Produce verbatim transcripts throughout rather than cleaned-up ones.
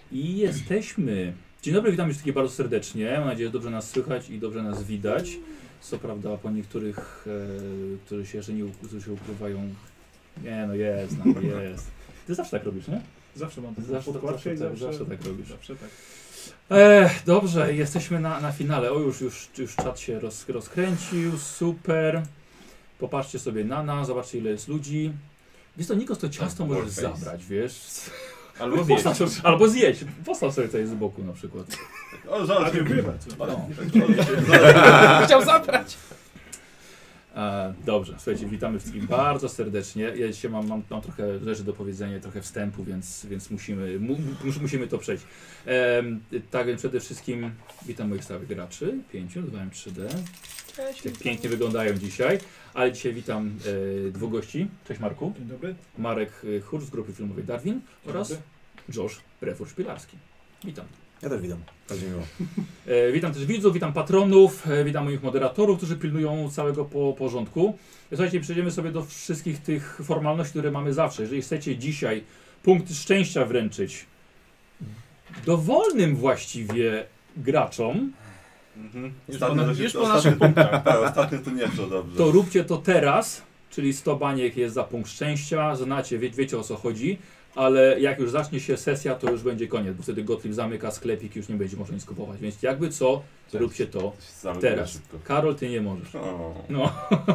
I jesteśmy. Dzień dobry, witam wszystkich bardzo serdecznie. Mam nadzieję, że dobrze nas słychać i dobrze nas widać. Co prawda po niektórych, e, którzy się jeszcze nie którzy się ukrywają. Nie no jest, no jest. Ty zawsze tak robisz, nie? Zawsze mam taką Zawsze, podkładkę i zawsze, zawsze, zawsze tak robisz. Zawsze tak. E, dobrze, jesteśmy na, na finale. O, już, już, już czat się roz, rozkręcił, super. Popatrzcie sobie na nas, zobaczcie ile jest ludzi. Wiesz co, Nikos, to ciasto Tak, możesz Warface. zabrać, wiesz? Albo zjeść. Postaw, albo zjeść. Postaw sobie tutaj z boku na przykład. O, zaraz nie nie bywa. No. Chciał zabrać. E, dobrze, słuchajcie, witamy wszystkich bardzo serdecznie. Ja dzisiaj mam, mam, mam trochę rzeczy do powiedzenia, trochę wstępu, więc, więc musimy, mu, mus- musimy to przejść. E, tak więc przede wszystkim witam moich stałych graczy, pięciu, dwa M trzy D. Tak pięknie wyglądają dzisiaj, ale dzisiaj witam e, dwóch gości. Cześć Marku. Dzień dobry. Marek e, Hur z grupy filmowej Darwin Dzień oraz dobry. Josh Brefur-Szpilarski. Witam. Ja też witam. Bardzo miło. E, witam też widzów, witam patronów, e, witam moich moderatorów, którzy pilnują całego po, porządku. Słuchajcie, przejdziemy sobie do wszystkich tych formalności, które mamy zawsze. Jeżeli chcecie dzisiaj punkt szczęścia wręczyć dowolnym właściwie graczom, Mhm. Już Ostatnio po, to się- już po ostatnio- naszych punktach. Tak, ostatnio to nie szło dobrze. to róbcie to teraz, czyli sto baniek jest za punkt szczęścia, znacie, wie, wiecie o co chodzi, ale jak już zacznie się sesja, to już będzie koniec, bo wtedy Gottlieb zamyka sklepik i już nie będzie można nic kupować, więc jakby co, róbcie to To się zamyka teraz. szybko. Karol, ty nie możesz. O. No.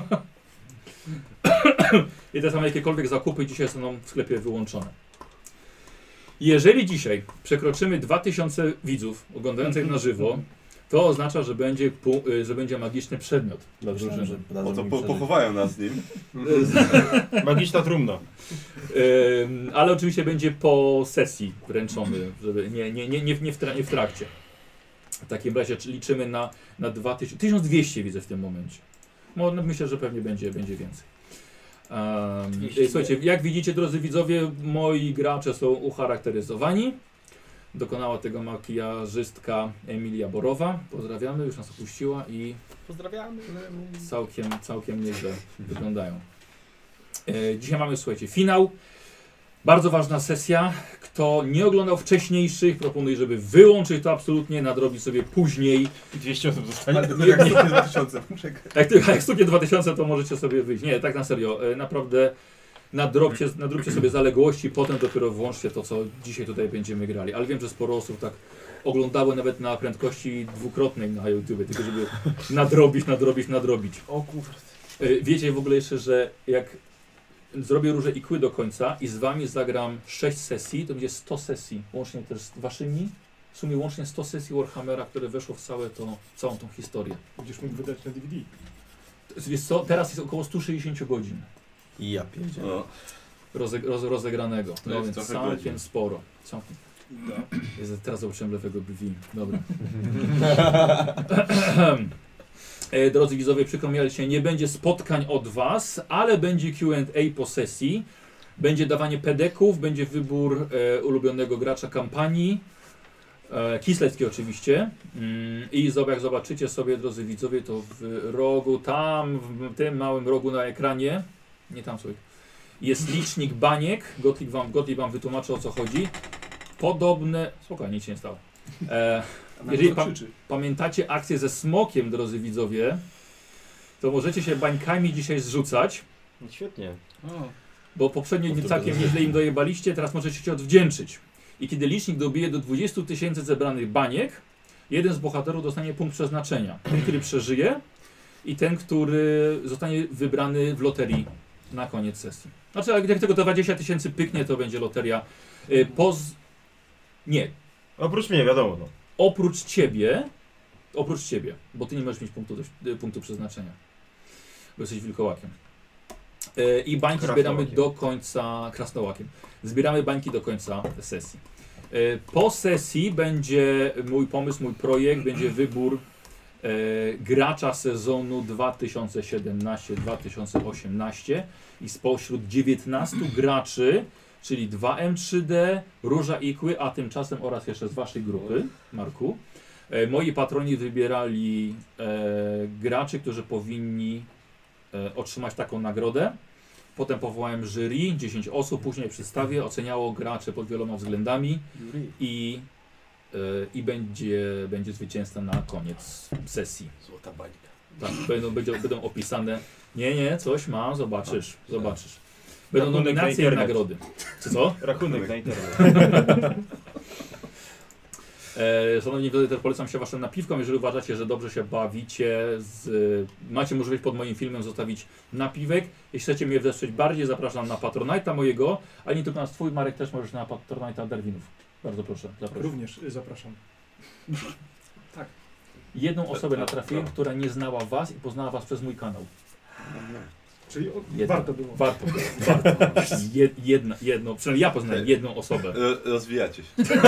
I te same jakiekolwiek zakupy dzisiaj są w sklepie wyłączone. Jeżeli dzisiaj przekroczymy dwa tysiące widzów oglądających na żywo, to oznacza, że będzie, pu- y, że będzie magiczny przedmiot dla drużyny. O to po, pochowają nas z nim. Magiczna trumna. Ym, ale oczywiście będzie po sesji wręczony, żeby nie, nie, nie, nie, w, nie, w, tra- nie w trakcie. W takim razie czy liczymy na, na dwa tysiące, tysiąc dwieście widzę w tym momencie. No, no, myślę, że pewnie będzie, będzie więcej. Um, dwieście. słuchajcie, jak widzicie, drodzy widzowie, moi gracze są ucharakteryzowani. Dokonała tego makijażystka Emilia Borowa. Pozdrawiamy, już nas opuściła i Pozdrawiamy. całkiem, całkiem nieźle wyglądają. E, dzisiaj mamy, słuchajcie, finał. Bardzo ważna sesja. Kto nie oglądał wcześniejszych, proponuję, żeby wyłączyć to absolutnie, nadrobić sobie później. dwieście osób zostanie. Ale jak nie dwa tysiące, muszę. Jak, ty- jak stuknie dwa tysiące, to możecie sobie wyjść. Nie, tak na serio. E, naprawdę nadrobcie, nadróbcie sobie zaległości, potem dopiero włączcie to, co dzisiaj tutaj będziemy grali. Ale wiem, że sporo osób tak oglądało nawet na prędkości dwukrotnej na YouTube, tylko żeby nadrobić, nadrobić, nadrobić. O kurde. E, Wiecie w ogóle jeszcze, że jak zrobię róże i kły do końca i z wami zagram sześć sesji, to będzie sto sesji, łącznie też z waszymi. W sumie łącznie sto sesji Warhammera, które weszło w całe to, całą tą historię. Będziesz mógł wydać na D V D. To jest, co, teraz jest około sto sześćdziesiąt godzin Ja pierdzielę. No. roze, roz, rozegranego. To No jest więc trochę całkiem godzin. sporo. Całkiem. Jezu, teraz zobaczyłem lewego brwi. Dobra. E, Drodzy widzowie, przykro mi, ale dzisiaj nie będzie spotkań od was, ale będzie Q and A po sesji. Będzie dawanie pedeków, będzie wybór e, ulubionego gracza kampanii. E, Kislecki oczywiście. Mm, I zob- jak zobaczycie sobie, drodzy widzowie, to w rogu, tam, w tym małym rogu na ekranie, nie tam sobie, jest licznik baniek. Gottlieb wam, Gottlieb wam wytłumaczy, o co chodzi. Podobne... Spokojnie, nic się nie stało. E, jeżeli pa, pamiętacie akcję ze smokiem, drodzy widzowie, to możecie się bańkami dzisiaj zrzucać, Świetnie. bo poprzednio O, to całkiem będzie. nieźle im dojebaliście, teraz możecie się odwdzięczyć. I kiedy licznik dobije do dwudziestu tysięcy zebranych baniek, jeden z bohaterów dostanie punkt przeznaczenia. Ten, który przeżyje i ten, który zostanie wybrany w loterii na koniec sesji. Znaczy, jak jak tego dwadzieścia tysięcy pyknie, to będzie loteria. Y, Poz... Nie, Oprócz mnie, wiadomo. No. oprócz ciebie, oprócz ciebie, bo ty nie możesz mieć punktu, do, punktu przeznaczenia, bo jesteś wilkołakiem. E, I bańki zbieramy Krasnołakiem. do końca, krasnołakiem, zbieramy bańki do końca sesji. E, po sesji będzie mój pomysł, mój projekt, będzie wybór e, gracza sezonu dwa tysiące siedemnaście dwa tysiące osiemnaście i spośród dziewiętnastu graczy, czyli dwa M trzy D, Róża Ikły, a tymczasem oraz jeszcze z waszej grupy, Marku. E, moi patroni wybierali e, graczy, którzy powinni e, otrzymać taką nagrodę. Potem powołałem jury, dziesięć osób, później przedstawię, oceniało gracze pod wieloma względami i, yy, i będzie, będzie zwycięzca na koniec sesji. Złota bańka. Tak, będą, będą, będą opisane. Nie, nie, coś ma, zobaczysz, zobaczysz. Będą Rachunek na nominacje i internet. nagrody. Czy co? Rachunek na internet. E, szanowni widzowie, też polecam się waszym napiwkom, jeżeli uważacie, że dobrze się bawicie. Z, macie możliwość pod moim filmem zostawić napiwek. Jeśli chcecie mnie wesprzeć bardziej, zapraszam na Patronite'a mojego, a nie tylko na twój, Marek, też możesz na Patronite'a Darwinów. Bardzo proszę, zapraszam. Również y, zapraszam. Jedną osobę natrafiłem, która nie znała was i poznała was przez mój kanał. Czyli o, Jedna. warto było. Warto, warto. Jed, jedna, jedną, przynajmniej ja poznałem jedną osobę. Ro- Rozwijacie się.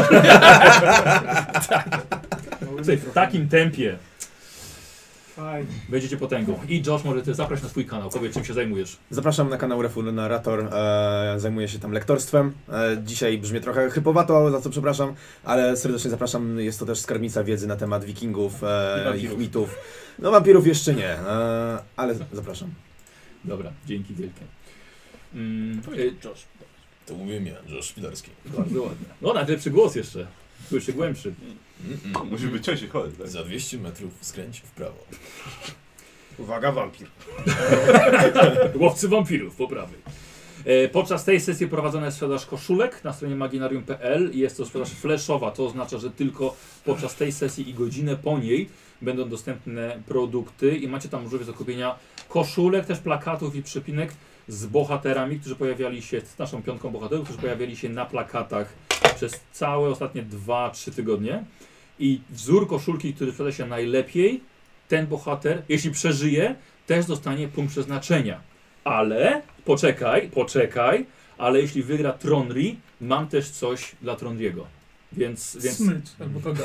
Słuchaj, w takim tempie Fajnie. będziecie potęgą. I Josh, może ty zaprać na swój kanał, powiedz czym się zajmujesz. Zapraszam na kanał Refu Narrator, e, zajmuję się tam lektorstwem. E, dzisiaj brzmi trochę hypowato, za co przepraszam, ale serdecznie zapraszam, jest to też skarbnica wiedzy na temat wikingów, e, ich mitów. No wampirów jeszcze nie, e, ale zapraszam. Dobra, dzięki wielkie. Mm, y, Josh. To mówię ja, Josh Szpilarski. bardzo ładnie. No, najlepszy głos jeszcze. Słyszy głębszy. Mm-mm. Musi być cięższy chory, tak? Za dwieście metrów skręć w prawo. Uwaga, wampir. Łowcy wampirów, po prawej. E, podczas tej sesji prowadzona jest sprzedaż koszulek na stronie maginarium kropka p l i jest to sprzedaż flashowa. To oznacza, że tylko podczas tej sesji i godzinę po niej będą dostępne produkty i macie tam możliwość zakupienia koszulek, też plakatów i przypinek z bohaterami, którzy pojawiali się, z naszą piątką bohaterów, którzy pojawiali się na plakatach przez całe ostatnie dwa trzy tygodnie. I wzór koszulki, który sprzeda się najlepiej, ten bohater, jeśli przeżyje, też dostanie punkt przeznaczenia. Ale, poczekaj, poczekaj, ale jeśli wygra Tronri, mam też coś dla Tronriego. Więc, więc Smycz, albo kogo.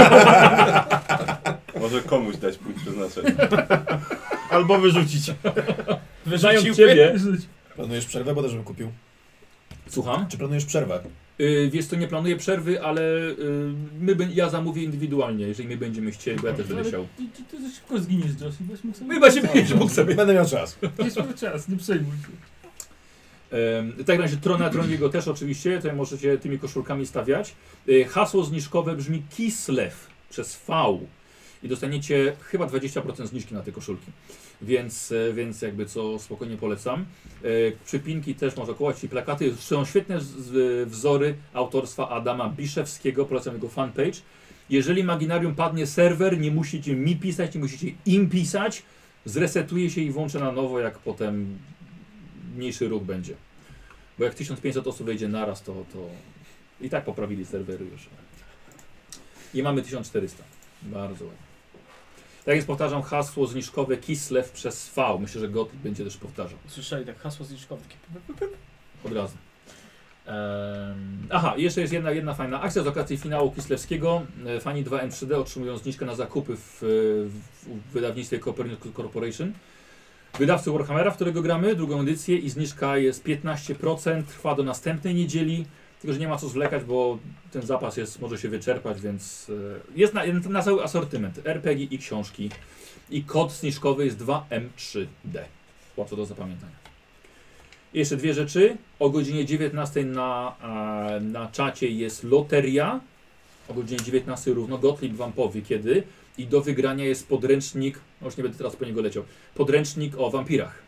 Może komuś dać punkt przeznaczenia. Albo wyrzucić. znając ciebie, Planujesz przerwę, bo też bym kupił. słucham, Czy planujesz przerwę? yy, wiesz co, nie planuję przerwy, ale yy, my, bę- ja zamówię indywidualnie, jeżeli my będziemy chcieli, bo ja też będę chciał. Ty, ty, ty szybko zginiesz, Josh, i weź mógł sobie... Chyba się będziesz mógł sobie. Będę miał czas. Jest mój czas, nie przejmuj się. Yy, tak razie Trona Troniego też oczywiście, tutaj możecie tymi koszulkami stawiać. Yy, hasło zniżkowe brzmi Kislev przez V i dostaniecie chyba dwadzieścia procent zniżki na te koszulki. Więc, e, więc jakby co spokojnie polecam. E, przypinki też można kupować i plakaty. Są świetne z, z, wzory autorstwa Adama Biszewskiego, polecam jego fanpage. Jeżeli Maginarium padnie serwer, nie musicie mi pisać, nie musicie im pisać. Zresetuje się i włączę na nowo, jak potem mniejszy ruch będzie. Bo jak tysiąc pięćset osób wejdzie naraz, to, to i tak poprawili serwery już. I mamy tysiąc czterysta. Bardzo ładnie. Tak więc powtarzam hasło zniżkowe Kislev przez V. Myślę, że Gothic będzie też powtarzał. Słyszeli tak, hasło zniżkowe, takie... Od razu. Ehm, aha, jeszcze jest jedna, jedna fajna akcja z okazji finału Kislewskiego. E, Fani dwa M trzy D otrzymują zniżkę na zakupy w, w, w wydawnictwie Copernicus Corporation. Wydawcy Warhammera, w którego gramy, drugą edycję i zniżka jest piętnaście procent, trwa do następnej niedzieli. Tylko, że nie ma co zwlekać, bo ten zapas jest, może się wyczerpać, więc e, jest na, na cały asortyment. R P G i książki. I kod zniżkowy jest dwa M trzy D. Łatwo do zapamiętania. I jeszcze dwie rzeczy. O godzinie dziewiętnastej na, e, na czacie jest loteria. O godzinie dziewiętnastej równo. Gottlieb wam powie kiedy. I do wygrania jest podręcznik, no już nie będę teraz po niego leciał, podręcznik o wampirach.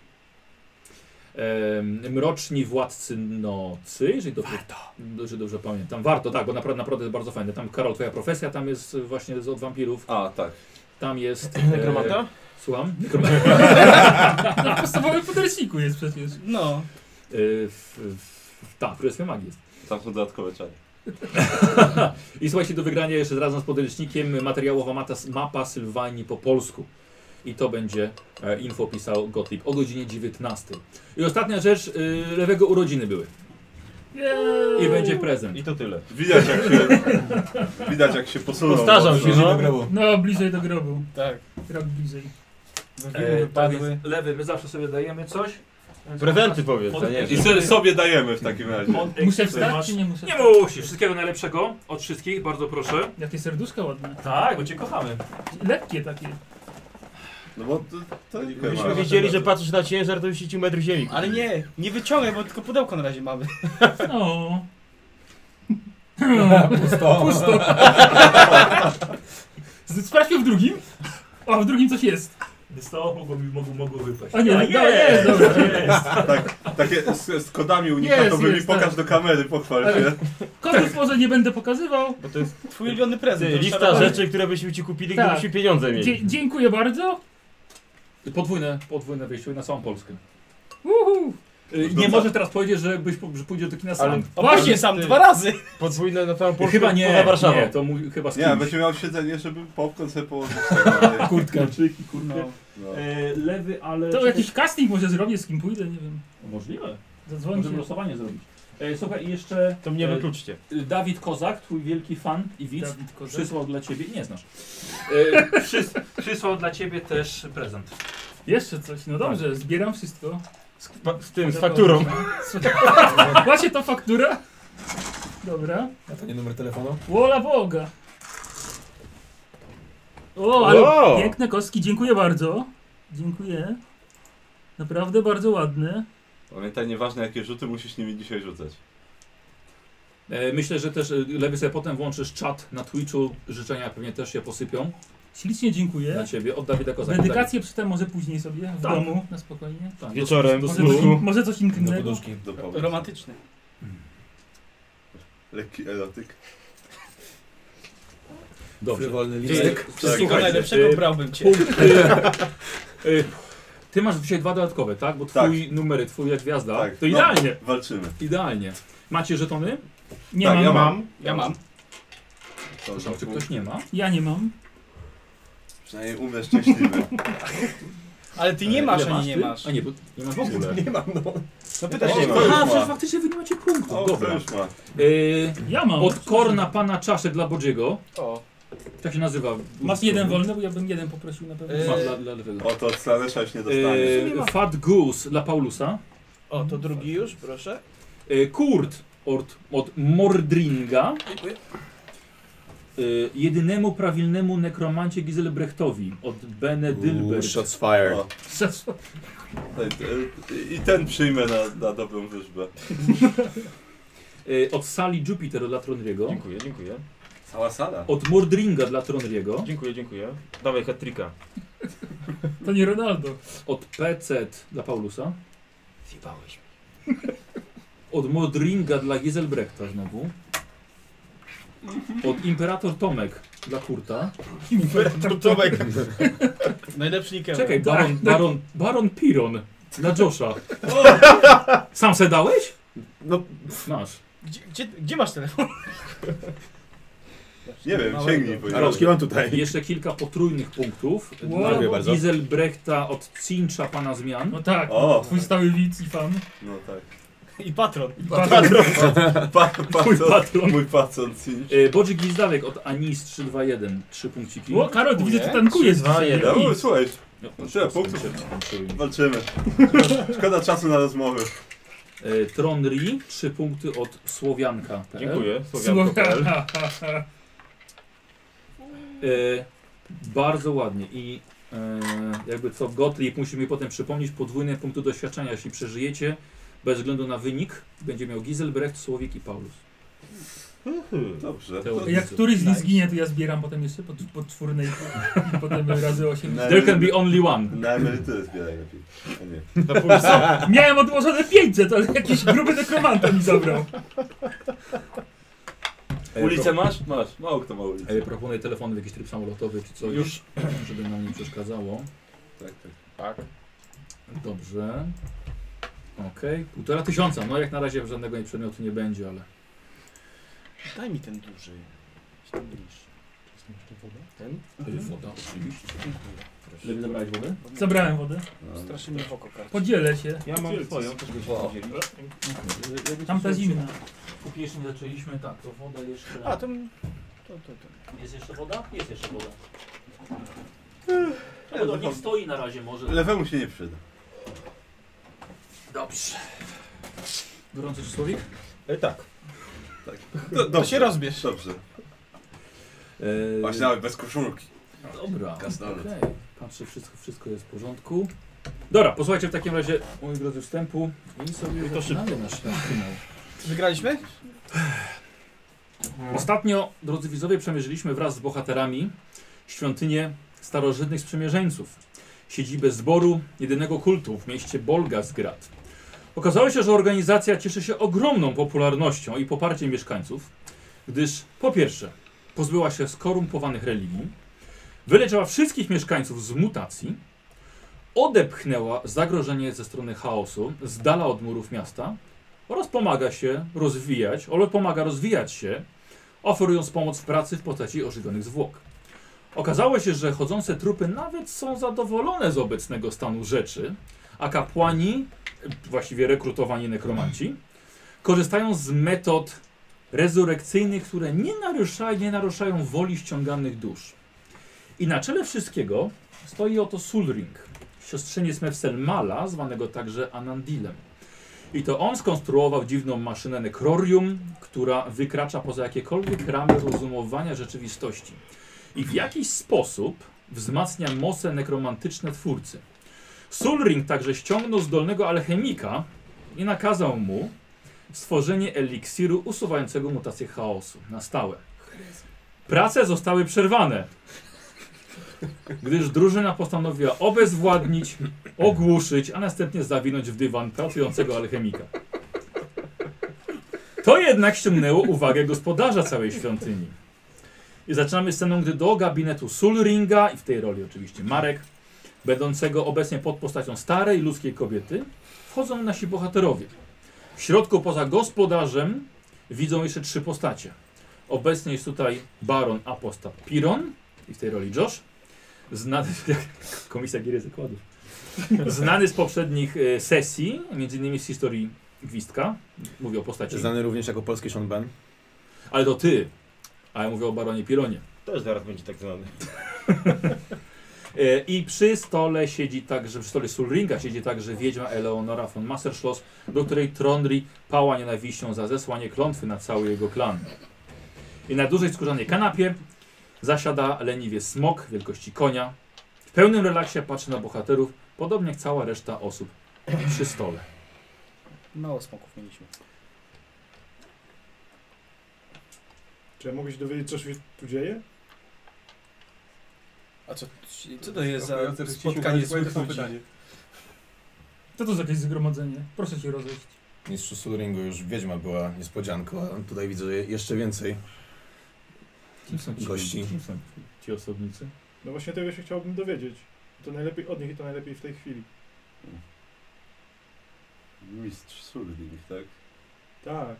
Ehm, Mroczni Władcy Nocy, jeżeli dobrze, jeżeli dobrze pamiętam. Warto, tak, bo naprawdę, naprawdę jest bardzo fajne. Tam, Karol, twoja profesja tam jest właśnie z od wampirów. A, tak. Tam jest... Nekromanta? E, słucham? Nekromanta. Na podstawowym podręczniku jest przecież. No. E, w, w, tak, w Królestwie Magii jest. Tam są dodatkowe czary. I słuchajcie, do wygrania jeszcze razem z podręcznikiem materiałowa mapa, mapa Sylwanii po polsku. I to będzie e, info pisał Gottlieb o godzinie dziewiętnastej. I ostatnia rzecz, e, lewego urodziny były. Jej. I będzie prezent. I to tyle. Widać jak się, widać jak się posunął. Postarzał mocno. się, no. do grobu. No, bliżej do grobu. Tak. Rok bliżej. E, tak więc lewy, my zawsze sobie dajemy coś. Prezenty powiedz, a nie. I sobie, sobie dajemy w takim razie. Muszę wstać, czy nie muszę Nie wstać? musisz. Wszystkiego najlepszego od wszystkich, bardzo proszę. Jakie serduszka ładne. Tak, bo cię kochamy. Lekkie takie. No bo to... to Gdybyśmy wiedzieli, że patrzysz na ciężar, to już ci metr ziemi. Ale nie, nie wyciągaj, bo tylko pudełko na razie mamy. No. Pusto. Pusto. Sprawdźmy w drugim. O, w drugim coś jest. Wiesz mogło, mogło, mogło wypaść. A nie, A, no, jest, dobra. jest. Tak, takie z, z kodami unikatowymi, jest, pokaż tak. do kamery, pochwal Ale- się. Kodów może nie będę pokazywał. Bo to jest Twój ulubiony prezent. ty, to lista trzeba- rzeczy, które byśmy ci kupili, Tak. gdybyśmy pieniądze mieli. Dzie dziękuję bardzo. Podwójne, podwójne wejście na całą Polskę. Uhu. Y, No Nie co? możesz teraz powiedzieć, że, byś, po- że pójdziesz do kina sam. Ale- O, właśnie, sam dwa razy. Podwójne na całą Polskę, Chyba nie, poza Warszawą. nie, to mój, chyba z Nie, kimś. będzie miał siedzenie, żeby popcorn sobie położyć. Kurtka, czyki, kurtkę. No. No. E, lewy, ale... To jakiś casting może zrobię, z kim pójdę, nie wiem. Możliwe. Zadzwonię. Możemy losowanie zrobić. E, słuchaj, i jeszcze To mnie E, wykluczcie. y, Dawid Kozak, twój wielki fan i widz, Dawid Kozak. przysłał dla ciebie... Nie znasz. E, przys, przysłał dla ciebie też prezent. Jeszcze coś, no dobrze, zbieram wszystko. Z, pa- z tym, z fakturą. Właśnie to faktura? Dobra. A to nie numer telefonu? Wola Boga. O, ale O! piękne kostki, dziękuję bardzo. Dziękuję. Naprawdę bardzo ładne. Pamiętaj, nieważne jakie rzuty, musisz nimi dzisiaj rzucać. E, myślę, że też e, lewy sobie potem włączysz czat na Twitchu. Życzenia pewnie też się posypią Ślicznie dla dziękuję. ciebie. Od Dawida Kozaka. Dedykację przeczytam może później sobie w Tak. domu, na spokojnie. Tak, Wieczorem, do- Może do- coś, Słuchu. może coś Do intymnego. poduszki. Do powiedz. Romantyczny. Lekki erotyk. Dobrze. Frywolny Tak, listek. Wszystkiego Słuchajcie, najlepszego y, brałbym cię. Punkty. y, ty masz dzisiaj dwa dodatkowe, tak? Bo twój Tak. numery, twój jak gwiazda. Tak. To No. idealnie. Walczymy. Idealnie. Macie żetony? Nie Tak, mam. ja Ja, mam. Ja mam. Proszę, czy ktoś nie ma? nie mam. Przynajmniej umrę szczęśliwy. Ale ty nie masz, Ile ani nie ty? masz. A nie, bo nie masz w ogóle. Nie mam, no. No pytasz O, się. to ma. już Aha, ma. przecież faktycznie wy nie macie punktów. O, Dobra. to już ma. Y, Ja mam. od Korna pana czaszek dla Bodziego. O. Tak się nazywa. Masz jeden wolny, bo ja bym jeden poprosił na pewno. Eee, Masz dla, dla lewego. O, to od Slanesza już nie dostaniesz. Y, Fat Goose dla Paulusa. O, to drugi już, proszę. Y, Kurt od, od Mordringa. Dziękuję. Y, jedynemu prawilnemu nekromancie Giselbrechtowi od Bene Ooh, Dilbert. shots fired. O, i- I ten przyjmę na, na dobrą wróżbę. Y, od Sali Jupiter dla Tronriego. Dziękuję, dziękuję. Cała sala. Od Mordringa dla Tronriego. Dziękuję, dziękuję. Dawaj hat-tricka. To nie Ronaldo. Od P C dla Paulusa. Zjebałeś mi. Od Mordringa dla Giselbrechta znowu. Od Imperator Tomek dla Kurta. Imperator Tomek. Najlepszy Nikeł. Czekaj, Baron, Baron, Baron Piron dla Josha. Sam se dałeś? No, Masz. Gdzie, gdzie, gdzie masz telefon? Nie wiem, sięgnij po a rączki mam tutaj. Jeszcze kilka potrójnych punktów. Wow. Dla Dziękuję bardzo. Giselbrechta od Cincha Pana Zmian. No tak, O. twój stały widz i fan. No tak. I patron. Patron. Pa, Mój patron, patron. mój patron Cinch. E, Bodzik Gizdawek od Anis trzysta dwadzieścia jeden. Trzy punkciki. O, Karol, ty widzę, ty tankujesz. Trzy, dwa, jeden. No, słuchaj, No, tyle no, punktów. no, walczymy. Szkoda czasu na rozmowy. e, Tronri, trzy punkty od Słowianka. Dziękuję. Słowianko kropka p l. Słowa- E, bardzo ładnie i e, jakby co Gottlieb musi mi potem przypomnieć podwójne punkty doświadczenia, jeśli przeżyjecie bez względu na wynik, będzie miał Giselbrecht, Słowik i Paulus. Dobrze. To- To, Jak któryś z nich zginie, to ja zbieram potem jeszcze pod, pod czwórnej i potem razy osiem. Na- There can be only one. na emeryturę zbieraj lepiej. A nie. Na pół co? Miałem odłożone pięćset, ale jakiś gruby dekromanta mi zabrał. E, Ulicę masz? Masz. Mało kto ma ulicę. E, proponuję telefon w jakiś tryb samolotowy czy coś, Już. żeby nam nie przeszkadzało. Tak, tak. Tak. Dobrze. Okej, półtora tysiąca. No jak na razie żadnego przedmiotu nie będzie, ale... Daj mi ten duży. Ten mniejszy. Ten? Y, Woda oczywiście. Dziękuję. Lepiej zabrałeś wodę? Zabrałem wodę. No. Straszy mnie w oko karta. Podzielę się. Ja mam swoją, też byśmy O. podzieli. Tamta zimna. Póki jeszcze nie zaczęliśmy, tak, to woda jeszcze... A, to... to, to, to. Jest jeszcze woda? Jest jeszcze woda. No, to niech stoi na razie może. Lewemu się nie przyda. Dobrze. Gorący słowik? E, tak. To, To się rozbierz. Dobrze. Eee, Właśnie nawet bez koszulki. Dobra, Kasnolud. okej. Patrzę, wszystko, wszystko jest w porządku. Dobra, posłuchajcie w takim razie, moi drodzy, wstępu i sobie to zaczynamy nasz finał. Wygraliśmy? Ostatnio, drodzy widzowie, przemierzyliśmy wraz z bohaterami świątynię starożytnych sprzymierzeńców, siedzibę zboru jedynego kultu w mieście Bolgasgrad. Okazało się, że organizacja cieszy się ogromną popularnością i poparciem mieszkańców, gdyż po pierwsze pozbyła się skorumpowanych religii, wyleczyła wszystkich mieszkańców z mutacji, odepchnęła zagrożenie ze strony chaosu z dala od murów miasta oraz pomaga się rozwijać, ale pomaga rozwijać się, oferując pomoc w pracy w postaci ożywionych zwłok. Okazało się, że chodzące trupy nawet są zadowolone z obecnego stanu rzeczy, a kapłani, właściwie rekrutowani nekromanci, korzystają z metod rezurekcyjnych, które nie naruszają, nie naruszają woli ściąganych dusz. I na czele wszystkiego stoi oto Sulring, siostrzeniec Mefselmala, zwanego także Anandilem. I to on skonstruował dziwną maszynę Necrorium, która wykracza poza jakiekolwiek ramy rozumowania rzeczywistości. I w jakiś sposób wzmacnia moce nekromantyczne twórcy. Sulring także ściągnął zdolnego alchemika i nakazał mu stworzenie eliksiru usuwającego mutację chaosu na stałe. Prace zostały przerwane, gdyż drużyna postanowiła obezwładnić, ogłuszyć, a następnie zawinąć w dywan pracującego alchemika. To jednak ściągnęło uwagę gospodarza całej świątyni. I zaczynamy sceną, gdy do gabinetu Sulringa, i w tej roli oczywiście Marek, będącego obecnie pod postacią starej ludzkiej kobiety, wchodzą nasi bohaterowie. W środku poza gospodarzem widzą jeszcze trzy postacie. Obecnie jest tutaj baron apostat Piron, i w tej roli Josh, znany, komisja gier zakładów, znany z poprzednich e, sesji, między innymi z historii Gwizdka, mówię o postaci. Znany również jako polski Sean Ben. Ale to ty, a ja mówię o baronie Pironie. Też zaraz będzie tak znany. E, I przy stole siedzi także, przy stole Sulringa siedzi także wiedźma Eleonora von Masserschloss, do której Trondri pała nienawiścią za zesłanie klątwy na cały jego klan. I na dużej skórzanej kanapie zasiada leniwie smok wielkości konia. W pełnym relaksie patrzy na bohaterów, podobnie jak cała reszta osób przy stole. Mało smoków mieliśmy. Czy ja mogę się dowiedzieć, co się tu dzieje? A co, co to jest za Oferujące, że spotkanie chcieliśmy złych zadać ludzi? pytanie. Co to za jakieś zgromadzenie? Proszę się rozejść. Mistrzu Sulringu już wiedźma była niespodzianką, a Tutaj widzę jeszcze więcej. Kim są ci, Gości. kim są ci osobnicy? No właśnie tego się chciałbym dowiedzieć. To najlepiej od nich i to najlepiej w tej chwili. Mistrz Sulring, tak? Tak.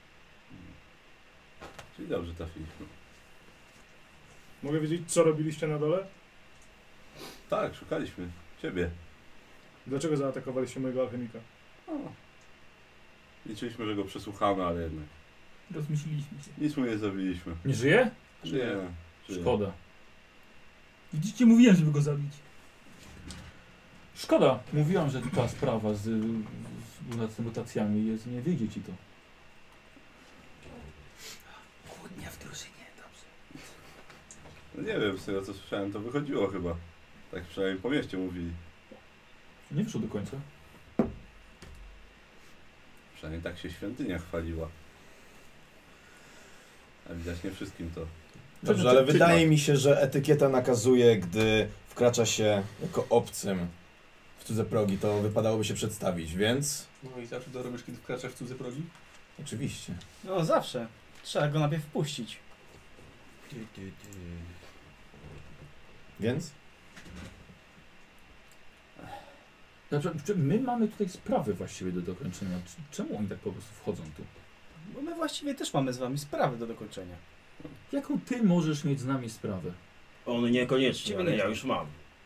Czyli dobrze trafiliśmy. Mogę wiedzieć, co robiliście na dole? Tak, szukaliśmy ciebie. Dlaczego zaatakowaliście mojego alchemika? O. Liczyliśmy, że go przesłuchamy, ale jednak Rozmyśliliśmy się. nic mu nie zrobiliśmy. Nie żyje? Nie, żyje. Szkoda. Widzicie, mówiłem, żeby go zabić. Szkoda. Mówiłam, że ta sprawa z, z mutacjami jest, nie wyjdzie ci to. Kłótnia w drużynie, dobrze. No nie wiem, z tego co słyszałem, to wychodziło chyba. Tak przynajmniej po mieście mówili. Nie wyszło do końca. Przynajmniej tak się świątynia chwaliła. A widać nie wszystkim to. Dobrze, ale Ty- ty- wydaje mi się, że etykieta nakazuje, gdy wkracza się jako obcym w cudze progi, to wypadałoby się przedstawić, więc No i zawsze to robisz, kiedy wkraczasz w cudze progi? oczywiście. No zawsze. Trzeba go najpierw wpuścić. Więc? Znaczy, czy my mamy tutaj sprawy właściwie do dokończenia. Czy- Czemu oni tak po prostu wchodzą tu? Bo my właściwie też mamy z wami sprawy do dokończenia. Jaką ty możesz mieć z nami sprawę? On niekoniecznie, Ciebie ale nie ja znam. już mam.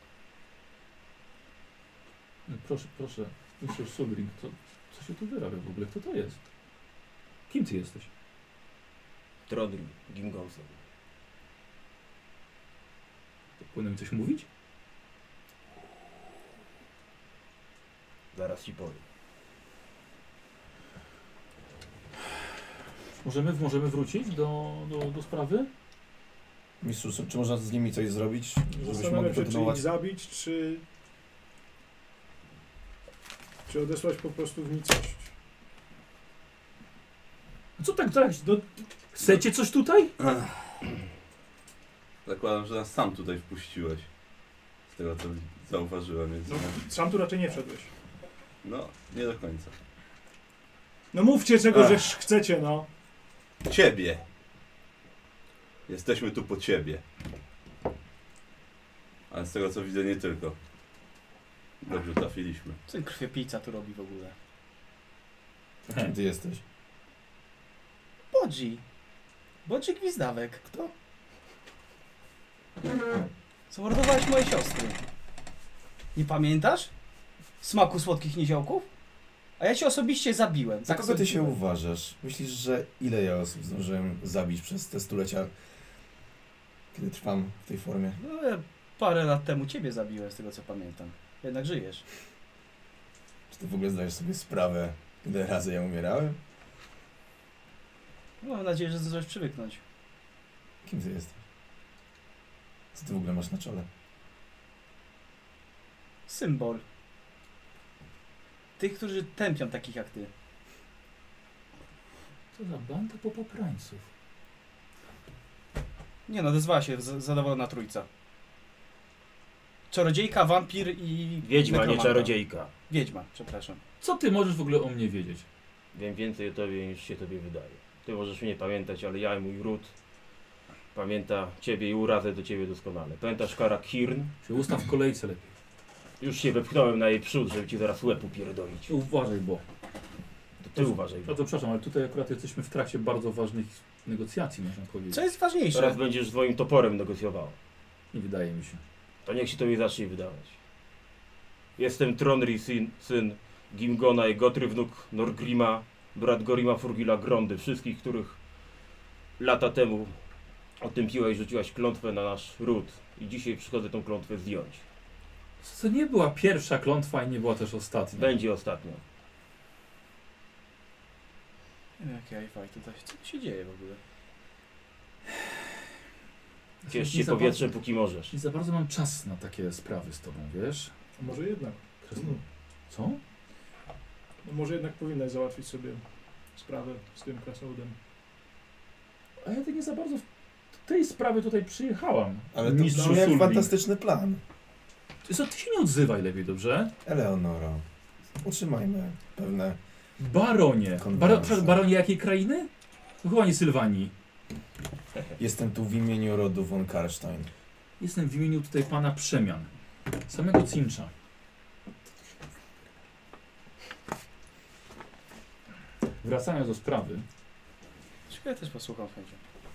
No proszę, proszę, mister Sulring, to co się tu wyrabia w ogóle? Kto to jest? Kim ty jesteś? Trodry, Gimgolson. To powinno mi coś mówić? Zaraz ci powiem. Możemy, możemy wrócić do, do, do sprawy? Mistrzu, czy można z nimi coś zrobić? Żebyśmy mogli Zastanawiam się, czy kontynuować? ich zabić, czy... Czy odesłać po prostu w nicość. Co tak, tak? No, chcecie coś tutaj? Zakładam, że nas sam tutaj wpuściłeś. Z tego co zauważyłem, więc... No, sam tu raczej nie wszedłeś. No, nie do końca. No mówcie czego, Ech. żeż chcecie, no. Ciebie! Jesteśmy tu po ciebie. Ale z tego co widzę, nie tylko. Dobrze trafiliśmy. Co ten krwiopijca tu robi w ogóle? A kim ty jesteś? Bodzi. Bodzi Gwizdawek. Kto? Zamordowałeś moje siostry. Nie pamiętasz? Smaku słodkich niziołków? A ja cię osobiście zabiłem. Za Tak kogo ty się sądziłem. uważasz? Myślisz, że ile ja osób zdążyłem zabić przez te stulecia, kiedy trwam w tej formie? No, ja parę lat temu ciebie zabiłem, z tego co pamiętam. Jednak żyjesz. Czy ty w ogóle zdajesz sobie sprawę, ile razy ja umierałem? No, mam nadzieję, że zdążysz przywyknąć. Kim ty jesteś? Co ty w ogóle masz na czole? Symbol. Tych, którzy tępią takich jak ty. Co za banda popoprańców. Nie no, odezwała się z- zadowolona trójca. Czarodziejka, wampir i... Wiedźma, nie nekromanta. czarodziejka. Wiedźma, przepraszam. Co ty możesz w ogóle o mnie wiedzieć? Wiem więcej o tobie niż się tobie wydaje. Ty możesz mnie nie pamiętać, ale ja i mój ród pamięta ciebie i urazę do ciebie doskonale. Pamiętasz Kara Kirn? Się ustaw w kolejce lepiej. Już się wepchnąłem na jej przód, żeby ci zaraz łeb upierdolić. Uważaj, bo. To ty uważaj. No to przepraszam, ale tutaj akurat jesteśmy w trakcie bardzo ważnych negocjacji, można powiedzieć. Co jest ważniejsze? Teraz będziesz swoim toporem negocjował. Nie wydaje mi się. To niech się tobie zacznie wydawać. Jestem Tronri, syn, syn Gimgona i Gotry, wnuk Norgrima, brat Gorima Furgila Grondy, wszystkich, których lata temu otępiłaś i rzuciłaś klątwę na nasz ród. I dzisiaj przychodzę tą klątwę zdjąć. To nie była pierwsza klątwa i nie była też ostatnia. Będzie ostatnio. Nie wiem, jakie ajfaj tutaj. Co tu się dzieje w ogóle? Ciesz Nie się za powietrzem, bardzo- póki możesz. Nie za bardzo mam czas na takie sprawy z tobą, wiesz? A może jednak. Co? No może jednak powinnaś załatwić sobie sprawę z tym krasnoludem. A ja tak nie za bardzo w tej sprawie tutaj przyjechałam. Ale to Mistrzu brzmi jak Sulwing. fantastyczny plan. Ty, co, ty się nie odzywaj lepiej, dobrze? Eleonoro, utrzymajmy pewne... Baronie. Baro, Konwencja. przepraszam, baronie jakiej krainy? No chyba nie Sylwanii. Jestem tu w imieniu rodu von Karstein. Jestem w imieniu tutaj pana Przemian. Samego Cincha. Wracając do sprawy, Czekaj, ja też posłucham chęcią.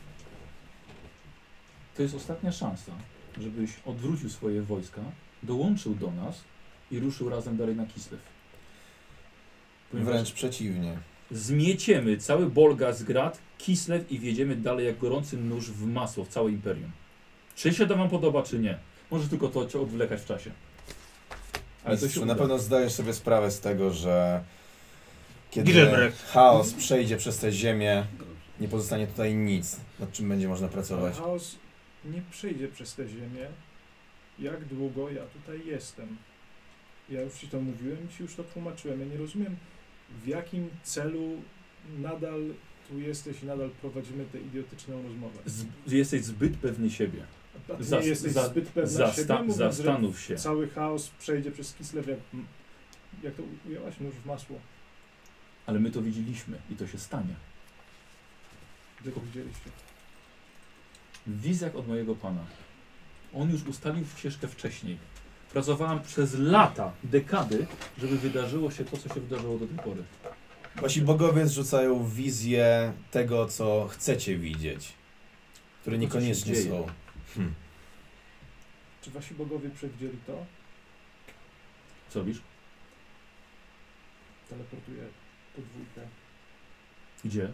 to jest ostatnia szansa, żebyś odwrócił swoje wojska, dołączył do nas i ruszył razem dalej na Kislev. Ponieważ Wręcz przeciwnie. zmieciemy cały Bolgasgrad, Kislev i wjedziemy dalej jak gorący nóż w masło w całe imperium. Czy się to wam podoba, czy nie? Może tylko to cię odwlekać w czasie. Ale to się Mistrzu, uda. na pewno zdajesz sobie sprawę z tego, że kiedy Gilbrecht. chaos przejdzie przez tę ziemię, nie pozostanie tutaj nic, nad czym będzie można pracować. Chaos nie przyjdzie przez tę ziemię, jak długo ja tutaj jestem. Ja już ci to mówiłem, ci już to tłumaczyłem. Ja nie rozumiem, w jakim celu nadal tu jesteś i nadal prowadzimy tę idiotyczną rozmowę. Z, jesteś zbyt pewny siebie. A ty Zas- nie jesteś za- zbyt pewna Zasta siebie, mówiąc, że zastanów się. cały chaos przejdzie przez Kislev jak, jak to ujęłaś? Nóż w masło. Ale my to widzieliśmy i to się stanie. Gdzie to widzieliście? W wizjach od mojego pana. On już ustalił ścieżkę wcześniej. Pracowałam przez lata, dekady, żeby wydarzyło się to, co się wydarzyło do tej pory. Wasi bogowie zrzucają wizję tego, co chcecie widzieć, które To, co się niekoniecznie dzieje. są. Hm. Czy wasi bogowie przewidzieli to? Co robisz? Teleportuję podwójkę Gdzie?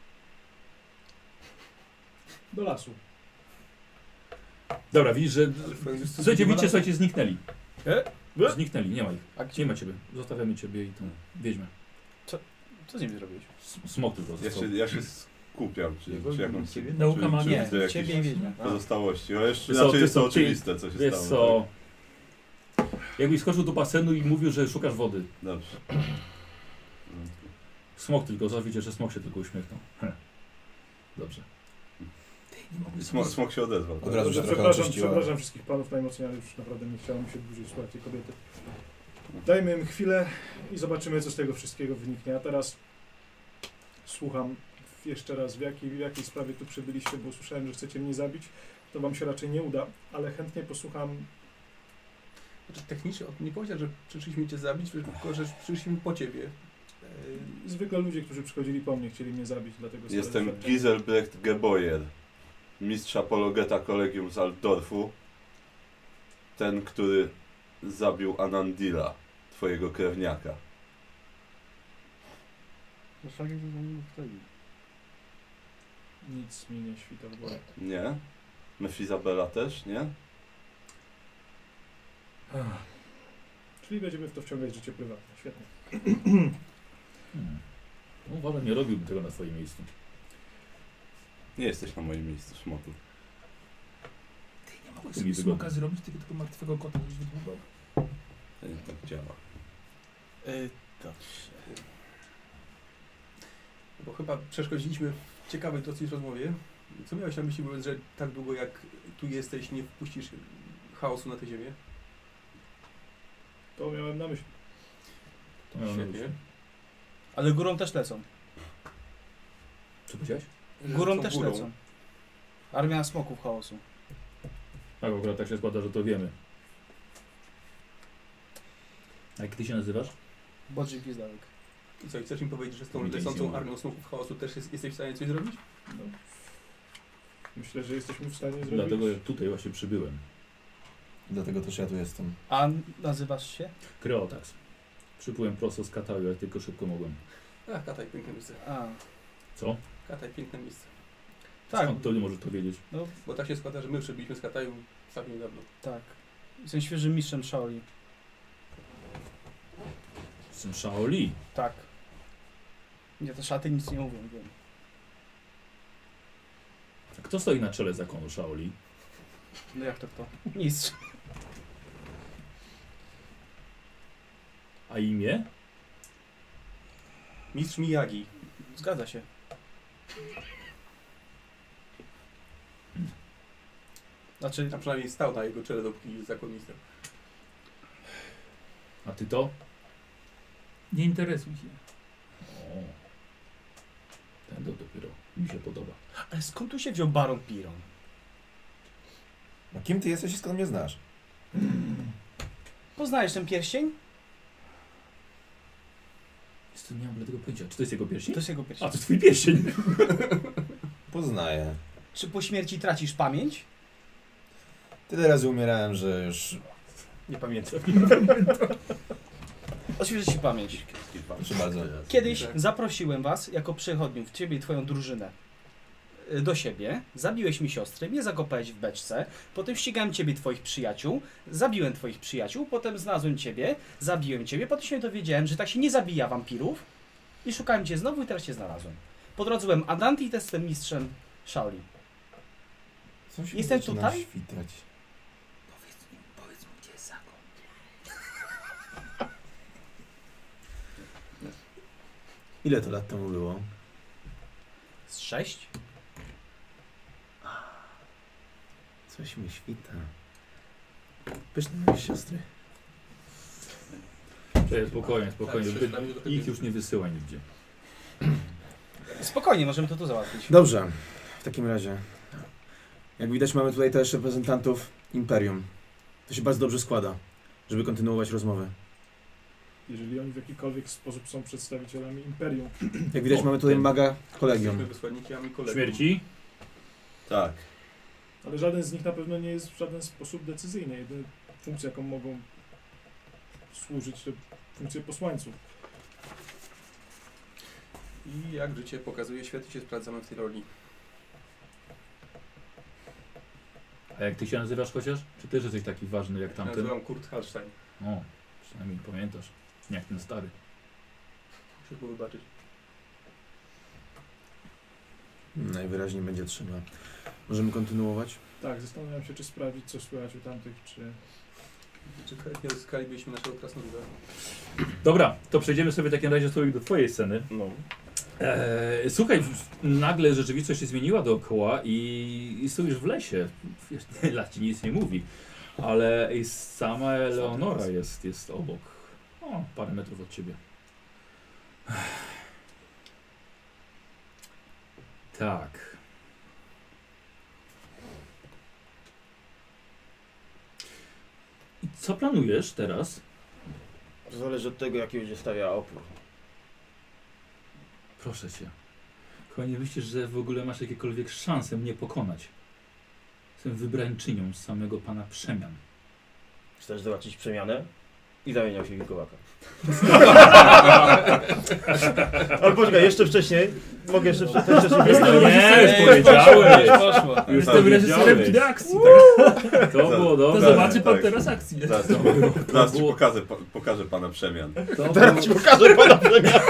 do lasu. Dobra, widzisz, że... Słuchajcie, widzicie, słuchajcie, zniknęli. E? Zniknęli, nie ma ich. A gdzie? Nie ma ciebie. Zostawiamy ciebie i tą wiedźmę. Co z nim zrobiłeś? S- Smok tylko Ja został. się, ja się kupiam, czy, Jego czy jakąś ciebie? Nauka czy, magii. czy Nie, widzę jakieś ciebie i wiedźmia. pozostałości. O, jeszcze, Wiesz co, znaczy ty jest to co, ty- oczywiste, co się Wiesz stało. co, jakbyś skoczył do basenu i mówił, że szukasz wody. Tak? Dobrze. Smok tylko, zaraz wiecie, że smok się tylko uśmiechnął. Heh. Dobrze. Smok, smok się odezwał. Od razu się trochę przepraszam, oczyściła. przepraszam wszystkich panów najmocniej, ale już naprawdę nie chciałem się dłużej słuchać tej kobiety. Dajmy im chwilę i zobaczymy, co z tego wszystkiego wyniknie. A teraz słucham jeszcze raz, w jakiej, w jakiej sprawie tu przybyliście, bo słyszałem, że chcecie mnie zabić. To wam się raczej nie uda, ale chętnie posłucham. Znaczy technicznie on nie powiedział, że przyszliśmy cię zabić, tylko że przyszliśmy po ciebie. Yy, Zwykle ludzie, którzy przychodzili po mnie, chcieli mnie zabić, dlatego... stale Jestem doświadczam. Giselbrecht Geboyer, mistrz apologeta kolegium z Altdorfu. Ten, który zabił Anandila, twojego krewniaka. Nic mi nie świta w głowie. Nie? Mefizabela też, nie? Czyli będziemy w to wciągać życie prywatne. Świetnie. Hmm. No, uważam, nie robiłbym tego na twoim miejscu. Nie jesteś na moim miejscu, Szmoku. Nie mogłeś sobie smoka zrobić, tylko tylko martwego kota gdzieś wydłubał. To nie tak działa. Yy, dobrze. Bo chyba przeszkodziliśmy w ciekawej dosyć rozmowie. Co miałeś na myśli, mówiąc, że tak długo jak tu jesteś, nie wpuścisz chaosu na tę ziemię? To miałem na myśli. To miałem na Świetnie. myśli. Ale górą też lecą. Co powiedziałeś? Górą Są też górą. lecą. Armia smoków chaosu. Tak, akurat tak się składa, że to wiemy. A jak ty się nazywasz? Bodrzyk Gwizdałek. I co, i chcesz mi powiedzieć, że z tą Nie lecącą zimą. armią smoków chaosu też jest, jesteś w stanie coś zrobić? No. Myślę, że jesteśmy w stanie zrobić... Dlatego ja tutaj właśnie przybyłem. Dlatego też ja tu jestem. A nazywasz się? Kreotax. Przypłyłem prosto z Kataju, jak tylko szybko mogłem. Ach, Kataj, piękne miejsce. A, Co? Kataj, piękne miejsce. tak, Skąd to nie możesz to wiedzieć? no Bo tak się składa, że my przybyliśmy z Kataju całkiem niedawno. tak. Jestem świeżym mistrzem Shaoli. Jestem Shaoli. Tak. Nie, te szaty nic nie mówią, wiem. A kto stoi na czele zakonu Shaoli? No jak to kto? Mistrz. A imię? Mistrz Miyagi. Zgadza się. Znaczy, A przynajmniej stał na jego czele, dopóki jest zakonnictwem. A ty to? Nie interesuj się. O. Ten to dopiero mi się podoba. ale skąd tu się wziął Baron Piron? No kim ty jesteś i skąd mnie znasz? Poznajesz ten pierścień? Jest to nie mam bladego pojęcia. Czy to jest jego pierścień? To jest jego A, pierścień. to jest twój pierścień. Poznaję. Czy po śmierci tracisz pamięć? Tyle razy umierałem, że już... Nie pamiętam. Odświeżę ci pamięć. Proszę bardzo. Kiedyś Tak. zaprosiłem was jako przechodniów, ciebie i twoją drużynę, y, do siebie. Zabiłeś mi siostrę, mnie zakopałeś w beczce. Potem ścigałem ciebie i twoich przyjaciół. Zabiłem twoich przyjaciół, potem znalazłem ciebie, zabiłem ciebie. Potem się dowiedziałem, że tak się nie zabija wampirów. I szukałem cię znowu i teraz cię znalazłem. Po drodze byłem Adanti i jestem mistrzem Shaoli. Co się Jestem zaczyna tutaj? świtać? Powiedz mi, powiedz mu, gdzie jest zakon. Ile to lat temu było? Z sześć? Coś mi świta. Pyszne moje siostry. Cześć, spokojnie, spokojnie. Tak, By, przynajmniej do tego ich jest. już nie wysyłaj nigdzie. Spokojnie, możemy to tu załatwić. Dobrze, w takim razie. Jak widać, mamy tutaj też reprezentantów Imperium. To się bardzo dobrze składa, żeby kontynuować rozmowę. Jeżeli oni w jakikolwiek sposób są przedstawicielami Imperium. Jak widać, O, mamy tutaj ten- maga kolegium. Jesteśmy wysłannikami kolegów. Śmierci? Tak. Ale żaden z nich na pewno nie jest w żaden sposób decyzyjny. Jedyna funkcja, jaką mogą służyć, to funkcje posłańców. I jak życie pokazuje, świetnie się sprawdzamy w tej roli. A jak ty się nazywasz chociaż? Czy też jesteś taki ważny jak Ja tamten? nazywam Kurt Hallstein. O, przynajmniej pamiętasz. Nie jak ten stary. Muszę go wybaczyć. Najwyraźniej będzie trzeba. Możemy kontynuować? Tak, zastanawiam się, czy sprawdzić, co słychać u tamtych, czy... Czy chętnie odzyskalibyśmy naszego krasnoluda? Dobra, to przejdziemy sobie w takim razie sobie do twojej sceny. No. Eee, słuchaj, nagle rzeczywistość się zmieniła dookoła i, i stoisz w lesie. Wiesz, lat ci nic nie mówi, ale i sama Eleonora jest, jest obok. O, parę metrów od ciebie. Tak. I co planujesz teraz? To zależy od tego, jaki będzie stawiała opór. Proszę cię. Chyba nie myślisz, że w ogóle masz jakiekolwiek szanse mnie pokonać. Jestem wybrańczynią z samego pana przemian. Chcesz zobaczyć przemianę? I zamieniał się w wilkołaka. Ale poczekaj, jeszcze wcześniej. Mogę jeszcze wcześniej. Nie, już powiedziałeś. Poszło. Jestem reżyserem kina akcji. To było To dobre. zobaczy pan tak. teraz akcję. Zaraz, To było- zaraz to ci było- pokażę, po, pokażę pana przemian. to Teraz ci pokażę pana przemianę.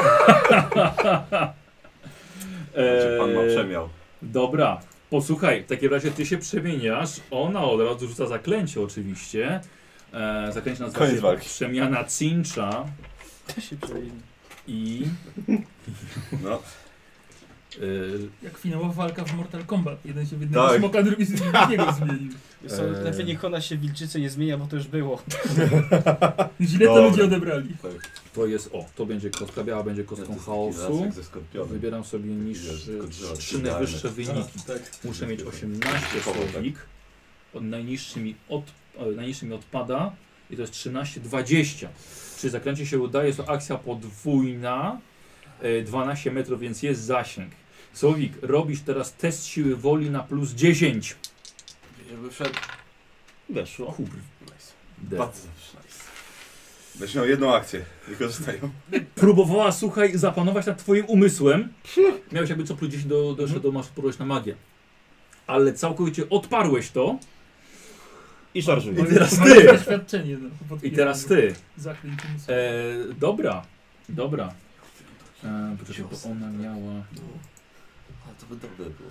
Znaczy, pan ma Eee, przemiał. Dobra, posłuchaj, w takim razie ty się przemieniasz, ona od razu rzuca zaklęcie oczywiście. E, zaklęcie nazywa Koniec się walki. Przemiana Cincha To się przejdzie. i... No, E, Jak finałowa walka w Mortal Kombat. Jeden się w jednego Tak. smoka, drugi się w drugiego zmienił. Wiesz co, Eee. lepiej niech ona się w wilczycy nie zmienia, bo to już było. Źle to Dobra. ludzie odebrali. to jest, o, to będzie kostka biała, będzie kostką chaosu. ze skorpionem. Wybieram sobie niż Widać, tylko drzewa trzy idealne. najwyższe wyniki. Tak. Muszę mieć osiemnaście słowik. Od najniższy mi, od, o, najniższy mi odpada i to jest trzynaście dwadzieścia. Czy zaklęcie się udaje? Jest to akcja podwójna. e, dwanaście metrów, więc jest zasięg. Słowik, robisz teraz test siły woli na plus dziesięć. Żeby wszedł. Weszło. Kurde. Bardzo dobrze. Będziesz miał jedną akcję. Wykorzystają. Próbowała, słuchaj, zapanować nad twoim umysłem. Miałeś jakby co plus dziesięć do, do, do, do masz odporność na magię. Ale całkowicie odparłeś to. I szarżuję. I teraz Mamy ty. doświadczenie. No, I teraz ty. Zaklęć umysłu. E, dobra, dobra. E, poczekaj, bo ona miała... A to by dobre było.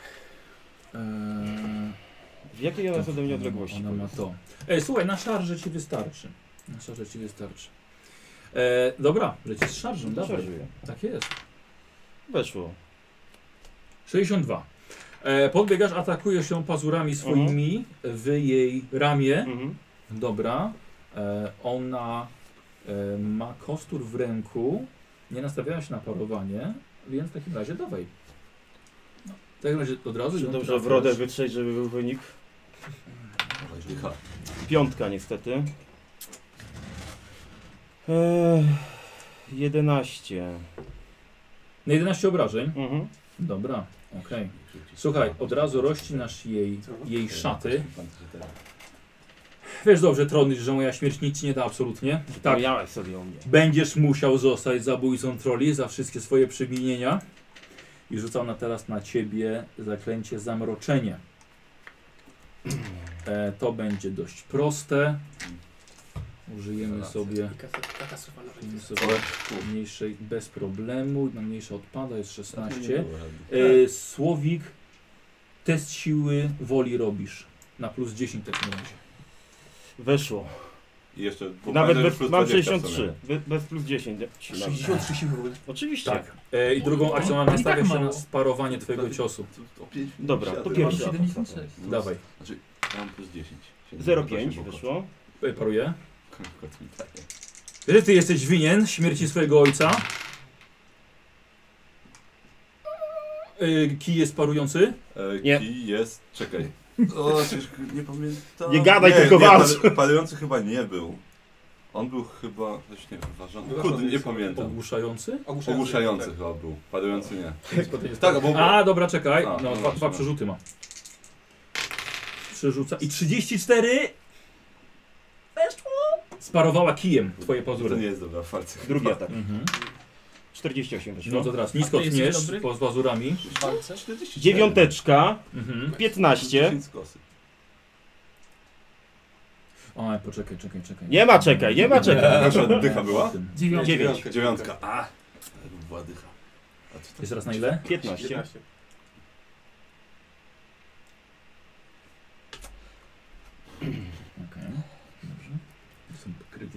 E, W jakiej ona jest ode mnie odległości? Ona ma to. E, słuchaj, na szarże ci wystarczy. Na szarże ci wystarczy. E, dobra, lecisz z szarżą, dawaj. Szarżuję. Tak jest. Weszło. sześćdziesiąt dwa. E, podbiegasz, atakujesz ją pazurami swoimi w jej ramię. Mhm. Dobra. E, ona e, ma kostur w ręku. Nie nastawiała się na parowanie, więc w takim razie dawaj. No, w takim razie od razu Czy ją dobrze trafiasz. wrodę wytrzeć, żeby był wynik? Dycha. Piątka niestety. Eee, jedenaście. Na jedenaście obrażeń. Mhm. Dobra, okej. Słuchaj, od razu rozcinasz jej, jej szaty. Wiesz dobrze, Trony, że moja śmierć nic ci nie da absolutnie. Tak, Miałeś sobie o mnie. będziesz musiał zostać zabójcą troli za wszystkie swoje przewinienia. I rzucam na teraz na ciebie zaklęcie zamroczenie. E, to będzie dość proste. Użyjemy sobie, Katastrofalna użyjemy sobie mniejszej bez problemu. Na mniejsze odpada jest szesnaście. Tak. E, Słowik, test siły woli robisz. Na plus dziesięć w takim razie. Weszło. I jeszcze Nawet plus bez, mam dwadzieścia w sześćdziesiąt sumie. trzy. Be, bez plus dziesięć. sześćdziesiąt trzy siły były. Oczywiście. Tak. E, I drugą akcją ona I tak nastawia się mało. na sparowanie twojego ciosu. To- to pięć- Dobra, to siedem. pierwszy. siedemdziesiąt sześć. Plus- Dawaj. Znaczy, ja mam plus dziesięć. zero pięć wyszło. E, paruję. Kot mi daje. Że ty jesteś winien śmierci swojego ojca. E, kij jest parujący. E, Nie. Kij jest... Czekaj. O, ciężko, nie pamiętam. Nie gadaj, tylko walcz. pal- Palujący chyba nie był. On był chyba... Coś nie wyważony. Kurde, nie pamiętam. Ogłuszający? Ogłuszający tak. chyba był. Palujący nie. Tak, Tak, bo... A, dobra, czekaj. A, No, no dwa, właśnie, dwa no. przerzuty ma. Przerzuca. I trzydzieści cztery sparowała kijem twoje To nie pazury. jest dobra farce. Drugi atak. Mhm. czterdzieści osiem No wyszło. to teraz A nisko ty jesteś tniesz dobry? po, z pazurami. W walce? Dziewiąteczka. Mhm. piętnaście. dziesięć z kosy. Oj, poczekaj, czekaj, czekaj. Nie ma czekaj, nie ma czekaj. Nasza dycha była? Dziewiątka. Dziewięć. Dziewiątka. A! To była dycha. A co to Jest teraz na ile? piętnaście. piętnaście.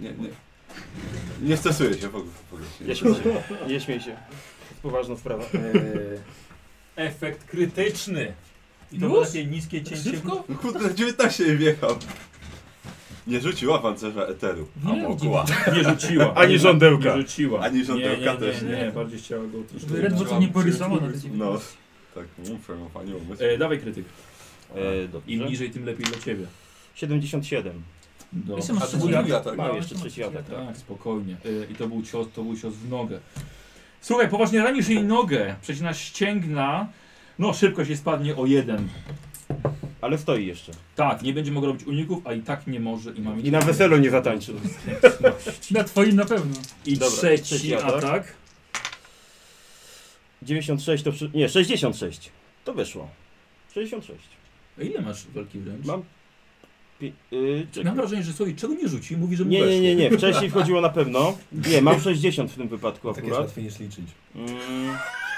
Nie, nie. Nie stresuję się w ogóle. W ogóle się Nie śmiej się. Nie śmiej się. Poważna sprawa. Eee, efekt krytyczny. I to Już? było takie niskie cięcie. Szybko? No kurde, dziewiętnaście nie wjechał. Nie rzuciła pancerza eteru. A Nie, mogła. Nie rzuciła. Ani żądełka. Nie rzuciła. Ani żądełka nie, nie, też nie. nie. Nie, bardziej chciała go troszkę... Red Bull to nie porysował na te No. dziewiętnaście. Tak, muszę, fajnie umysł. E, dawaj krytyk. E, dobrze. Im niżej, tym lepiej dla ciebie. siedemdziesiąt siedem. No. Jeszcze A masz to był trzeci drugi atak. atak. Mam No, jeszcze masz trzeci atak. Tak, spokojnie. E, I to był cios, to był cios w nogę. Słuchaj, poważnie ranisz jej nogę. Przecinasz ścięgna. No, szybkość jej spadnie o jeden. Ale stoi jeszcze. Tak, nie będzie mogła robić uników, a i tak nie może i ma mieć... I na weselu nie zatańczy. Na twoim na pewno. I Dobra, trzeci, trzeci atak. atak. dziewięćdziesiąt sześć to... Przy... Nie, sześćdziesiąt sześć. To wyszło. sześćdziesiąt sześć. A ile masz walki wręcz? Mam... Pi... Yy, Mam wrażenie, że sobie czego nie rzuci, mówi, że mu nie, weszło. nie, nie, nie. Wcześniej wchodziło na pewno. Nie, mam sześćdziesiąt w tym wypadku Tak jest akurat. łatwiej niż liczyć. Mm,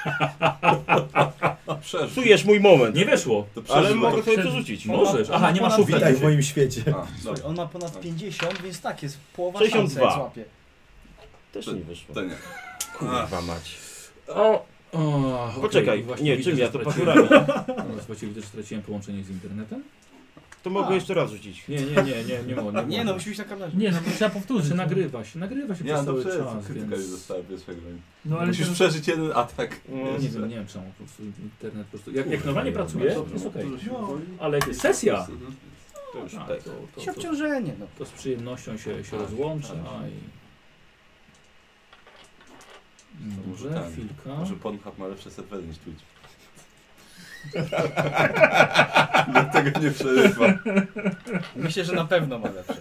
Przeżył. psujesz mój moment. Nie weszło. To Ale przeżył. mogę to... sobie Przeżył. przerzucić. Możesz. Aha, nie masz Ponad- szuflad. Witaj w moim świecie. A, Słuchaj, dobra. on ma ponad pięćdziesiąt, więc tak, jest połowa sześćdziesiąt szansy, dwa. jak złapie. Też nie wyszło. To nie. Kurwa mać. O, o, Poczekaj, okej, właśnie nie, widzę, czym że ja to straciłem- pazurami? No, Właściwie widzę, że straciłem połączenie z internetem. To mogę jeszcze raz rzucić. Nie, nie, nie, nie, nie mogę. Nie no, musi być na kamerze. Nie no, trzeba powtórzyć. Znaczy, no. nagrywa się, nagrywa się Nie, przez no cały przez czas, krytyka więc... już dostałem pierwszego. No ale Musisz teraz- przeżyć jeden atak. Nie, nie wiem, nie wiem czemu, po prostu internet po prostu... Jak, jak Kurde, normalnie ja- pracuje, dobrze, jest okej. dużo się No. boi. Ale jak jest sesja, Mhm. To już tak, tak. to, to, Się to, obciążenie, no. to z przyjemnością się, się Tak, rozłączy, tak. a i... może Dobrze, ten, chwilka. Może Pornhub ma lepsze serwery niż Twitch. Dlatego nie przerywa. Myślę, że na pewno ma lepsze.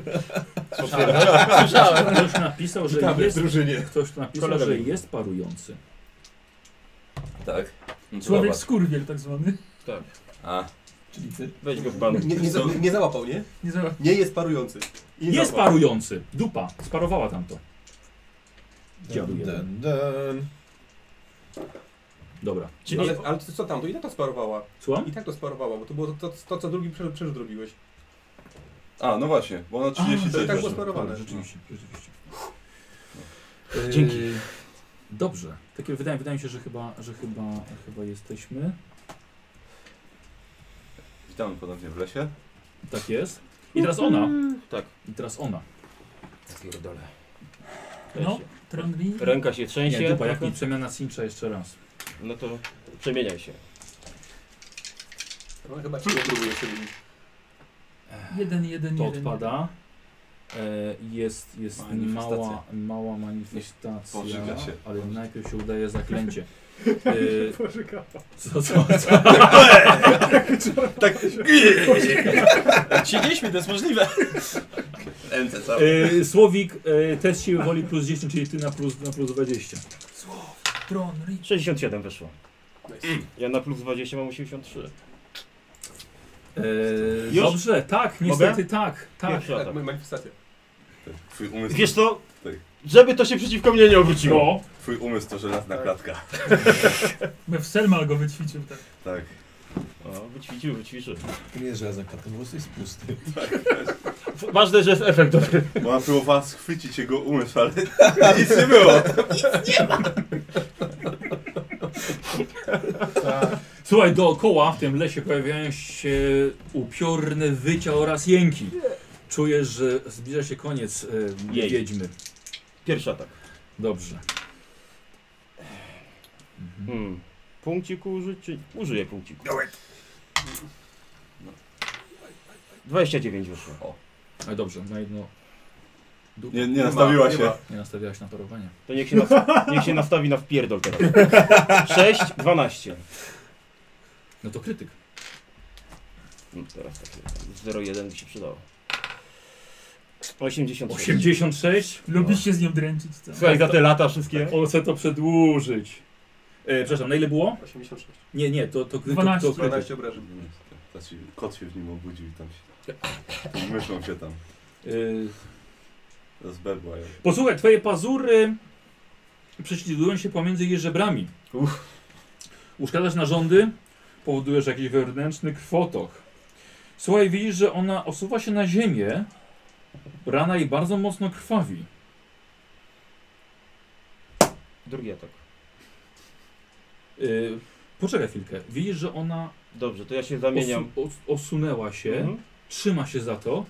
Słyszałem. Ktoś napisał, że Witamy w jest... drużynie. Ktoś napisał, Kolega że mi. jest parujący. Tak? No to Człowiek zobacz. skurwiel tak zwany. Tak. A, Czyli ty. Weź go w ban. Nie, nie, za, nie załapał, nie? Nie za... Nie jest parujący. I nie Jest załapał. parujący. Dupa. Sparowała tamto. Dziadu jeden. Dun, dun. Dobra. Czyli Ale, ale to co tam? To i tak to sparowała. Słucham? I tak to sparowała, bo to było to, to, to co drugi prze- przerzut robiłeś. a no właśnie, bo ona trzydzieści A, też i tak było wyszło. sparowane. Tak, rzeczywiście, rzeczywiście. Dzięki. Yy, Dobrze. Takie wydaje, wydaje mi się, że chyba, że chyba, chyba jesteśmy. Witamy ponownie w lesie. Tak jest. I teraz ona. Tak. I teraz ona. Pierdolę. No, Trondri. Ręka się Nie, trzęsie. dupa, jak trochę. mi przemiana cincha jeszcze raz. No to przemieniaj się. Ona chyba cię próbuje się wybić. Jeden, jeden, To jeden. odpada. E, jest jest Manifestacja. mała, mała manifestacja, Pożyga się. ale najpierw się udaje zaklęcie. E, Boże, kapa. co, co, co? Tak. Siedzieliśmy, to jest możliwe. Ręce całe. E, Słowik, e, test siły woli plus dziesięć, czyli ty na plus, na plus dwadzieścia. Trondri. sześćdziesiąt siedem wyszło. Nice. Ja na plus dwadzieścia mam osiemdziesiąt trzy. E, Już? dobrze, tak, niestety tak, tak. Pierwszy Tak, atak. manifestacja. Twój umysł, Wiesz co? Tak. Żeby to się przeciwko mnie nie obróciło. No, twój umysł to żelazna klatka. My w Selmal go wyćwiczył tak. Tak. O, wyćwiczył, wyćwiczył. To nie jest żelazna klatka, po prostu jest pusty. Ważne, że jest efekt dobry. Bo ona próbowała schwycić jego umysł, ale nic nie było. słuchaj, dookoła w tym lesie pojawiają się upiorne wycia oraz jęki. Czujesz, że zbliża się koniec e, Jej. wiedźmy. Pierwszy atak. Dobrze. Mhm. Hmm. Punkciku użyć, czy... Użyję punkciku. dwadzieścia dziewięć wyszło. Ale dobrze, na jedno... Du- Nie, nie nastawiła nie się. ma. nie nastawiałaś na parowanie. To niech się, nas... niech się nastawi na wpierdol teraz. sześć, dwanaście. No to krytyk. No, teraz tak. zero jeden by się przydało. osiemdziesiąt sześć. osiemdziesiąt sześć? Lubisz się z nią dręczyć, co? Słuchaj, za te lata wszystkie. On chce to przedłużyć. E, przepraszam, na ile było? osiemdziesiąt sześć. Nie, nie, to, to, to, to, dwanaście. to krytyk. dwanaście obrażeń. Znaczy, kot się w nim obudził i tam się... Tą myszą się tam Y, rozbebła. Posłuchaj, twoje pazury prześlizgują się pomiędzy jej żebrami. Uff. Uszkadzasz narządy, powodujesz jakiś wewnętrzny krwotok. Słuchaj, widzisz, że ona osuwa się na ziemię Rana jej bardzo mocno krwawi. Drugi atak. Yy, poczekaj chwilkę. Widzisz, że ona Dobrze, to ja się zamieniam. osu os osunęła się, Mhm. trzyma się za to.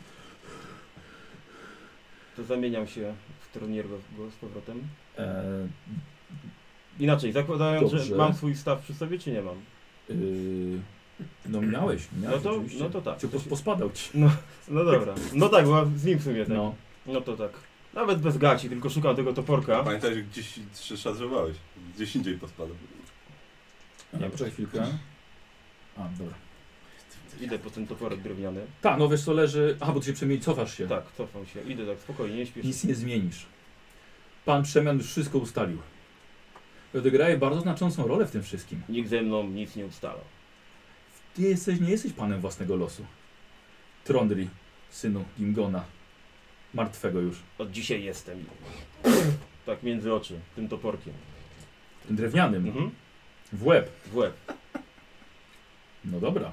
To zamieniam się w Troniergo go z powrotem. E, Inaczej, zakładając, Dobrze. że mam swój staw przy sobie, czy nie mam? yy, no miałeś, miałeś No to, oczywiście. no to tak. Cię To pos się, pospadał ci. no dobra. No tak, bo z nim w sumie tak. No. No to tak. Nawet bez gaci, tylko szukam tego toporka. Pamiętaj, że gdzieś się szarżowałeś. Gdzieś indziej pospadł. Nie, poczekaj chwilkę. A, dobra. Idę po ten toporek drewniany. Tak, no wiesz co leży... Aha, bo ty się przemieni, cofasz się. Tak, cofam się. Idę tak spokojnie, nie śpieszę. Nic nie zmienisz. Pan Przemian już wszystko ustalił. Odegraje bardzo znaczącą rolę w tym wszystkim. Nikt ze mną nic nie ustala. Ty jesteś, nie jesteś panem własnego losu. Trondri, synu Gimgona. Martwego już. Od dzisiaj jestem. Tak między oczy, tym toporkiem. Tym drewnianym. Mhm. W łeb. W łeb. No dobra.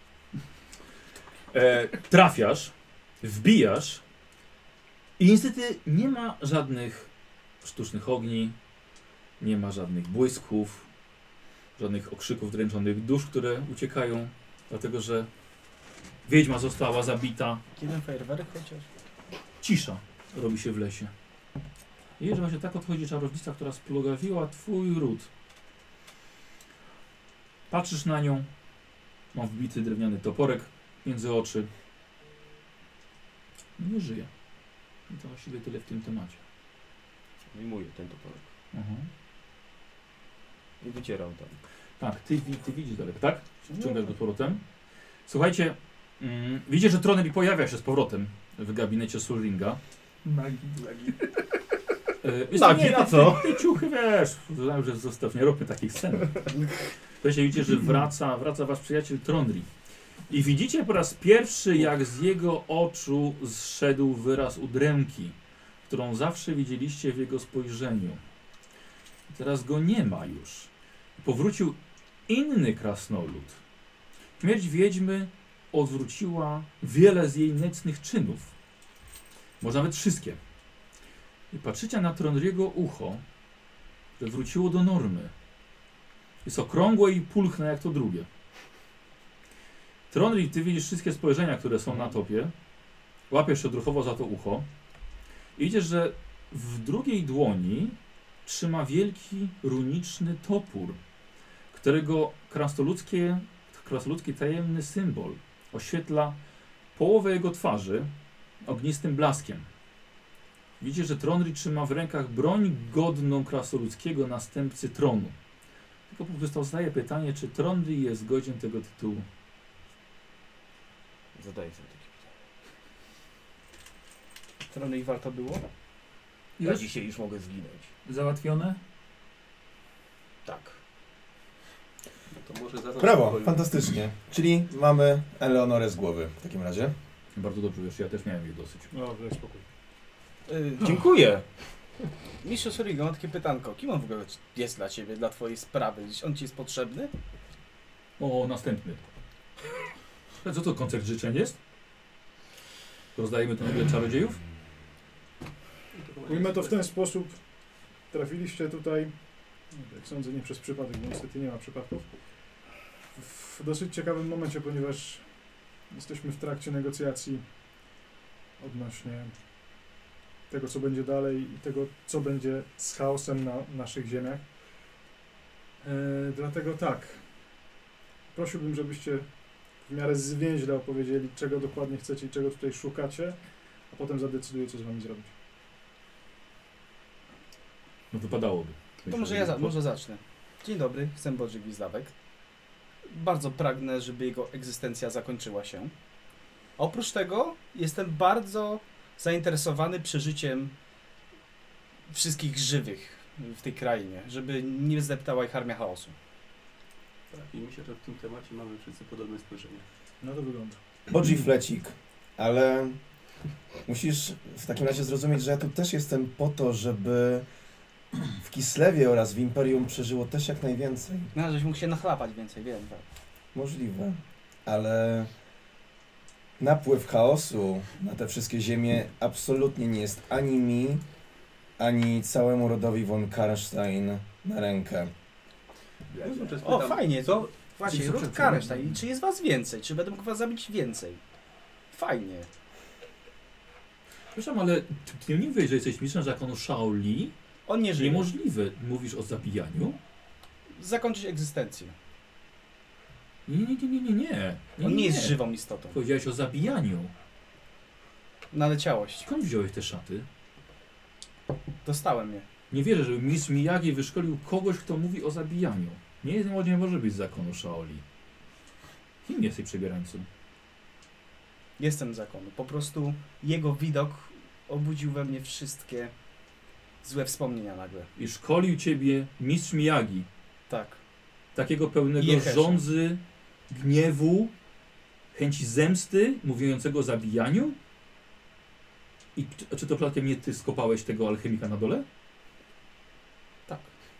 E, trafiasz, wbijasz i niestety nie ma żadnych sztucznych ogni, nie ma żadnych błysków, żadnych okrzyków dręczonych dusz, które uciekają, dlatego że wiedźma została zabita. Jeden fajerwerek chociaż? Cisza robi się w lesie. I że właśnie tak odchodzi czarownica, która splugawiła twój ród. Patrzysz na nią, ma wbity drewniany toporek między oczy. Nie żyje. I to właściwie tyle w tym temacie. Wyjmuję ten toporek. Mhm. I wycieram tam. Tak, ty, wi- ty widzisz daleko, tak? Wciągasz go z powrotem. Słuchajcie, mm, widzicie, że Troneri pojawia się z powrotem w gabinecie Surringa. Magii. Yy, wiesz, Nagi, nie, a ty- co? Ty ciuchy, wiesz, znam, że zostaw, nie róbmy takich scen. Słuchajcie, widzicie, że wraca, wraca wasz przyjaciel Trondri. I widzicie po raz pierwszy, jak z jego oczu zszedł wyraz udręki, którą zawsze widzieliście w jego spojrzeniu. Teraz go nie ma już. Powrócił inny krasnolud. Śmierć wiedźmy odwróciła wiele z jej nędznych czynów. Może nawet wszystkie. I patrzycie na Trondriego ucho, które wróciło do normy. Jest okrągłe i pulchne jak to drugie. Trondri, ty widzisz wszystkie spojrzenia, które są na topie. Łapiesz się odruchowo za to ucho. I widzisz, że w drugiej dłoni trzyma wielki, runiczny topór, którego krasnoludzkie, krasnoludzki tajemny symbol oświetla połowę jego twarzy ognistym blaskiem. Widzicie, że Trondri trzyma w rękach broń godną krasnoludzkiego następcy tronu. Tylko po prostu zadaję pytanie, czy Trondri jest godzien tego tytułu. Zadaję sobie takie pytanie. Strony i warto było? Ja Już? dzisiaj już mogę zginąć. Załatwione? Tak. To może zaznacz Brawo, pokoju. fantastycznie. Czyli mamy Eleonorę z głowy w takim razie. Bardzo dobrze, wiesz, ja też miałem jej dosyć. No, daj spokój. Yy, Dziękuję. Mistrzu Surigo, mam takie pytanko. Kim on w ogóle jest dla ciebie, dla twojej sprawy? On ci jest potrzebny? O, następny. A co to, koncert życzeń jest? Rozdajemy to nagle czarodziejów? Ujmę to w ten sposób. Trafiliście tutaj, jak sądzę, nie przez przypadek, bo niestety nie ma przypadków. W dosyć ciekawym momencie, ponieważ jesteśmy w trakcie negocjacji odnośnie tego, co będzie dalej i tego, co będzie z chaosem na naszych ziemiach. E, dlatego tak, prosiłbym, żebyście w miarę zwięźle opowiedzieli, czego dokładnie chcecie i czego tutaj szukacie, a potem zadecyduję, co z wami zrobić. No wypadałoby. To może ja za, może zacznę. Dzień dobry, jestem Boży Gwizdawek. Bardzo pragnę, żeby jego egzystencja zakończyła się. A oprócz tego jestem bardzo zainteresowany przeżyciem wszystkich żywych w tej krainie, żeby nie zdeptała ich armia chaosu. Tak, i myślę, że w tym temacie mamy wszyscy podobne spojrzenie. No to wygląda. Bodzi flecik, ale musisz w takim razie zrozumieć, że ja tu też jestem po to, żeby w Kislewie oraz w Imperium przeżyło też jak najwięcej. No, żeś mógł się nachlapać więcej, wiem. Tak. Możliwe, ale napływ chaosu na te wszystkie ziemie absolutnie nie jest ani mi, ani całemu rodowi von Karnstein na rękę. O, fajnie, Co? to właśnie, Czy- ród czy- Karnstein. Czy jest was więcej? Czy będę mógł was zabić więcej? Fajnie. Przepraszam, ale ty, ty nie mówisz, że jesteś mistrzem zakonu Shaoli? On nie żyje. Niemożliwe. Mówisz o zabijaniu? Zakończyć egzystencję. Nie, nie, nie, nie, nie, nie. On nie jest żywą istotą. Powiedziałeś o zabijaniu. Naleciałość. Skąd wziąłeś te szaty? Dostałem je. Nie wierzę, żeby mistrz Miyagi wyszkolił kogoś, kto mówi o zabijaniu. Nie, nie może być z zakonu Shaoli. Kim jesteś przebierańcą? Jestem zakonu. Po prostu jego widok obudził we mnie wszystkie złe wspomnienia nagle. I szkolił ciebie mistrz Miyagi. Tak. Takiego pełnego Jehesze. żądzy, gniewu, chęci zemsty, mówiącego o zabijaniu? I czy, czy to przypadkiem nie ty skopałeś tego alchemika na dole? Tak.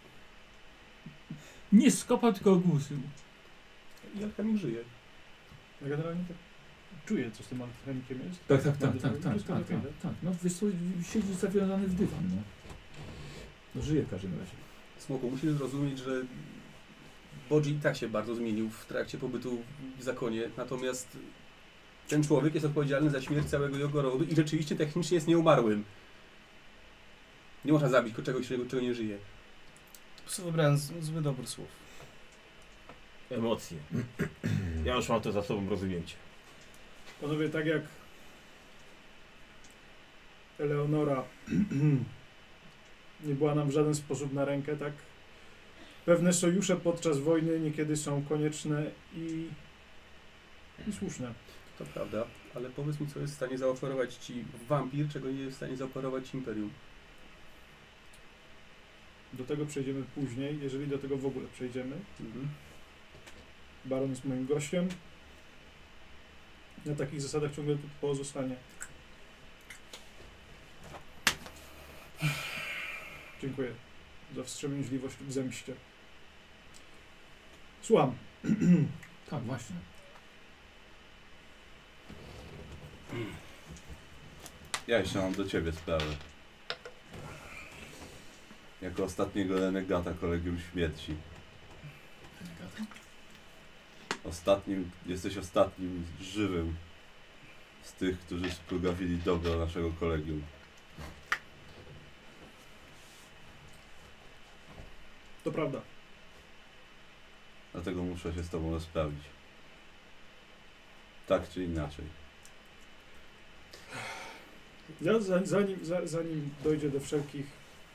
Nie skopał, tylko ogłuszył. I alchemik żyje. Ja generalnie tak czuję, co z tym alchemikiem jest. Tak, tak, tak, Mam tak, to- tak, wszystko tak, okej, tak, tak. No wiesz co, siedzi zawiązany w dywan, no. No żyje w każdym razie. Smoku, musisz zrozumieć, że Bodzi i tak się bardzo zmienił w trakcie pobytu w zakonie, natomiast ten człowiek jest odpowiedzialny za śmierć całego jego rodu i rzeczywiście technicznie jest nieumarłym. Nie można zabić czegoś, czego, czego nie żyje. Po prostu wybrałem z- zły dobór słów. Emocje. Ja już mam to za sobą rozwinięcie. Panowie, tak jak Eleonora nie była nam w żaden sposób na rękę, tak pewne sojusze podczas wojny niekiedy są konieczne i, i słuszne. To prawda, ale powiedz mi, co jest w stanie zaoferować ci wampir, czego nie jest w stanie zaoferować ci Imperium. Do tego przejdziemy później, jeżeli do tego w ogóle przejdziemy. Mhm. Baron jest moim gościem. Na takich zasadach ciągle tu pozostanie. Dziękuję za wstrzemięźliwość w zemście. Słucham. Tak, właśnie. Ja jeszcze mam do ciebie sprawę. Jako ostatniego renegata Kolegium Śmierci. Ostatnim, jesteś ostatnim żywym z tych, którzy spługawili dobro naszego kolegium. To prawda. Dlatego muszę się z tobą rozprawić. Tak czy inaczej. Ja za- zanim, za, zanim dojdzie do wszelkich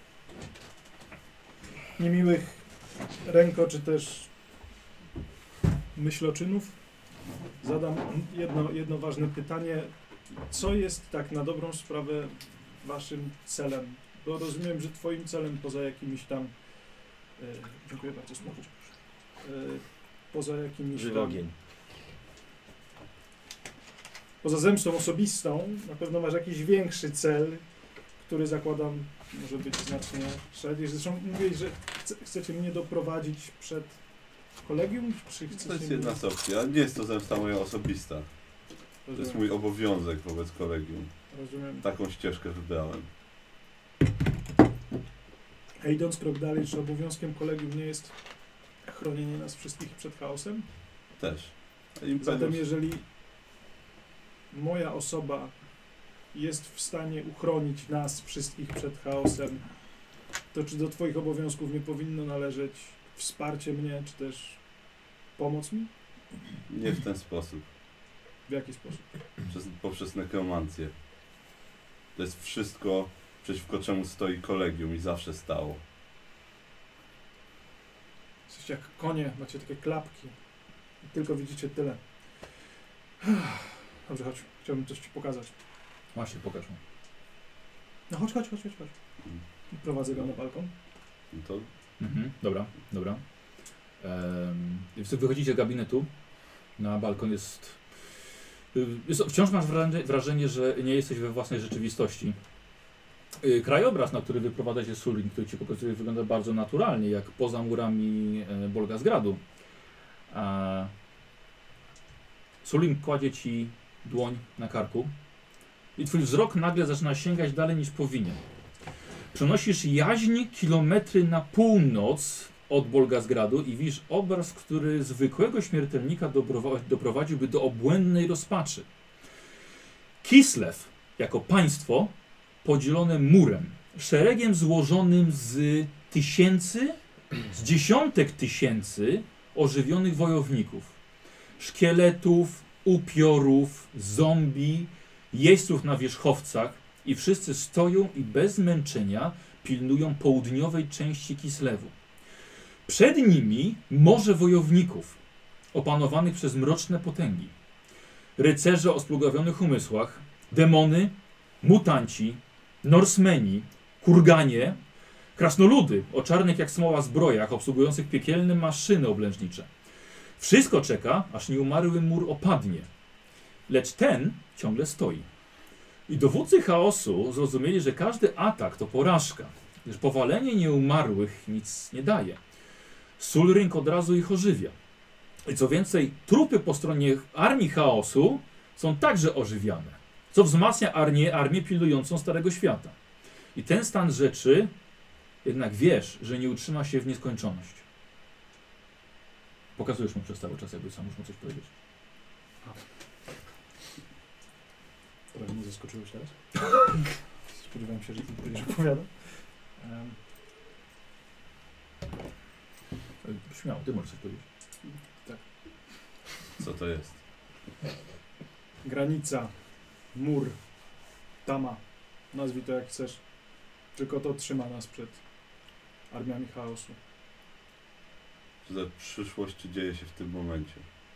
niemiłych ręko, czy też myśloczynów, zadam jedno, jedno ważne pytanie. Co jest tak na dobrą sprawę waszym celem? Bo rozumiem, że twoim celem poza jakimiś tam... E, dziękuję bardzo, smoku. E, poza jakimiś Żywy tam... ogień. Poza zemstą osobistą, na pewno masz jakiś większy cel, który zakładam może być znacznie szerszy. Zresztą mówiłeś, że chce, chcecie mnie doprowadzić przed kolegium, czy To chcecie jest mnie... jedna z opcji, ale nie jest to zemsta moja osobista. To jest Rozumiem, mój obowiązek wobec kolegium. rozumiem. Taką ścieżkę wybrałem. A idąc krok dalej, czy obowiązkiem kolegium nie jest chronienie nas wszystkich przed chaosem? Też. Zatem jeżeli moja osoba jest w stanie uchronić nas wszystkich przed chaosem, to czy do twoich obowiązków nie powinno należeć wsparcie mnie, czy też pomoc mi? Nie w ten sposób. W jaki sposób? Przez, poprzez nekromancję. To jest wszystko, przeciwko czemu stoi kolegium i zawsze stało. Jesteście jak konie, macie takie klapki. I tylko widzicie tyle. Dobrze, chodź. Chciałbym coś ci pokazać. Właśnie, pokaż mu. No chodź, chodź, chodź, chodź. chodź. I prowadzę go na balkon. No to Mhm, dobra, dobra. Um, wychodzicie z gabinetu. Na balkon jest... y, jest wciąż masz wrażenie, wrażenie, że nie jesteś we własnej rzeczywistości. Y, Krajobraz, na który wyprowadza się Sulin, który ci pokazuje, wygląda bardzo naturalnie, jak poza murami e, Bolgazgradu. A Sulin kładzie ci dłoń na karku i twój wzrok nagle zaczyna sięgać dalej niż powinien. Przenosisz jaźń kilometry na północ od Bolgasgradu i widzisz obraz, który zwykłego śmiertelnika doprowa- doprowadziłby do obłędnej rozpaczy. Kislew jako państwo podzielone murem, szeregiem złożonym z tysięcy, z dziesiątek tysięcy ożywionych wojowników, szkieletów, upiorów, zombie, jeźdźców na wierzchowcach i wszyscy stoją i bez zmęczenia pilnują południowej części Kislewu. Przed nimi morze wojowników opanowanych przez mroczne potęgi. Rycerze o splugawionych umysłach, demony, mutanci, Norsemeni, kurganie, krasnoludy o czarnych jak smoła zbrojach obsługujących piekielne maszyny oblężnicze. Wszystko czeka, aż nieumarły mur opadnie. Lecz ten ciągle stoi. I dowódcy chaosu zrozumieli, że każdy atak to porażka, gdyż powalenie nieumarłych nic nie daje. Sulring od razu ich ożywia. I co więcej, trupy po stronie armii chaosu są także ożywiane, co wzmacnia armię, armię pilnującą Starego Świata. I ten stan rzeczy jednak wiesz, że nie utrzyma się w nieskończoność. Pokazujesz mu przez cały czas, jakby sam już mu coś powiedzieć. Trochę mnie zaskoczyłeś teraz. Spodziewałem się, że ty będziesz opowiadał. Um. Śmiało, ty możesz coś powiedzieć. Tak. Co to jest? Granica, mur, tama, nazwij to jak chcesz. Tylko to trzyma nas przed armiami chaosu. Co za przyszłość dzieje się w tym momencie?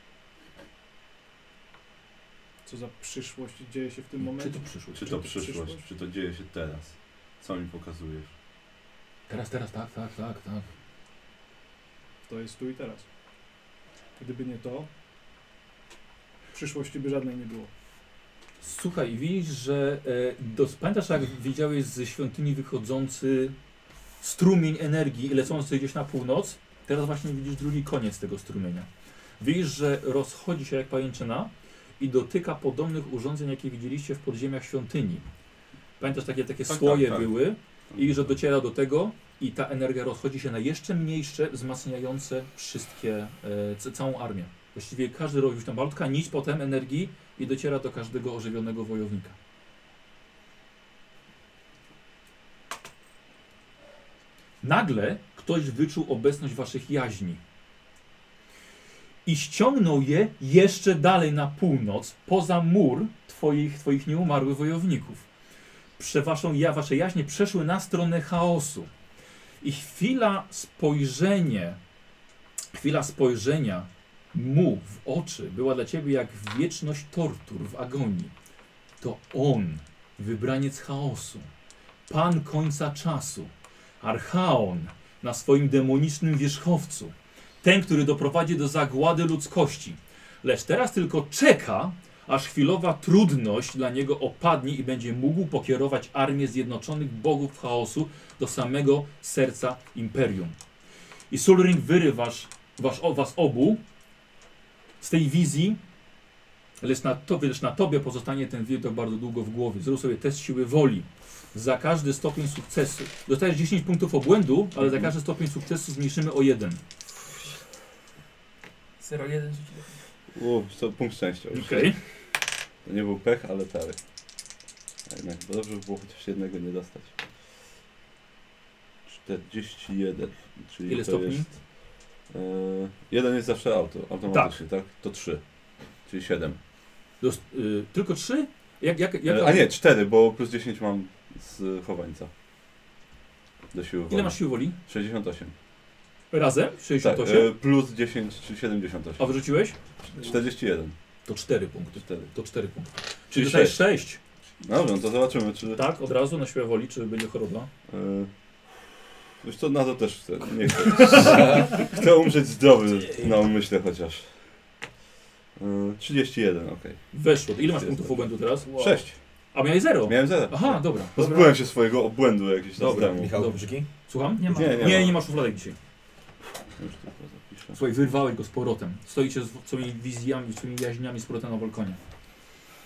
Co za przyszłość dzieje się w tym momencie? Czy to przyszłość? Czy to przyszłość? Czy to dzieje się teraz? Co mi pokazujesz? Teraz, teraz, tak, tak, tak, tak. To jest tu i teraz. Gdyby nie to, przyszłości by żadnej nie było. Słuchaj, widzisz, że e, do, pamiętasz jak widziałeś ze świątyni wychodzący strumień energii lecący gdzieś na północ? Teraz właśnie widzisz drugi koniec tego strumienia. Widzisz, że rozchodzi się jak pajęczyna i dotyka podobnych urządzeń, jakie widzieliście w podziemiach świątyni. Pamiętasz, takie, takie Tak, słoje tak, tak. były i że dociera do tego i ta energia rozchodzi się na jeszcze mniejsze, wzmacniające wszystkie, e, c- całą armię. Właściwie każdy robi już tam malutka nić potem energii i dociera do każdego ożywionego wojownika. Nagle ktoś wyczuł obecność waszych jaźni i ściągnął je jeszcze dalej na północ, poza mur twoich, twoich nieumarłych wojowników. Prze waszą, ja, wasze jaźnie przeszły na stronę chaosu. I chwila spojrzenie, chwila spojrzenia mu w oczy była dla ciebie jak wieczność tortur w agonii. To on, wybraniec chaosu, pan końca czasu, Archaon na swoim demonicznym wierzchowcu, ten, który doprowadzi do zagłady ludzkości. Lecz teraz tylko czeka, aż chwilowa trudność dla niego opadnie i będzie mógł pokierować armię zjednoczonych bogów chaosu do samego serca imperium. I Sulring wyrywasz was, was obu z tej wizji, lecz na, to, lecz na tobie pozostanie ten widok bardzo długo w głowie. Zrób sobie test siły woli. Za każdy stopień sukcesu. Dostajesz dziesięć punktów obłędu, ale za każdy stopień sukcesu zmniejszymy o jeden. zero jeden Uuu, to punkt szczęścia. już. Okej. To nie był pech, ale tary. A jednak dobrze by było chociaż jednego nie dostać. czterdzieści jeden. Czyli Ile to stopni? Jest, e, jeden jest zawsze auto, automatycznie, tak? To trzy. Czyli siedem. Dost, y, tylko trzy? Jak, jak, jak, E, a nie, cztery, bo plus dziesięć mam z chowańca. Do siły woli. Ile masz siły woli? sześćdziesiąt osiem. Razem? Tak, sześćdziesiąt osiem? e, plus dziesięć, czyli siedemdziesiąt osiem. A wyrzuciłeś? czterdzieści jeden. To cztery punkty. cztery. To cztery punkty. Czyli Czyli dostajesz sześć. sześć. Dobrze, no to zobaczymy, czy... Tak, od razu na siłę woli, czy będzie choroba. E, Wiesz co, na to też chcę. Nie chcę. Chcę umrzeć zdrowy na umyśle chociaż. E, trzydzieści jeden, okej. Weszło. Ile masz Jest punktów dobrze. obłędu teraz? sześć. A miałeś zero? Miałem zero. Aha, dobra. Pozbyłem się swojego obłędu jakiś czas Dobra, temu. Michał, Dobrze. kluczyki? Słucham? Nie ma. Nie, nie, Nie, ma. nie masz szufladek dzisiaj. Już tylko zapiszę. Słuchaj, wyrwałeś go z powrotem. Stoicie z swoimi wizjami, swoimi jaźniami z powrotem na balkonie.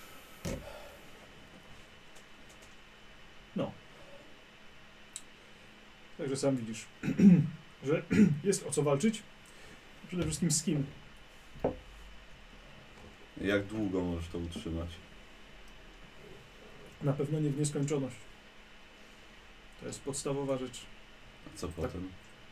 Także sam widzisz, że jest o co walczyć. Przede wszystkim z kim. Jak długo możesz to utrzymać? Na pewno nie w nieskończoność. To jest podstawowa rzecz. A co potem?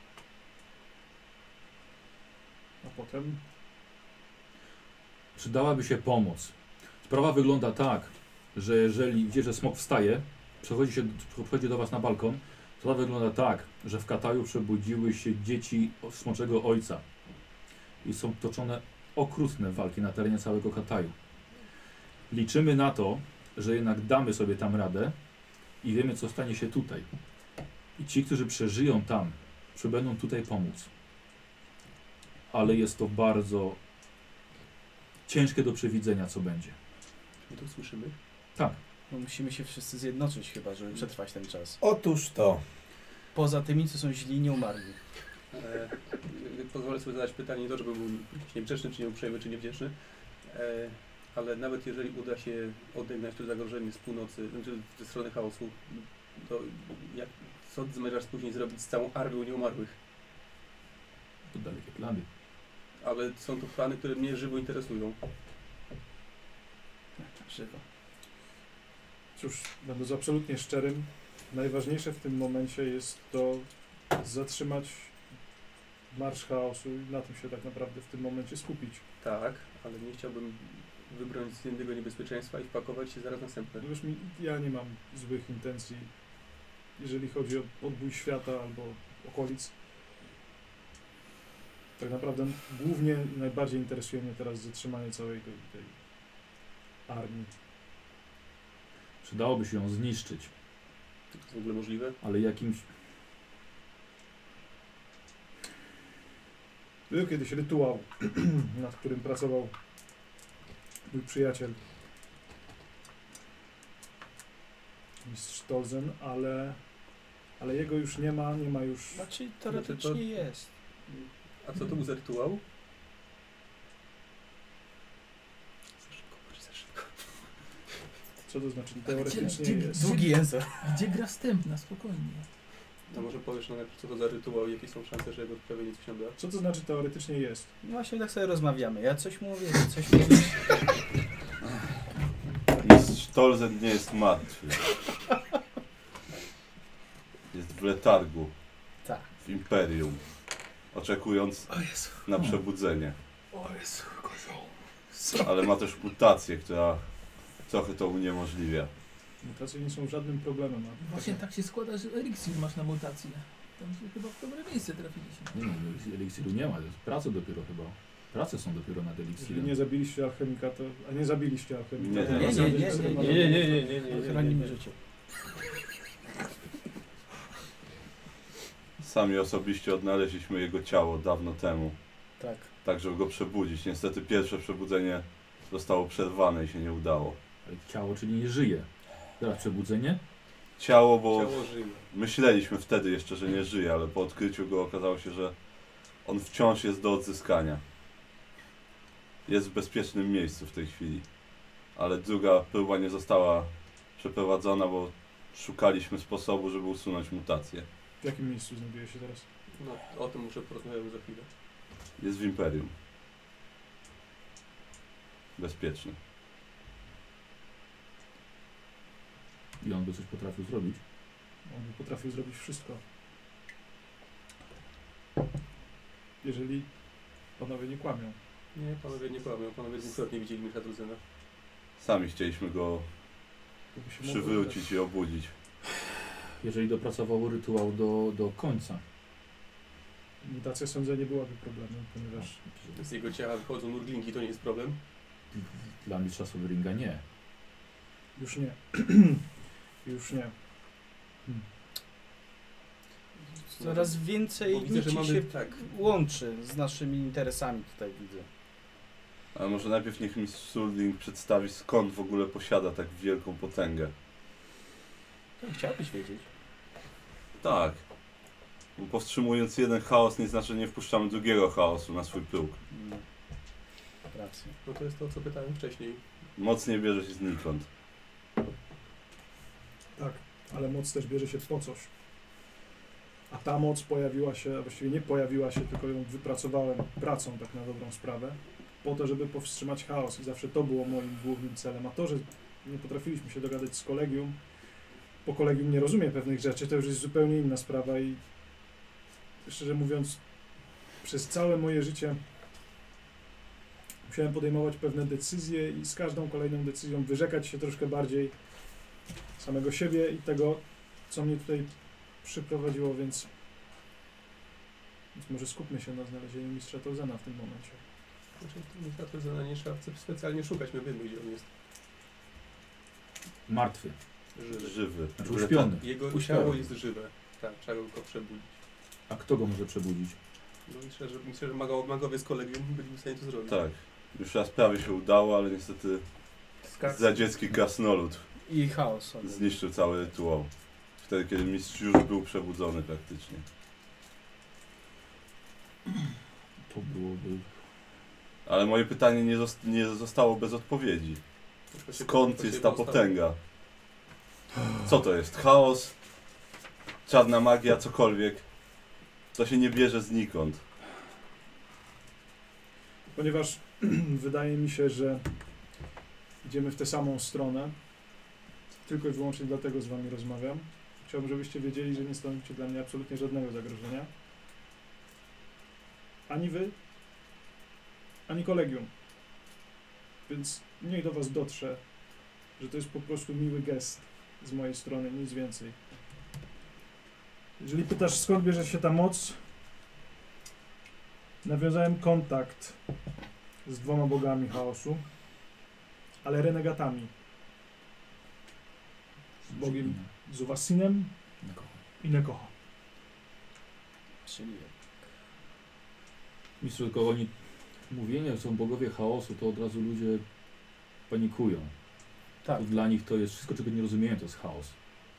A potem Przydałaby się pomoc. Sprawa wygląda tak, że jeżeli widzicie, że smok wstaje, przechodzi, się, przechodzi do was na balkon, sprawa wygląda tak, że w Kataju przebudziły się dzieci smoczego ojca i są toczone okrutne walki na terenie całego Kataju. Liczymy na to, że jednak damy sobie tam radę i wiemy, co stanie się tutaj. I ci, którzy przeżyją tam, przybędą tutaj pomóc. Ale jest to bardzo ciężkie do przewidzenia, co będzie. My to słyszymy. Tak. No musimy się wszyscy zjednoczyć chyba, żeby przetrwać ten czas. Otóż to. Poza tymi, co są źli i nieumarli. E, pozwolę sobie zadać pytanie, nie to, żeby był niewdzięczny, czy nieuprzejmy, czy niewdzięczny, e, ale nawet jeżeli uda się odegnać to zagrożenie z północy, znaczy ze strony chaosu, to jak, co zamierzasz później zrobić z całą armią nieumarłych? To dalekie plany. Ale są to plany, które mnie żywo interesują. Żywo. Cóż, będąc absolutnie szczerym, najważniejsze w tym momencie jest to zatrzymać marsz chaosu i na tym się tak naprawdę w tym momencie skupić. Tak, ale nie chciałbym wybrać z jednego niebezpieczeństwa i wpakować się zaraz następne. Wiesz mi, ja nie mam złych intencji, jeżeli chodzi o odbój świata albo okolic. Tak naprawdę głównie i najbardziej interesuje mnie teraz zatrzymanie całej tej, tej armii. Przydałoby się ją zniszczyć, To jest w ogóle możliwe? ale jakimś... Był kiedyś rytuał, nad którym pracował mój przyjaciel mistrz Tolzen, ale, ale jego już nie ma, nie ma już... Znaczy teoretycznie Znaczy to- jest. A co to był za rytuał? Co to znaczy? Teoretycznie Gdzie- jest. Długi język. Gdzie gra wstępna, spokojnie. To może powiesz nam najpierw, co to za rytuał i jakie są szanse, że jego odprawienie coś nam da? Co to znaczy teoretycznie jest? No właśnie tak sobie rozmawiamy. Ja coś mówię, ty coś mówisz. Mistrz Tolzen nie jest martwy. Jest w letargu. Tak. W Imperium. Oczekując O Jezu. na przebudzenie. O Jezu, kozioł. Ale ma też mutację, która trochę to uniemożliwia. Mutacje nie są żadnym problemem. A Właśnie tak się składa, że eliksir masz na mutację. Tam się chyba w dobre miejsce trafiliśmy. Nie no, eliksiru nie ma, to jest prace dopiero chyba. Prace są dopiero nad Jeżeli eliksirem. nie zabiliście alchemika, to... A nie zabiliście alchemika. Nie, to nie, nie, zabić nie, sobie nie, można- nie, nie, nie, nie, nie, nie. Chronimy życie. Sami osobiście odnaleźliśmy jego ciało dawno temu. Tak. Tak, żeby go przebudzić. Niestety pierwsze przebudzenie zostało przerwane i się nie udało. Ale ciało, czyli nie żyje. Teraz przebudzenie? Ciało, bo Ciało żyje. myśleliśmy wtedy jeszcze, że nie żyje, ale po odkryciu go okazało się, że on wciąż jest do odzyskania. Jest w bezpiecznym miejscu w tej chwili. Ale druga próba nie została przeprowadzona, bo szukaliśmy sposobu, żeby usunąć mutację. W jakim miejscu znajduje się teraz? No, o tym muszę porozmawiać za chwilę. Jest w Imperium. Bezpieczny. I on by coś potrafił zrobić. On by potrafił zrobić wszystko. Jeżeli panowie nie kłamią. Nie, panowie nie kłamią. Panowie dwukrotnie widzieli Micha Druzena. Sami chcieliśmy go To by się mogło przywrócić i obudzić. Jeżeli dopracował rytuał do, do końca. udać. Mutacja sądzę nie byłaby problemem, ponieważ Z jego ciała wychodzą nurglingi, to nie jest problem. Dla mistrza Soberinga nie. już nie. już nie. Coraz więcej Bo widzę, że nici mamy się tak. łączy z naszymi interesami tutaj, widzę. Ale może najpierw niech mistrz Surling przedstawi, skąd w ogóle posiada tak wielką potęgę. To chciałbyś wiedzieć. Tak. Bo powstrzymując jeden chaos nie znaczy, że nie wpuszczamy drugiego chaosu na swój próg. Mm. Racja. No to jest to, co pytałem wcześniej. Moc nie bierze się znikąd. Tak, ale moc też bierze się po coś. A ta moc pojawiła się, a właściwie nie pojawiła się, tylko ją wypracowałem pracą tak na dobrą sprawę, po to, żeby powstrzymać chaos i zawsze to było moim głównym celem. A to, że nie potrafiliśmy się dogadać z kolegium, bo kolegium nie rozumie pewnych rzeczy, to już jest zupełnie inna sprawa i szczerze mówiąc, przez całe moje życie musiałem podejmować pewne decyzje i z każdą kolejną decyzją wyrzekać się troszkę bardziej samego siebie i tego, co mnie tutaj przyprowadziło, więc, więc może skupmy się na znalezieniu mistrza Tolzena w tym momencie. Znaczy, mistrza Tolzena nie trzeba specjalnie szukać, my wiemy, gdzie on jest. Martwy. Żywy. Żywy. Znaczy uśpiony. Jego Uśpiony. ciało jest żywe. Tak, trzeba go przebudzić. A kto go może przebudzić? No myślę, że, myślę, że mago, magowie z kolegium byli w stanie to zrobić. Tak. Już raz prawie się udało, ale niestety zdradziecki krasnolud I chaos. zniszczył cały rytuał. Wtedy, kiedy mistrz już był przebudzony praktycznie. To byłoby... Ale moje pytanie nie, zost nie zostało bez odpowiedzi. Skąd jest ta potęga? Co to jest? Chaos? Czarna magia? Cokolwiek? To się nie bierze znikąd. Ponieważ wydaje mi się, że idziemy w tę samą stronę, tylko i wyłącznie dlatego z wami rozmawiam. Chciałbym, żebyście wiedzieli, że nie stanowicie dla mnie absolutnie żadnego zagrożenia. Ani wy, ani kolegium. Więc niech do was dotrze, że to jest po prostu miły gest z mojej strony, nic więcej. Jeżeli pytasz, skąd bierze się ta moc, nawiązałem kontakt z dwoma bogami chaosu, ale renegatami. Z bogiem Zuwasinem i Nekoho. Czyli Mistrzu, tylko oni mówienie, że są bogowie chaosu, to od razu ludzie panikują. tak. To dla nich to jest wszystko, czego nie rozumieją, to jest chaos.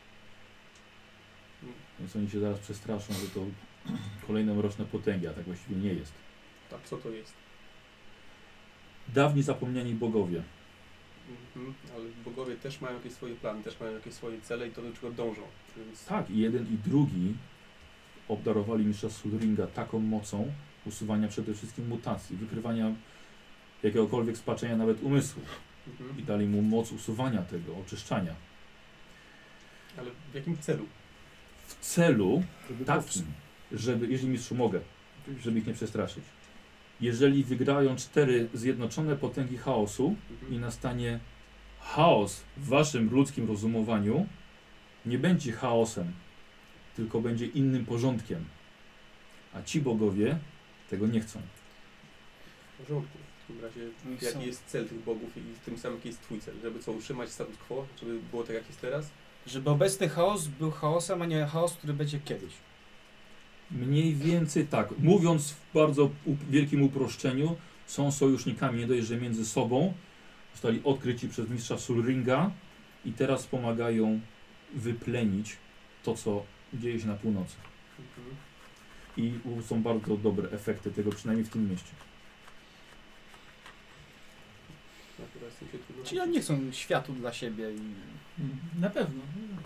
Więc oni się zaraz przestraszą, że to kolejne mroczne potęgi, a tak właściwie nie jest. Tak, co to jest? Dawni zapomniani bogowie. Mhm, ale bogowie też mają jakieś swoje plany, też mają jakieś swoje cele i to do czego dążą. Więc... Tak, i jeden i drugi obdarowali mistrza Sulringa taką mocą usuwania przede wszystkim mutacji, wykrywania jakiegokolwiek spaczenia nawet umysłu. Mhm. I dali mu moc usuwania tego, oczyszczania. Ale w jakim celu? W celu Żeby takim, żeby, jeżeli mistrzu mogę, Oczywiście. żeby ich nie przestraszyć. Jeżeli wygrają cztery zjednoczone potęgi chaosu Mhm. i nastanie chaos w waszym ludzkim rozumowaniu, nie będzie chaosem, tylko będzie innym porządkiem. A ci bogowie tego nie chcą. W porządku. W takim razie Niech jaki są. jest cel tych bogów i tym samym jaki jest twój cel? Żeby co, utrzymać status quo? Żeby było tak jak jest teraz? Żeby obecny chaos był chaosem, a nie chaos, który będzie kiedyś. Mniej więcej tak. Mówiąc w bardzo up wielkim uproszczeniu, są sojusznikami nie dość, że między sobą. Zostali odkryci przez mistrza Sulringa i teraz pomagają wyplenić to, co dzieje się na północy. Mhm. I są bardzo dobre efekty tego, przynajmniej w tym mieście. Ja teraz jestem się trudno Czyli oni nie chcą światu dla siebie i... Na pewno.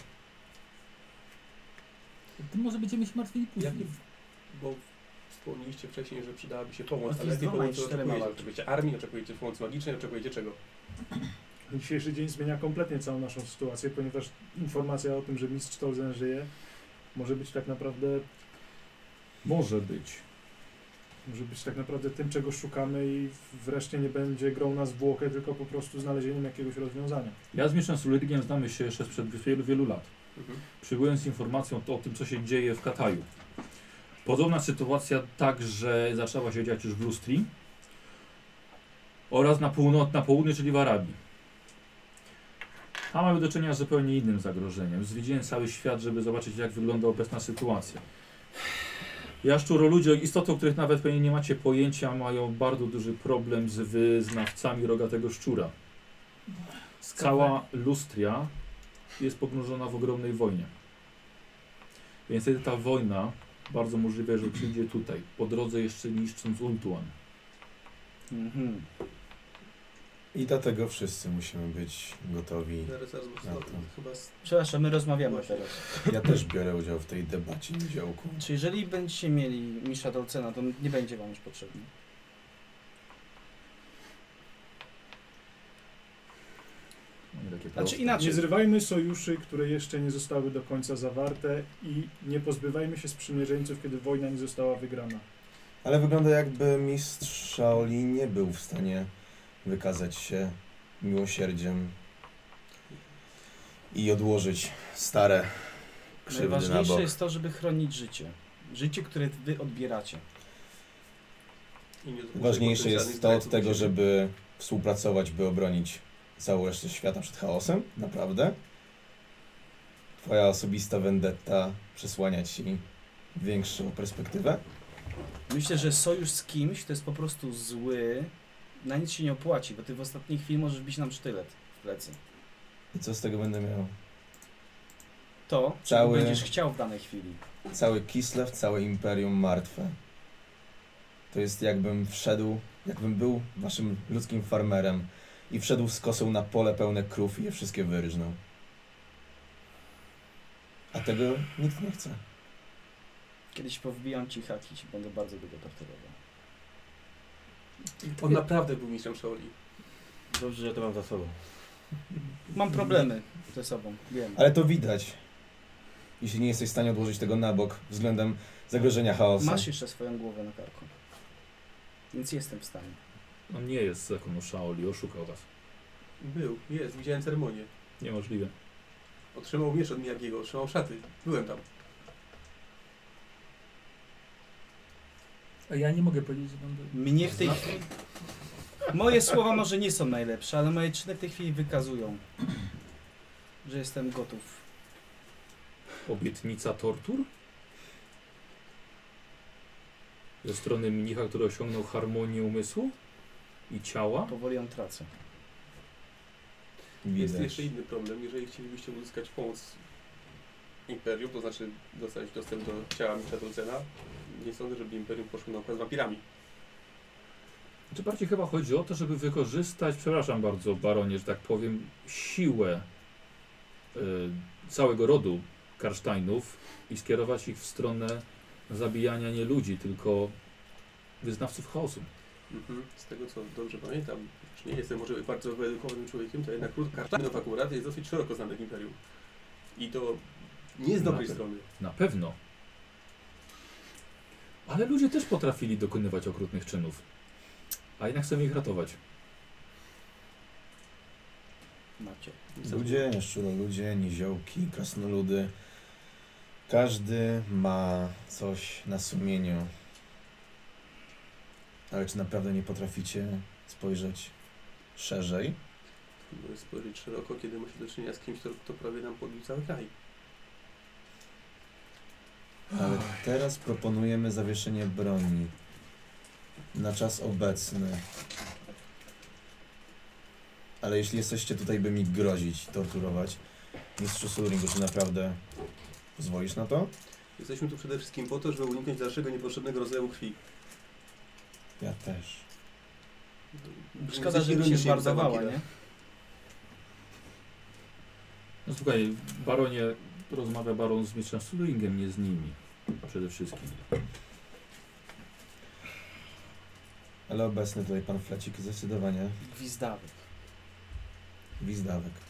To może będziemy się martwili później. Jaki, bo wspomnieliście wcześniej, że przydałaby się pomoc, No, ale jakiej z dwoma i pomocy czterema oczekujecie? walczy. Oczekujecie armii, oczekujecie pomocy magicznej, oczekujecie czego? Dzisiejszy dzień zmienia kompletnie całą naszą sytuację, ponieważ informacja o tym, że mistrz Tolzen żyje, może być tak naprawdę, Może być. może być tak naprawdę tym, czego szukamy i wreszcie nie będzie grą na zwłokę, tylko po prostu znalezieniem jakiegoś rozwiązania. Ja z mistrzem Sulringiem znamy się jeszcze sprzed wielu, wielu lat. Mhm. Przyjmując informację o tym, co się dzieje w Kataju. Podobna sytuacja także zaczęła się dziać już w Lustrii oraz na, północ, na południu, czyli w Arabii. A mamy do czynienia z zupełnie innym zagrożeniem. Zwiedziłem cały świat, żeby zobaczyć, jak wygląda obecna sytuacja. Jaszczuroludzie, istoty, o których nawet pewnie nie macie pojęcia, mają bardzo duży problem z wyznawcami rogatego szczura. Cała Lustria jest pogrążona w ogromnej wojnie. Więc wtedy ta wojna bardzo możliwe, że przyjdzie tutaj. Po drodze jeszcze niszcząc Ultuan. Mhm. I do tego wszyscy musimy być gotowi Zaraz, zaraz, bo na chyba, to. chyba z... Przepraszam, my rozmawiamy Właśnie. teraz. Ja też biorę udział w tej debacie, niziołku. Czy jeżeli będziecie mieli mistrza Dolcena, to nie będzie wam już potrzebny. Nie takie Znaczy proste. inaczej. Nie zrywajmy sojuszy, które jeszcze nie zostały do końca zawarte i nie pozbywajmy się sprzymierzeńców, kiedy wojna nie została wygrana. Ale wygląda jakby mistrz Shaolin nie był w stanie wykazać się miłosierdziem i odłożyć stare krzywdy na Najważniejsze bok. jest to, żeby chronić życie. Życie, które wy odbieracie. I nie dopuszczaj Ważniejsze potencjalnych jest to od zdrajców tego, do siebie. żeby współpracować, by obronić całą resztę świata przed chaosem? Naprawdę? Twoja osobista vendetta przesłania ci większą perspektywę? Myślę, że sojusz z kimś to jest po prostu zły. Na nic się nie opłaci, bo ty w ostatniej chwili możesz bić nam sztylet w plecy. I co z tego będę miał? To, czego Cały- będziesz chciał w danej chwili. Cały Kislev, całe imperium martwe. To jest jakbym wszedł, jakbym był waszym ludzkim farmerem i wszedł z kosą na pole pełne krów i je wszystkie wyrżnął. A tego nikt nie chce. Kiedyś powbijam ci haki, ci będę bardzo długo torturował. On naprawdę był mistrzem Shaolin. Dobrze, że to mam za sobą. Mam problemy ze sobą, wiem. Ale to widać. Jeśli nie jesteś w stanie odłożyć tego na bok względem zagrożenia chaosu. Masz jeszcze swoją głowę na karku. Więc jestem w stanie. On nie jest z zakonu Shaoli, oszukał was. Był, jest, widziałem ceremonię. Niemożliwe. Otrzymał miecz od Miyagiego, otrzymał szaty. Byłem tam. A ja nie mogę powiedzieć, że będę... Mnie w tej chwili... Moje słowa może nie są najlepsze, ale moje czyny w tej chwili wykazują, że jestem gotów. Obietnica tortur? Ze strony mnicha, który osiągnął harmonię umysłu i ciała? Powoli ją tracę. Jest Widać. jeszcze inny problem. Jeżeli chcielibyście uzyskać pomoc Imperium, to znaczy dostać dostęp do ciała mistrza Dolcena, nie sądzę, żeby Imperium poszło na układ z wampirami. Czy bardziej chyba chodzi o to, żeby wykorzystać, przepraszam bardzo, baronie, że tak powiem, siłę y, całego rodu Karsztajnów i skierować ich w stronę zabijania nie ludzi, tylko wyznawców chaosu. Mhm. Z tego co dobrze pamiętam, już nie jestem może bardzo wyedukowanym człowiekiem, to jednak ród Karsztajnów akurat jest dosyć szeroko znany w Imperium. I to nie z dobrej Na pe- strony. Na pewno. Ale ludzie też potrafili dokonywać okrutnych czynów. A jednak chcemy ich ratować. Macie. Ludzie, szczuroludzie, niziołki, krasnoludy. Każdy ma coś na sumieniu. Ale czy naprawdę nie potraficie spojrzeć szerzej? Możemy spojrzeć szeroko, kiedy ma się do czynienia z kimś, kto, kto prawie nam podbił cały kraj. Ale teraz proponujemy zawieszenie broni na czas obecny. Ale jeśli jesteście tutaj, by mi grozić, torturować, mistrzu Suringu, czy naprawdę pozwolisz na to? Jesteśmy tu przede wszystkim po to, żeby uniknąć dalszego niepotrzebnego rozlewu krwi. Ja też. Szkoda, Jesteśmy że mi się ironicznie zbardowała, wampira. nie? No słuchaj, baronie, rozmawia baron z mistrzem Suringiem, nie z nimi. Przede wszystkim. Ale obecny tutaj pan Flecik zdecydowanie Gwizdawek. gwizdawek.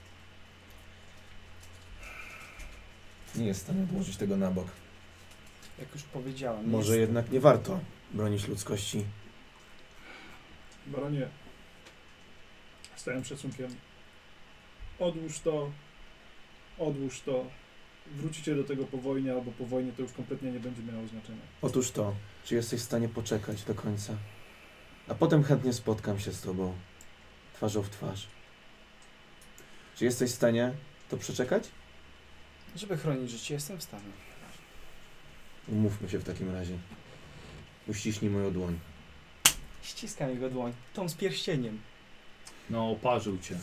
Nie jest w stanie odłożyć tego na bok. Jak już powiedziałem. Może jest... jednak nie warto bronić ludzkości. Baronie, z całym szacunkiem, odłóż to, odłóż to, wrócicie do tego po wojnie, albo po wojnie to już kompletnie nie będzie miało znaczenia. Otóż to, czy jesteś w stanie poczekać do końca? A potem chętnie spotkam się z tobą, twarzą w twarz. Czy jesteś w stanie to przeczekać? Żeby chronić życie, jestem w stanie. Umówmy się w takim razie. Uściśnij moją dłoń. Ściskam jego dłoń. Tą z pierścieniem. No, oparzył cię.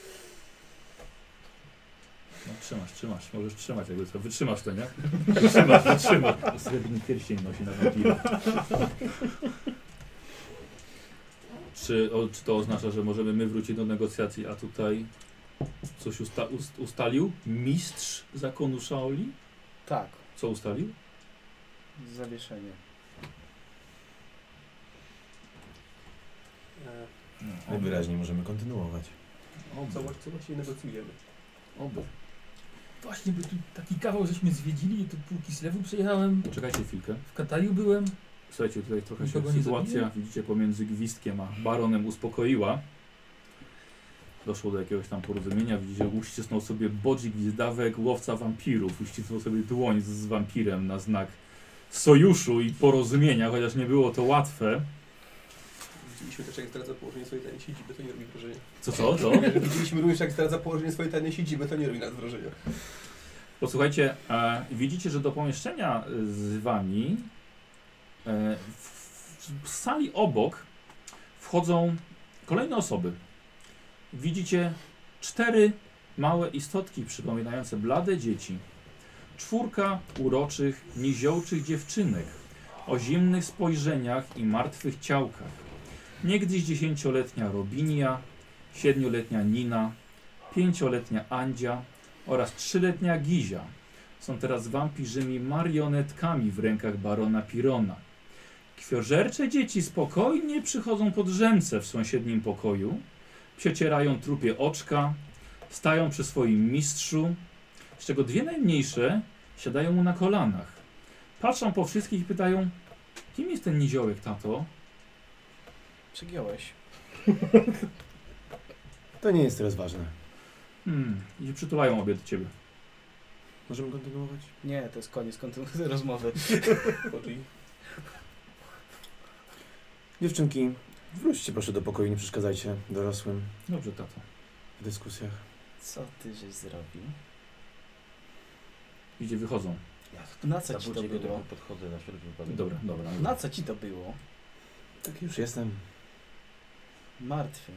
No, trzymasz, trzymasz. Możesz trzymać, jakby co. Wytrzymasz to, nie? Wytrzymasz, wytrzymasz. Srebrny pierścień nosi na wampira. czy, o, czy to oznacza, że możemy my wrócić do negocjacji, a tutaj coś usta ust ustalił? Mistrz zakonu Shaoli? Tak, Co ustalił? zawieszenie. E, Najwyraźniej możemy kontynuować. co, wła- co właściwie negocjujemy? Oby. Właśnie, bo tu taki kawał żeśmy zwiedzili, tu pół Kislewu przejechałem, Poczekajcie chwilkę. w Kataju byłem. Słuchajcie, tutaj trochę się Nikogo nie sytuacja, zabiję? widzicie, pomiędzy Gwizdkiem a Baronem uspokoiła. Doszło do jakiegoś tam porozumienia. Widzicie, uścisnął sobie Bodzi Gwizdawek, łowca wampirów. Uścisnął sobie dłoń z, z wampirem na znak sojuszu i porozumienia, chociaż nie było to łatwe. Widzieliśmy też, jak zdradza położenie swojej tajnej siedziby, to nie robi wrażenia. Co, co, co? Widzieliśmy również, jak zdradza położenie swojej tajnej siedziby, to nie robi nas wrażenia. Posłuchajcie, e, widzicie, że do pomieszczenia z wami e, w, w sali obok wchodzą kolejne osoby. Widzicie cztery małe istotki przypominające blade dzieci. Czwórka uroczych, niziołczych dziewczynek o zimnych spojrzeniach i martwych ciałkach. Niegdyś dziesięcioletnia Robinia, siedmioletnia Nina, pięcioletnia Andzia oraz trzyletnia Gizia są teraz wampirzymi marionetkami w rękach barona Pirona. Krwiożercze dzieci spokojnie przychodzą po drzemce w sąsiednim pokoju, przecierają trupie oczka, stają przy swoim mistrzu, z czego dwie najmniejsze siadają mu na kolanach. Patrzą po wszystkich i pytają, kim jest ten niziołek, tato? Przegiąłeś. To nie jest teraz ważne. Hmm, i się przytulają obie do ciebie. Możemy kontynuować? Nie, to jest koniec kontynuacji rozmowy. Bodzi. Dziewczynki, wróćcie proszę do pokoju, nie przeszkadzajcie dorosłym Dobrze, tato. w dyskusjach. Co ty żeś zrobił? Idzie, wychodzą. Na co ci to Zabudzi go było? trochę, podchodzę na wszelki wypadek. Dobra, dobra. Na co ci to było? Tak już jestem. Martwy.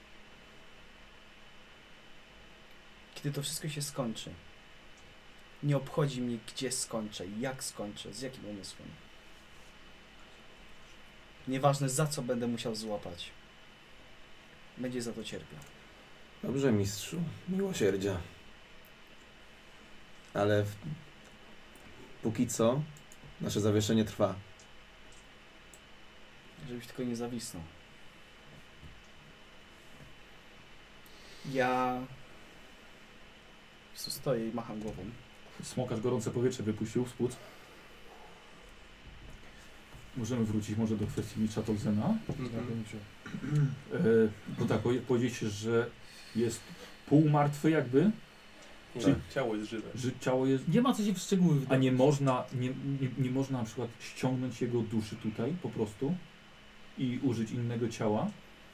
Kiedy to wszystko się skończy, nie obchodzi mnie, gdzie skończę, jak skończę, z jakim umysłem. Nieważne, za co będę musiał złapać. Będzie za to cierpiał. Dobrze, mistrzu. Miłosierdzia. Ale w... póki co nasze zawieszenie trwa. Żebyś tylko nie zawisnął. Ja... po prostu stoję i macham głową. Smokarz gorące powietrze wypuścił z płuc. Możemy wrócić może do kwestii mistrza Tolzena. Znakomicie. E, bo tak, powie- powiedzieliście, że jest półmartwy jakby, Nie, Czy- ciało jest żywe. że ciało jest... Nie ma co się w szczegóły A wdawać. nie można, nie, nie, nie można na przykład ściągnąć jego duszy tutaj po prostu i użyć innego ciała?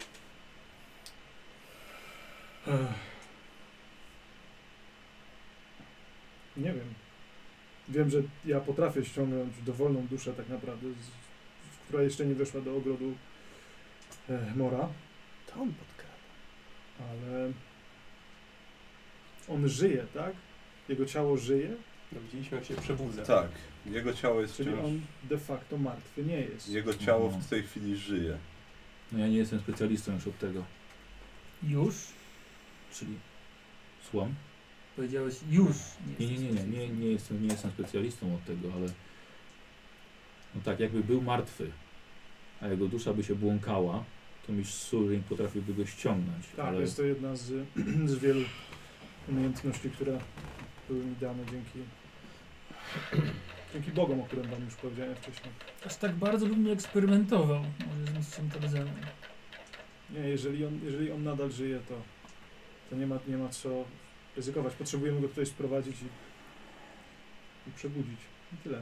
Ech. Nie wiem. Wiem, że ja potrafię ściągnąć dowolną duszę tak naprawdę, z, która jeszcze nie weszła do ogrodu e, Mora, To on podkradł. ale on żyje, tak? Jego ciało żyje, No, widzieliśmy, jak się przebudza. Tak, jego ciało jest czyli wciąż... on de facto martwy nie jest. Jego ciało Mhm. w tej chwili żyje. No ja nie jestem specjalistą już od tego, Już? czyli słucham? Powiedziałeś już. Nie, nie, nie, nie, nie, nie, jestem, nie jestem specjalistą od tego, ale no tak, jakby był martwy, a jego dusza by się błąkała, to mistrz Surin potrafiłby go ściągnąć, Tak, ale jest to jedna z, z wielu umiejętności, które były mi dane dzięki, dzięki Bogom, o którym wam już powiedziałem wcześniej. Aż tak bardzo bym nie eksperymentował. Może z mistrzem Tarzanem. Nie, jeżeli on, jeżeli on nadal żyje, to, to nie, ma, nie ma co ryzykować. Potrzebujemy go tutaj sprowadzić i, i przebudzić. I tyle.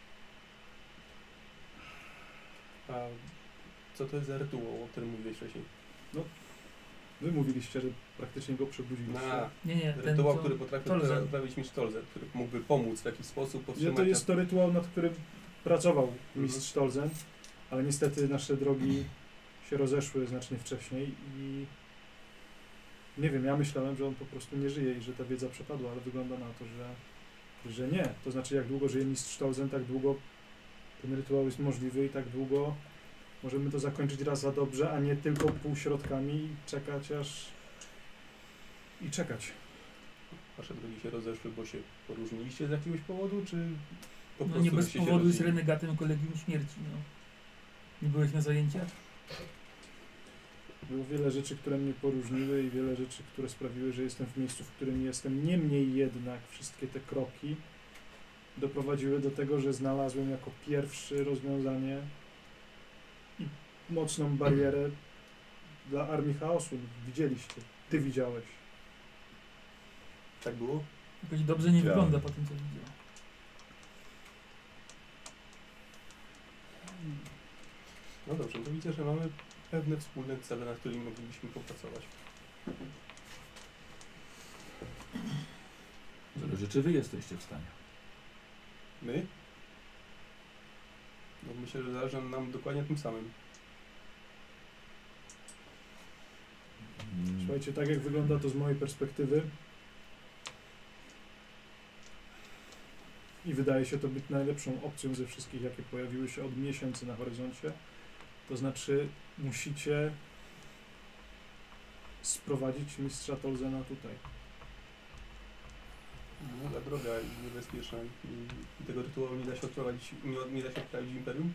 A co to jest za rytuał, o którym mówiłeś wcześniej? Wy mówiliście, że praktycznie go przebudziliście. Na Nie, nie, ten rytuał, to- który potrafi Tolzen. odprawić mistrz Tolzen, który mógłby pomóc w jakiś sposób Ja, powstrzymać... to jest to rytuał, nad którym pracował Mhm. mistrz Tolzen, ale niestety nasze drogi się rozeszły znacznie wcześniej i nie wiem, ja myślałem, że on po prostu nie żyje i że ta wiedza przepadła, ale wygląda na to, że, że nie. To znaczy, jak długo żyje mistrz Tolzen, tak długo ten rytuał jest możliwy i tak długo Możemy to zakończyć raz za dobrze, a nie tylko półśrodkami i czekać aż... i czekać. Wasze drogi się rozeszły, bo się poróżniliście z jakiegoś powodu, czy po No prostu nie bez żeście się powodu jest rodzili? renegatem Kolegium Śmierci, no. Nie byłeś na zajęciach? Było wiele rzeczy, które mnie poróżniły i wiele rzeczy, które sprawiły, że jestem w miejscu, w którym jestem. Niemniej jednak wszystkie te kroki doprowadziły do tego, że znalazłem jako pierwszy rozwiązanie i mocną barierę dla Armii Chaosu. Widzieliście. Ty widziałeś. Tak było? Jakoś dobrze nie Widziałem. wygląda po tym, co widział. No dobrze, to widzę, że mamy pewne wspólne cele, nad którymi moglibyśmy popracować. Zależy, czy wy jesteście w stanie. My? No myślę, że zależy nam dokładnie tym samym. Mm, Słuchajcie, tak jak wygląda to z mojej perspektywy i wydaje się to być najlepszą opcją ze wszystkich, jakie pojawiły się od miesięcy na horyzoncie, to znaczy musicie sprowadzić mistrza Tolzena tutaj. Długa droga i niebezpieczna i, i tego rytuału nie da się odprowadzić, nie, nie da się odprawić w Imperium?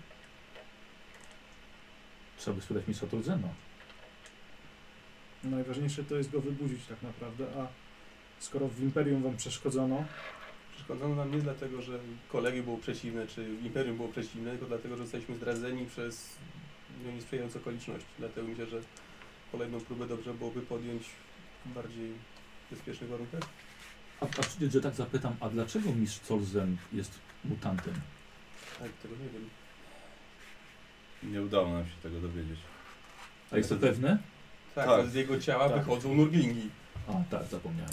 Trzeba by spytać mistrza Tolzena. Najważniejsze to jest go wybudzić tak naprawdę, a skoro w Imperium wam przeszkodzono, Przeszkodzono nam nie dlatego, że kolegium było przeciwne, czy Imperium było przeciwne, tylko dlatego, że zostaliśmy zdradzeni przez no, niesprzyjające okoliczności. Dlatego myślę, że kolejną próbę dobrze byłoby podjąć w bardziej bezpiecznych warunkach. A, a czy, że tak zapytam, a dlaczego mistrz Tolzen jest mutantem? Tak, tego nie wiem. Nie udało nam się tego dowiedzieć. A jest to pewne? Tak, Tak. ale z jego ciała Tak. wychodzą nurglingi. A tak, zapomniałem.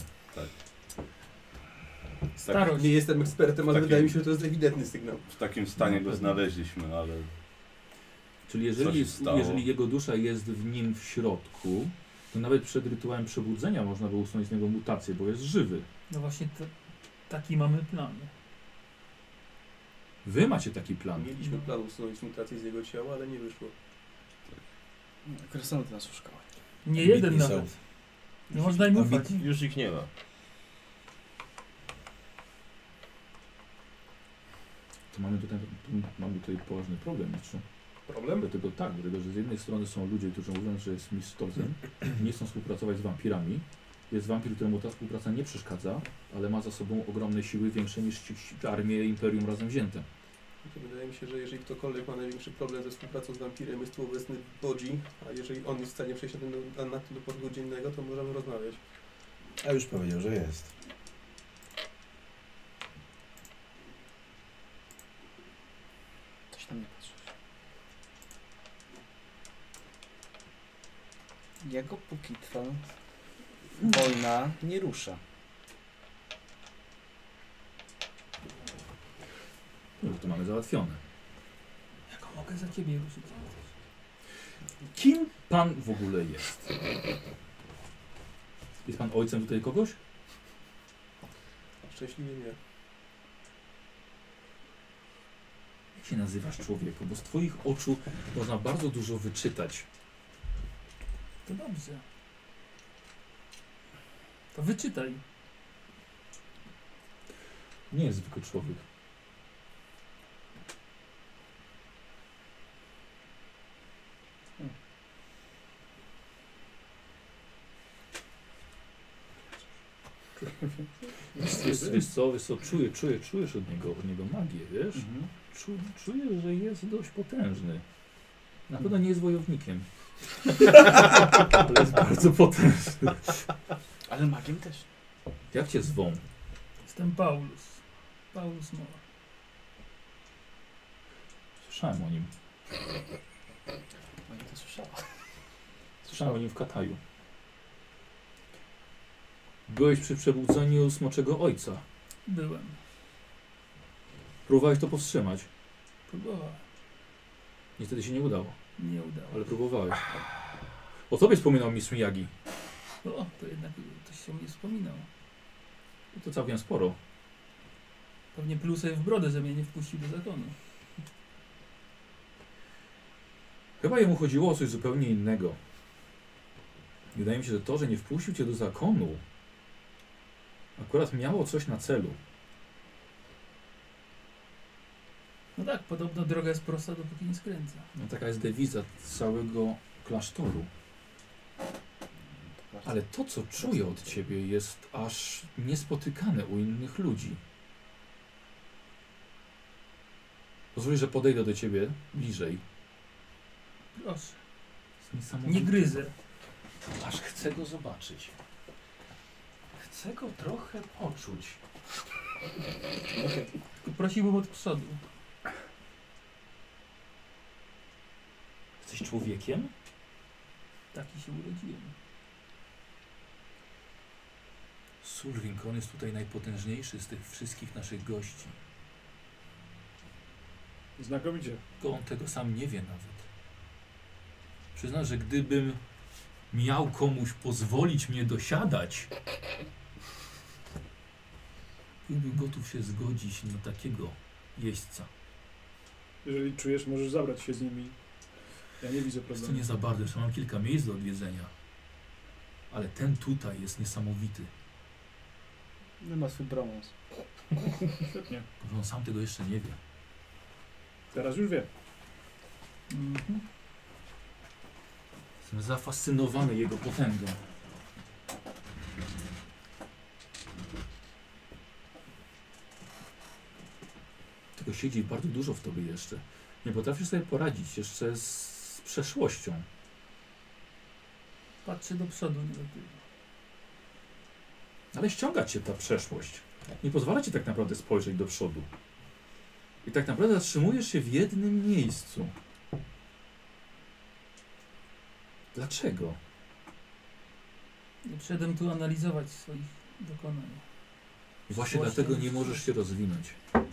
Starość. Nie jestem ekspertem, ale Takim- wydaje mi się, że to jest ewidentny sygnał. W takim stanie go No, znaleźliśmy, ale Czyli Co jeżeli, się stało? jeżeli jego dusza jest w nim w środku, to nawet przed rytuałem przebudzenia można było usunąć z niego mutację, bo jest żywy. No właśnie to, taki mamy plan. Wy macie taki plan. Mieliśmy plan usunąć mutację z jego ciała, ale nie wyszło. Krasnoludy nas oszukały. Nie Ambitni jeden są. nawet. Nie można im ufać. Ambitni. Już ich nie ma. To mamy tutaj, tu mamy tutaj poważny problem. Mistrzu. Problem? Dlatego tak, dlatego że z jednej strony są ludzie, którzy mówią, że jest mistrz Tolzen, nie chcą współpracować z wampirami. Jest wampir, któremu ta współpraca nie przeszkadza, ale ma za sobą ogromne siły, większe niż ci- ci- armie Imperium razem wzięte. To wydaje mi się, że jeżeli ktokolwiek ma największy problem ze współpracą z wampirem, jest tu obecny Bodzi, a jeżeli on jest w stanie przejść na, ten, na, na to do porządku dziennego, to możemy rozmawiać. A już powiedział, że jest. Coś tam nie patrzysz. Jego póki trwa wojna nie rusza. No to mamy załatwione. Jak mogę za ciebie ruszyć? Kim pan w ogóle jest? Jest pan ojcem tutaj kogoś? Szczęśliwie nie. Jak się nazywasz, człowieku? Bo z twoich oczu można bardzo dużo wyczytać. To dobrze. To wyczytaj. Nie jest zwykły człowiek. Wiesz, wiesz co, wiesz co, czuję, czuję, czujesz od niego, od niego magię, wiesz? Mhm. Czu, czuję, że jest dość potężny. Na pewno nie jest wojownikiem. Ale jest bardzo potężny. Ale magiem też. Jak cię zwą? Jestem Paulus. Paulus Mor. Słyszałem o nim. Pani to słyszała. Słyszałem o nim w Kataju. Byłeś przy przebudzeniu smoczego ojca. Byłem. Próbowałeś to powstrzymać. Próbowałem. Niestety się nie udało, Nie udało. ale próbowałeś. O tobie wspominał mistrz Miyagi. O, to jednak ktoś się o mnie wspominał. I to całkiem sporo. Pewnie pluł sobie w brodę, że mnie nie wpuścił do zakonu. Chyba jemu chodziło o coś zupełnie innego. Wydaje mi się, że to, że nie wpuścił cię do zakonu, akurat miało coś na celu. No tak, podobno droga jest prosta, dopóki nie skręca. No, taka jest dewiza całego klasztoru. Ale to, co czuję od ciebie, jest aż niespotykane u innych ludzi. Pozwól, że podejdę do ciebie bliżej. Proszę. Jest niesamowite. Nie gryzę. Aż chcę go zobaczyć. Chcę go trochę poczuć. Tylko prosiłbym od przodu. Jesteś człowiekiem? Taki się urodziłem. Sulwing, on jest tutaj najpotężniejszy z tych wszystkich naszych gości. Znakomicie. Tylko on tego sam nie wie nawet. Przyznam, że gdybym miał komuś pozwolić mnie dosiadać, byłbym gotów się zgodzić na takiego jeźdźca. Jeżeli czujesz, możesz zabrać się z nimi. Ja nie widzę Jest to problemu. nie za bardzo, jeszcze mam kilka miejsc do odwiedzenia. Ale ten tutaj jest niesamowity. Nie ma swój bromans. Świetnie. Może on sam tego jeszcze nie wie. Teraz już wiem. Mhm. Jestem zafascynowany jego potęgą. Tego siedzi bardzo dużo w tobie jeszcze. Nie potrafisz sobie poradzić jeszcze z, z przeszłością. Patrzę do przodu, nie do tyłu. Ale ściąga cię ta przeszłość. Nie pozwala ci tak naprawdę spojrzeć do przodu. I tak naprawdę zatrzymujesz się w jednym miejscu. Dlaczego? Nie przyszedłem tu analizować swoich dokonań. I właśnie Właśnie. dlatego nie możesz się rozwinąć.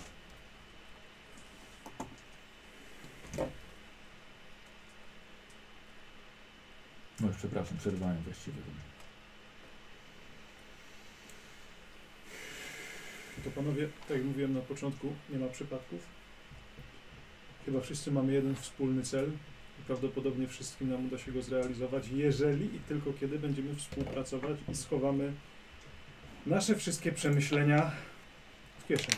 No już przepraszam, przerwałem właściwie. To panowie, tak jak mówiłem na początku, nie ma przypadków. Chyba wszyscy mamy jeden wspólny cel i prawdopodobnie wszystkim nam uda się go zrealizować, jeżeli i tylko kiedy będziemy współpracować i schowamy nasze wszystkie przemyślenia w kieszeni.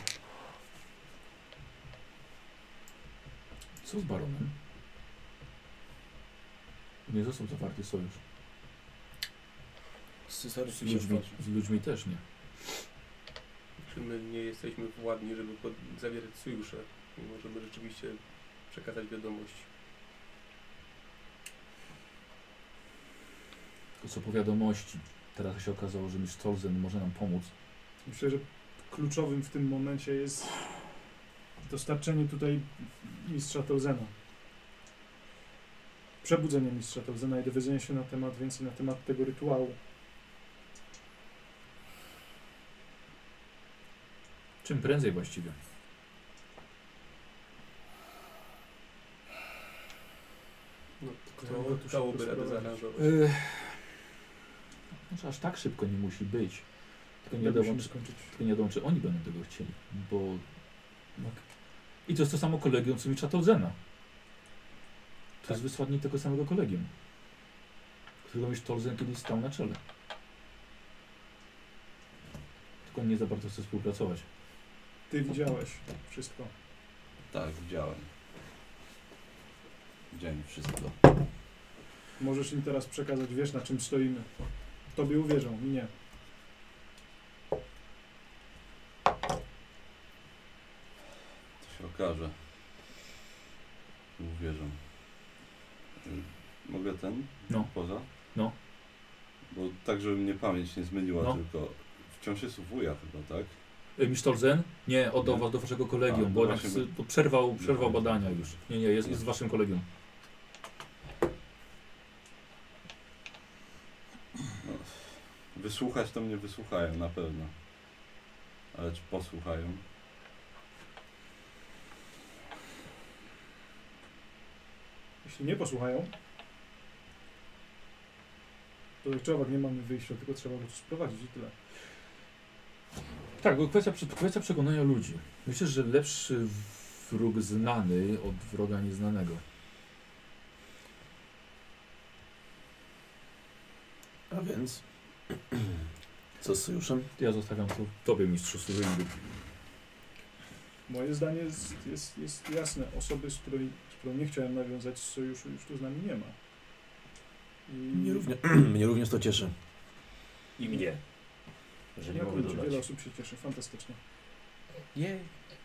Co z baronem? Nie został zawarty sojusz. Z Cezarym Z się ludźmi, otworzy. z ludźmi też nie. Czy my nie jesteśmy władni, żeby pod, zawierać sojusze i możemy rzeczywiście przekazać wiadomość. To co po wiadomości. Teraz się okazało, że mistrz Tolzen może nam pomóc. Myślę, że kluczowym w tym momencie jest dostarczenie tutaj mistrza Tolzena. Przebudzenie mistrza Tolzena i dowiedzenie się na temat, więcej na temat tego rytuału. Czym prędzej właściwie. No, Ja kto go tu dałoby szybko radę sprowadzić. zaaranżować? Yy, znaczy aż tak szybko nie musi być. Tylko nie Jak wiadomo, musimy czy, skończyć. tylko nie wiadomo, czy oni będą tego chcieli. Bo... No, i to jest to samo kolegium, co mistrza Tolzena. To jest wysłannik tego samego kolegium. Którego mistrz Tolzen kiedyś stał na czele. Tylko on nie za bardzo chce współpracować. Ty widziałeś wszystko. Tak, widziałem. Widziałem wszystko. Możesz im teraz przekazać, wiesz na czym stoimy. Tobie uwierzą, mi nie. To się okaże. Uwierzę. Y, Mogę ten? No. Poza? No. Bo tak, żeby mnie pamięć nie zmyliła, No. tylko wciąż jest u wuja chyba, tak? E, Mistrz Tolzen? Nie, oddał Nie. was do waszego kolegium, A, bo to jednak właśnie z- bo przerwał, Nie przerwał pamiętam. badania już. Nie, nie, jest, jest w waszym kolegium. No, wysłuchać to mnie wysłuchają na pewno. Ale czy posłuchają? Jeśli nie posłuchają, to jak człowiek nie mamy wyjścia, tylko trzeba go tu sprowadzić i tyle. Tak, bo kwestia, prze- kwestia przekonania ludzi. Myślę, że lepszy wróg znany od wroga nieznanego. więc co z sojuszem? Ja zostawiam tu tobie, mistrzu Surindu. Moje zdanie jest, jest, jest jasne. Osoby, z, której, z którą nie chciałem nawiązać sojuszu, już tu z nami nie ma. I Mnie, równie, mnie również to cieszy. I mnie. Że nie na mogę końcu dodać. wiele osób się cieszy. Fantastycznie. Jej.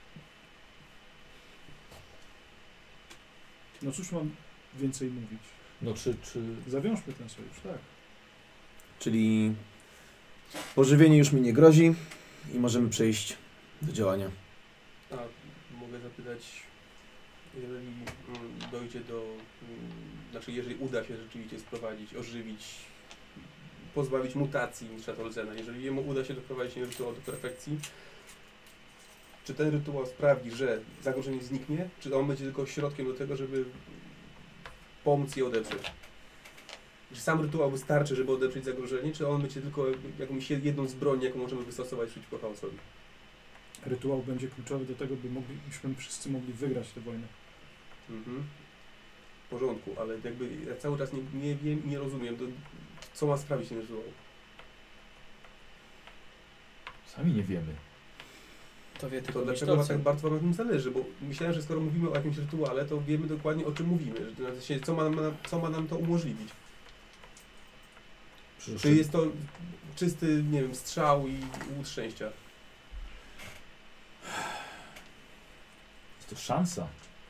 No cóż mam więcej mówić? No czy, czy... Zawiążmy ten sojusz, tak. Czyli pożywienie już mi nie grozi i możemy przejść do działania. A mogę zapytać, jeżeli mm, dojdzie do, mm, znaczy jeżeli uda się rzeczywiście sprowadzić, ożywić, pozbawić mutacji mistrza Tolzena, jeżeli jemu uda się doprowadzić ten rytuał do perfekcji, czy ten rytuał sprawi, że zagrożenie zniknie, czy on będzie tylko środkiem do tego, żeby pomóc je odeprzeć? Czy sam rytuał wystarczy, żeby odeprzeć zagrożenie, czy on będzie tylko jakąś jedną z broni, jaką możemy wystosować przeciwko chaosowi? Rytuał będzie kluczowy do tego, by mogli, byśmy wszyscy mogli wygrać tę wojnę. Mhm. W porządku, ale jakby ja cały czas nie, nie wiem i nie rozumiem, to, co ma sprawić ten rytuał. Sami nie wiemy. To wie To tylko dlaczego myślący. tak bardzo wam na tym zależy? Bo myślałem, że skoro mówimy o jakimś rytuale, to wiemy dokładnie, o czym mówimy. Że to znaczy, co, ma nam, co ma nam to umożliwić. Przecież Czy jest to czysty, nie wiem, strzał i łód szczęścia? jest to szansa.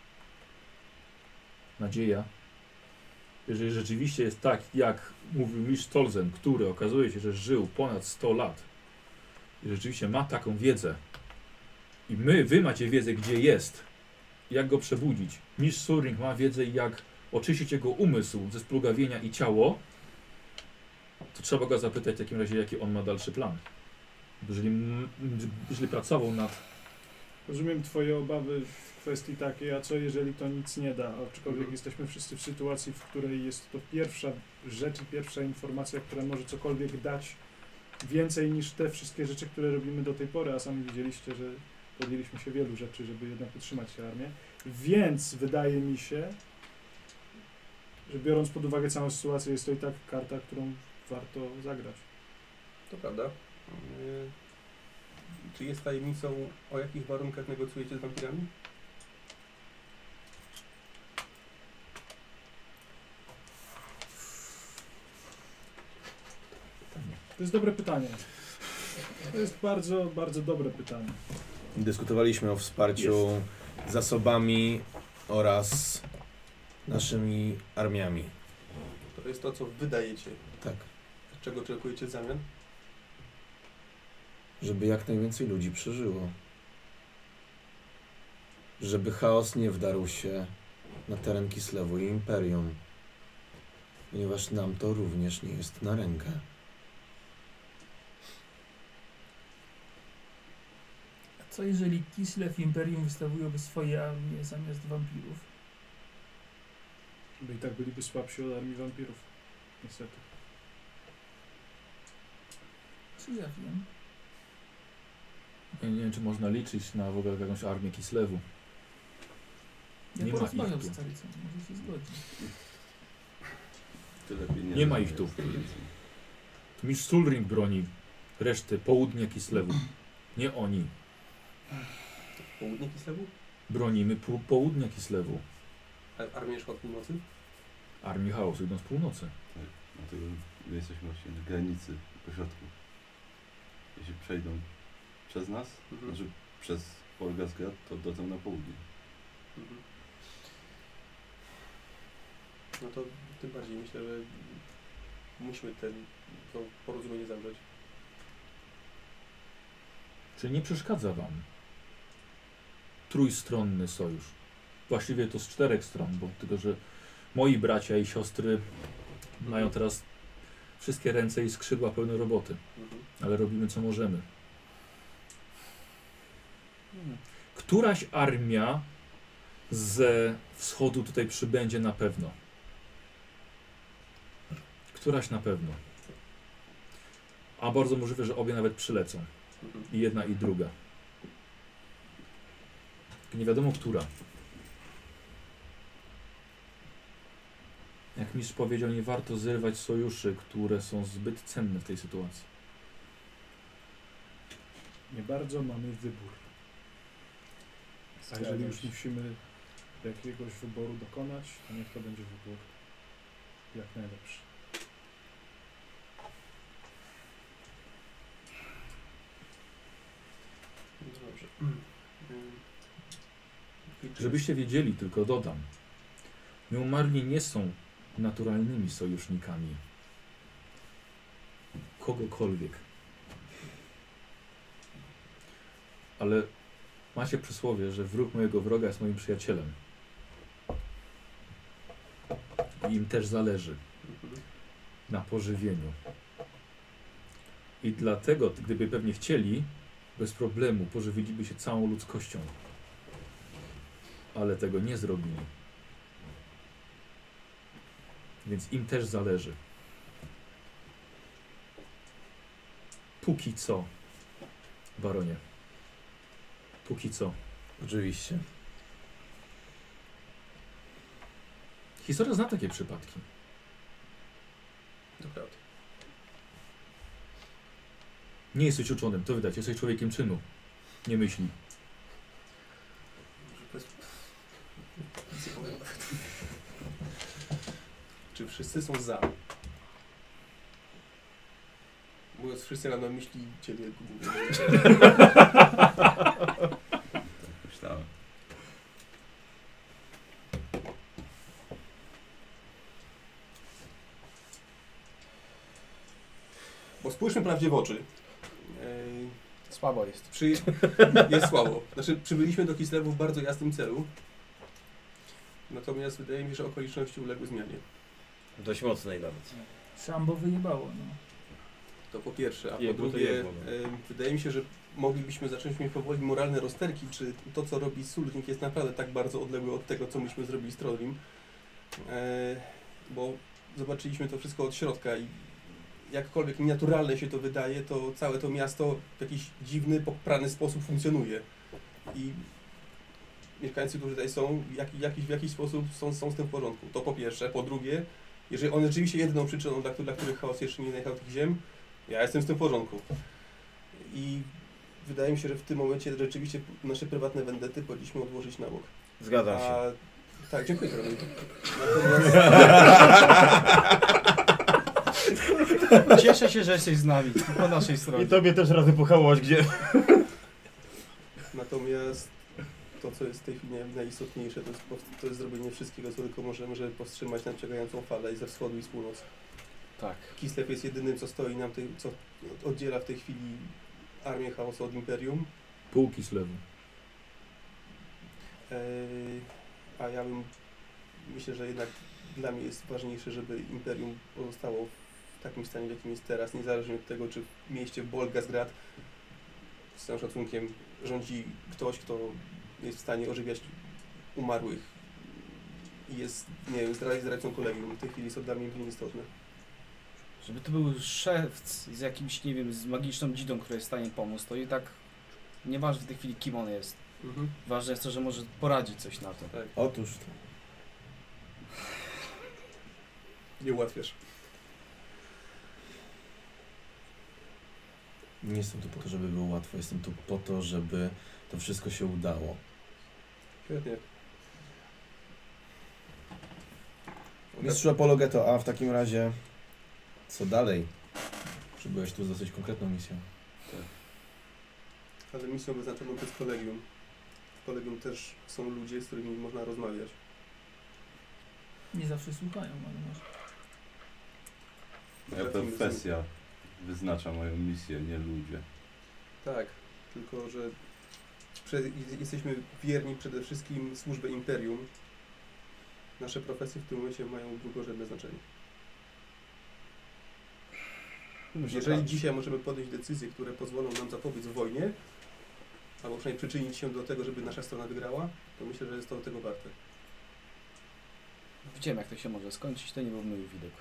Nadzieja. Jeżeli rzeczywiście jest tak, jak mówił mistrz Tolzen, który okazuje się, że żył ponad sto lat i rzeczywiście ma taką wiedzę i my, wy macie wiedzę, gdzie jest, jak go przebudzić. Mistrz Suring ma wiedzę, jak oczyścić jego umysł ze splugawienia i ciało, to trzeba go zapytać w takim razie, jaki on ma dalszy plan. Jeżeli, m- jeżeli pracował nad... Rozumiem twoje obawy w kwestii takiej, a co jeżeli to nic nie da, aczkolwiek Mhm. jesteśmy wszyscy w sytuacji, w której jest to pierwsza rzecz i pierwsza informacja, która może cokolwiek dać więcej niż te wszystkie rzeczy, które robimy do tej pory, a sami widzieliście, że podjęliśmy się wielu rzeczy, żeby jednak utrzymać tę armię. Więc wydaje mi się, że biorąc pod uwagę całą sytuację, jest to i tak karta, którą warto zagrać. To prawda. Yy, Czy jest tajemnicą, o jakich warunkach negocjujecie z wampirami? To jest dobre pytanie. To jest bardzo, bardzo dobre pytanie. Dyskutowaliśmy o wsparciu zasobami oraz naszymi armiami. To jest to, co wydajecie. Tak. Czego oczekujecie w zamian? Żeby jak najwięcej ludzi przeżyło. Żeby chaos nie wdarł się na teren Kislewu i Imperium. Ponieważ nam to również nie jest na rękę. A co jeżeli Kislev i Imperium wystawiłoby swoje armie zamiast wampirów? Bo i tak byliby słabsi od armii wampirów. Niestety. Czy ja wiem? Ja nie wiem, czy można liczyć na w ogóle jakąś armię Kislewu. Ja Nie ma porozmawiam ich z tu. Staricą, może się zgodzi. Ty lepiej nie Nie ma znam, ich tu. jest więcej. To mistrz Sulring broni reszty południa Kislewu. Nie oni. Południe Kislewu? Bronimy pół południa Kislewu. A armia szła od północy? Armii chaosu idą z północy. Dlatego my jesteśmy właśnie na granicy, pośrodku. Jeśli przejdą przez nas, Mhm. znaczy przez Polgasgrad, to dotrą na południe. Mhm. No to tym bardziej myślę, że musimy ten, to porozumienie zawrzeć. Czy nie przeszkadza wam trójstronny sojusz? Właściwie to z czterech stron, bo tylko, że moi bracia i siostry mają teraz wszystkie ręce i skrzydła pełne roboty, Mhm. ale robimy co możemy. Hmm. Któraś armia ze wschodu tutaj przybędzie na pewno. Któraś na pewno. A bardzo możliwe, że obie nawet przylecą. Mhm. I jedna i druga. Nie wiadomo która. Jak jak mistrz powiedział, nie warto zrywać sojuszy, które są zbyt cenne w tej sytuacji. Nie bardzo mamy wybór. A jeżeli już musimy jakiegoś wyboru dokonać, to niech to będzie wybór jak najlepszy. Dobrze. Żebyście wiedzieli, tylko dodam. Nieumarli nie są naturalnymi sojusznikami kogokolwiek. Ale macie przysłowie, że wróg mojego wroga jest moim przyjacielem. I im też zależy na pożywieniu. I dlatego, gdyby pewnie chcieli, bez problemu pożywiliby się całą ludzkością. Ale tego nie zrobili. Więc im też zależy. Póki co, baronie. Póki co. Oczywiście. Historia zna takie przypadki. To prawda. Nie jesteś uczonym, to widać, jesteś człowiekiem czynu. Nie myśli. Czy wszyscy są za? Mówiąc wszyscy, mam na myśli ciebie głównie. Myślałem. Bo spójrzmy prawdzie w oczy. Słabo jest. Przy... Jest słabo. Znaczy, przybyliśmy do Kislewu w bardzo jasnym celu. Natomiast wydaje mi się, że okoliczności uległy zmianie. Dość mocnej nawet. Szambo wyjebało, no. To po pierwsze. A po Jebło to drugie, jebło, no. e, wydaje mi się, że moglibyśmy zacząć mieć powoli moralne rozterki, czy to, co robi Sulnik, jest naprawdę tak bardzo odległe od tego, co myśmy zrobili z Trollim. E, bo zobaczyliśmy to wszystko od środka i jakkolwiek nienaturalne się to wydaje, to całe to miasto w jakiś dziwny, poprany sposób funkcjonuje. I mieszkańcy, którzy tutaj są, jak, jakiś, w jakiś sposób są, są z tym w porządku. To po pierwsze. Po drugie, jeżeli on rzeczywiście jedyną przyczyną, dla, dla których chaos jeszcze nie najechał tych ziem, ja jestem z tym w porządku. I wydaje mi się, że w tym momencie rzeczywiście nasze prywatne wendety powinniśmy odłożyć na bok. Zgadzam się. A, tak, dziękuję Karol. Natomiast... Cieszę się, że jesteś z nami, po naszej stronie. I tobie też razy pochałować gdzie. Natomiast to, co jest w tej chwili najistotniejsze, to jest, to jest zrobienie wszystkiego, co tylko możemy, żeby powstrzymać nadciągającą falę i ze wschodu i z północy. Tak. Kislev jest jedynym, co stoi nam, tej, co oddziela w tej chwili armię chaosu od Imperium. Pół Kislewu. Eee, a ja bym, myślę, że jednak dla mnie jest ważniejsze, żeby Imperium pozostało w takim stanie, w jakim jest teraz, niezależnie od tego, czy w mieście Bolgasgrad z całym szacunkiem rządzi ktoś, kto jest w stanie ożywiać umarłych i jest, nie wiem, zdrajcą kolegium. W tej chwili jest dla mnie nieistotne. Żeby to był szewc z jakimś, nie wiem, z magiczną dzidą, która jest w stanie pomóc, to i tak nieważne w tej chwili, kim on jest. Mhm. Ważne jest to, że może poradzić coś na to. Tak. Otóż to. Nie ułatwiasz. Nie jestem tu po to, żeby było łatwo. Jestem tu po to, żeby to wszystko się udało. Świetnie. Mistrzu Apologeto, a w takim razie co dalej? Przybyłeś tu z dosyć konkretną misją. Ale misją wyznaczoną przez kolegium. W kolegium też są ludzie, z którymi można rozmawiać. Nie zawsze słuchają, ale może. Moja profesja wyznacza moją misję, nie ludzie. Tak, tylko że przed, jesteśmy wierni przede wszystkim służbie Imperium. Nasze profesje w tym momencie mają drugorzędne znaczenie. Jeżeli dzisiaj możemy podjąć decyzje, które pozwolą nam zapobiec wojnie, albo przynajmniej przyczynić się do tego, żeby nasza strona wygrała, to myślę, że jest to tego warte. Widziałem, jak to się może skończyć, to nie był mój widok.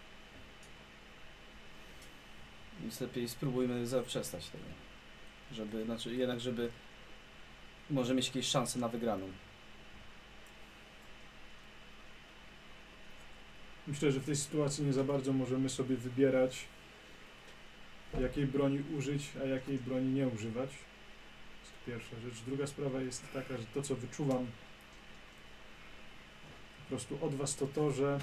Więc lepiej spróbujmy zaprzestać tego. Żeby, znaczy jednak, żeby może mieć jakieś szanse na wygraną. Myślę, że w tej sytuacji nie za bardzo możemy sobie wybierać, jakiej broni użyć, a jakiej broni nie używać. To jest pierwsza rzecz. Druga sprawa jest taka, że to, co wyczuwam po prostu od was, to to, że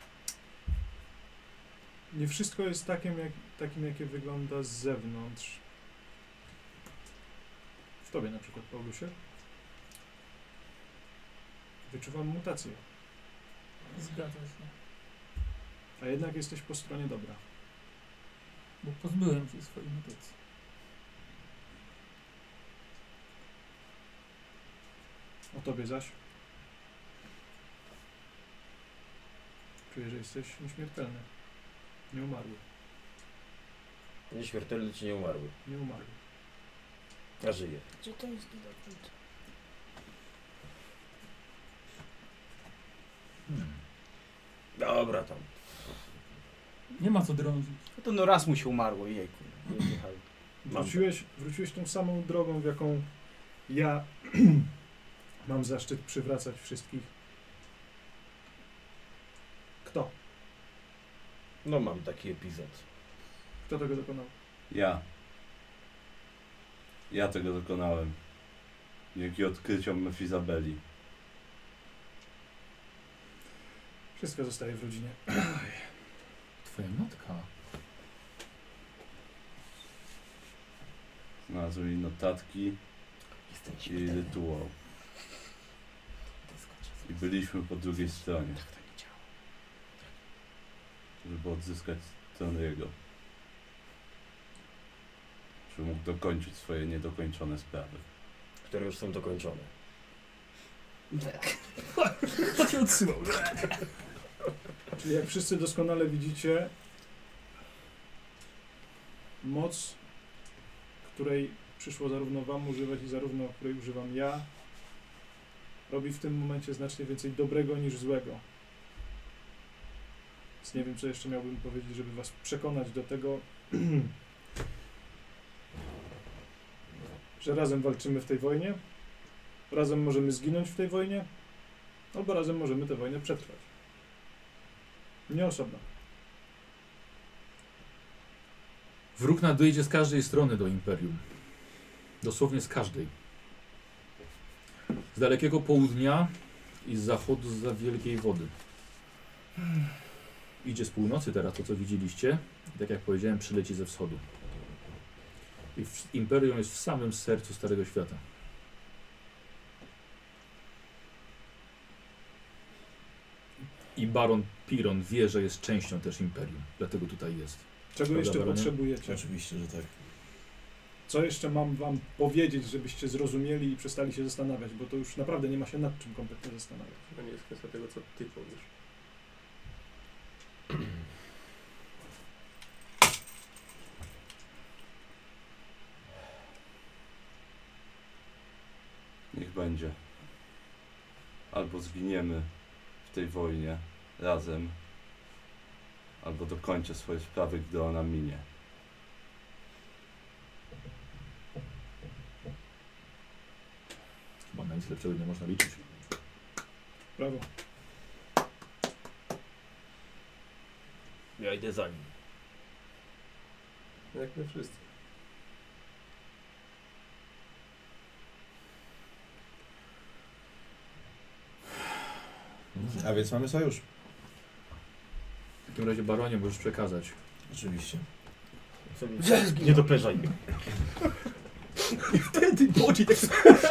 nie wszystko jest takim, jak, takim jakie wygląda z zewnątrz. W tobie na przykład, Paulusie. Wyczuwam mutację. Zgadza się. A jednak jesteś po stronie dobra. Bo pozbyłem się swojej mutacji. O tobie zaś. Czuję, że jesteś nieśmiertelny. Nieumarły. Nieśmiertelny czy nie umarły? Nieumarły. Ja żyję. Gdzie to jest dodatek? Hmm. Dobra tam. Nie ma co drążyć. No to no raz mu się umarło, jejku. Nie jechał. Wróciłeś, wróciłeś tą samą drogą, w jaką ja mam zaszczyt przywracać wszystkich. Kto? No mam taki epizod. Kto tego dokonał? Ja. Ja tego dokonałem. Dzięki odkryciom Mefizabeli. Wszystko zostaje w rodzinie. Twoja matka. Znalazłem jej notatki i rytuał. I byliśmy po drugiej stronie. Żeby odzyskać Tonry'ego. Żeby mógł dokończyć swoje niedokończone sprawy. Które już są dokończone. To się odsyłał. Czyli jak wszyscy doskonale widzicie, moc, której przyszło zarówno wam używać i zarówno której używam ja, robi w tym momencie znacznie więcej dobrego niż złego. Więc nie wiem, co jeszcze miałbym powiedzieć, żeby was przekonać do tego, że razem walczymy w tej wojnie, razem możemy zginąć w tej wojnie, albo razem możemy tę wojnę przetrwać. Nie osobno. Wróg nadejdzie z każdej strony do Imperium. Dosłownie z każdej. Z dalekiego południa i z zachodu, zza wielkiej wody. Idzie z północy teraz, to co widzieliście. I tak jak powiedziałem, przyleci ze wschodu. I w, Imperium jest w samym sercu Starego Świata. I Baron Piron wie, że jest częścią też Imperium. Dlatego tutaj jest. Czego Prawda, jeszcze Baronie? potrzebujecie? Oczywiście, że tak. Co jeszcze mam wam powiedzieć, żebyście zrozumieli i przestali się zastanawiać, bo to już naprawdę nie ma się nad czym kompletnie zastanawiać. To nie jest kwestia tego, co ty powiesz. Niech będzie. Albo zginiemy w tej wojnie razem, albo dokończę swoje sprawy, gdy ona minie. Chyba na nic lepszego nie można liczyć. Brawo. Ja idę za nim. Jak my wszyscy. A więc mamy sojusz. W takim razie Baronie możesz przekazać. Oczywiście. Sobie nie dopężaj. I wtedy Bodzi tak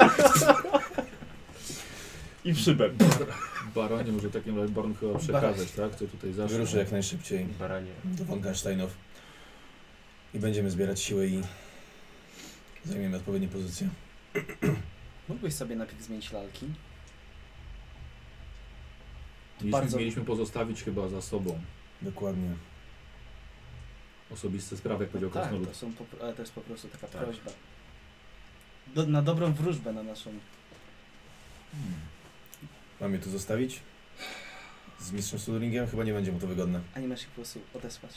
I w szybę. Baronie może w takim razie Baron chyba przekazać, tak? Co tutaj zaszło. Wyruszę jak najszybciej Baranie. do von Karsteinów. I będziemy zbierać siły i zajmiemy odpowiednie pozycje. Mógłbyś sobie najpierw zmienić lalki? Mieliśmy, Bardzo- mieliśmy pozostawić chyba za sobą Dokładnie. osobiste sprawy, jak powiedział tak, Krasnolud. to, są po, ale to jest po prostu taka Tak. prośba. Do, na dobrą wróżbę na naszą... Hmm. Mam je tu zostawić? Z mistrzem Sudringiem? Chyba nie będzie mu to wygodne. A nie masz ich po prostu odesłać.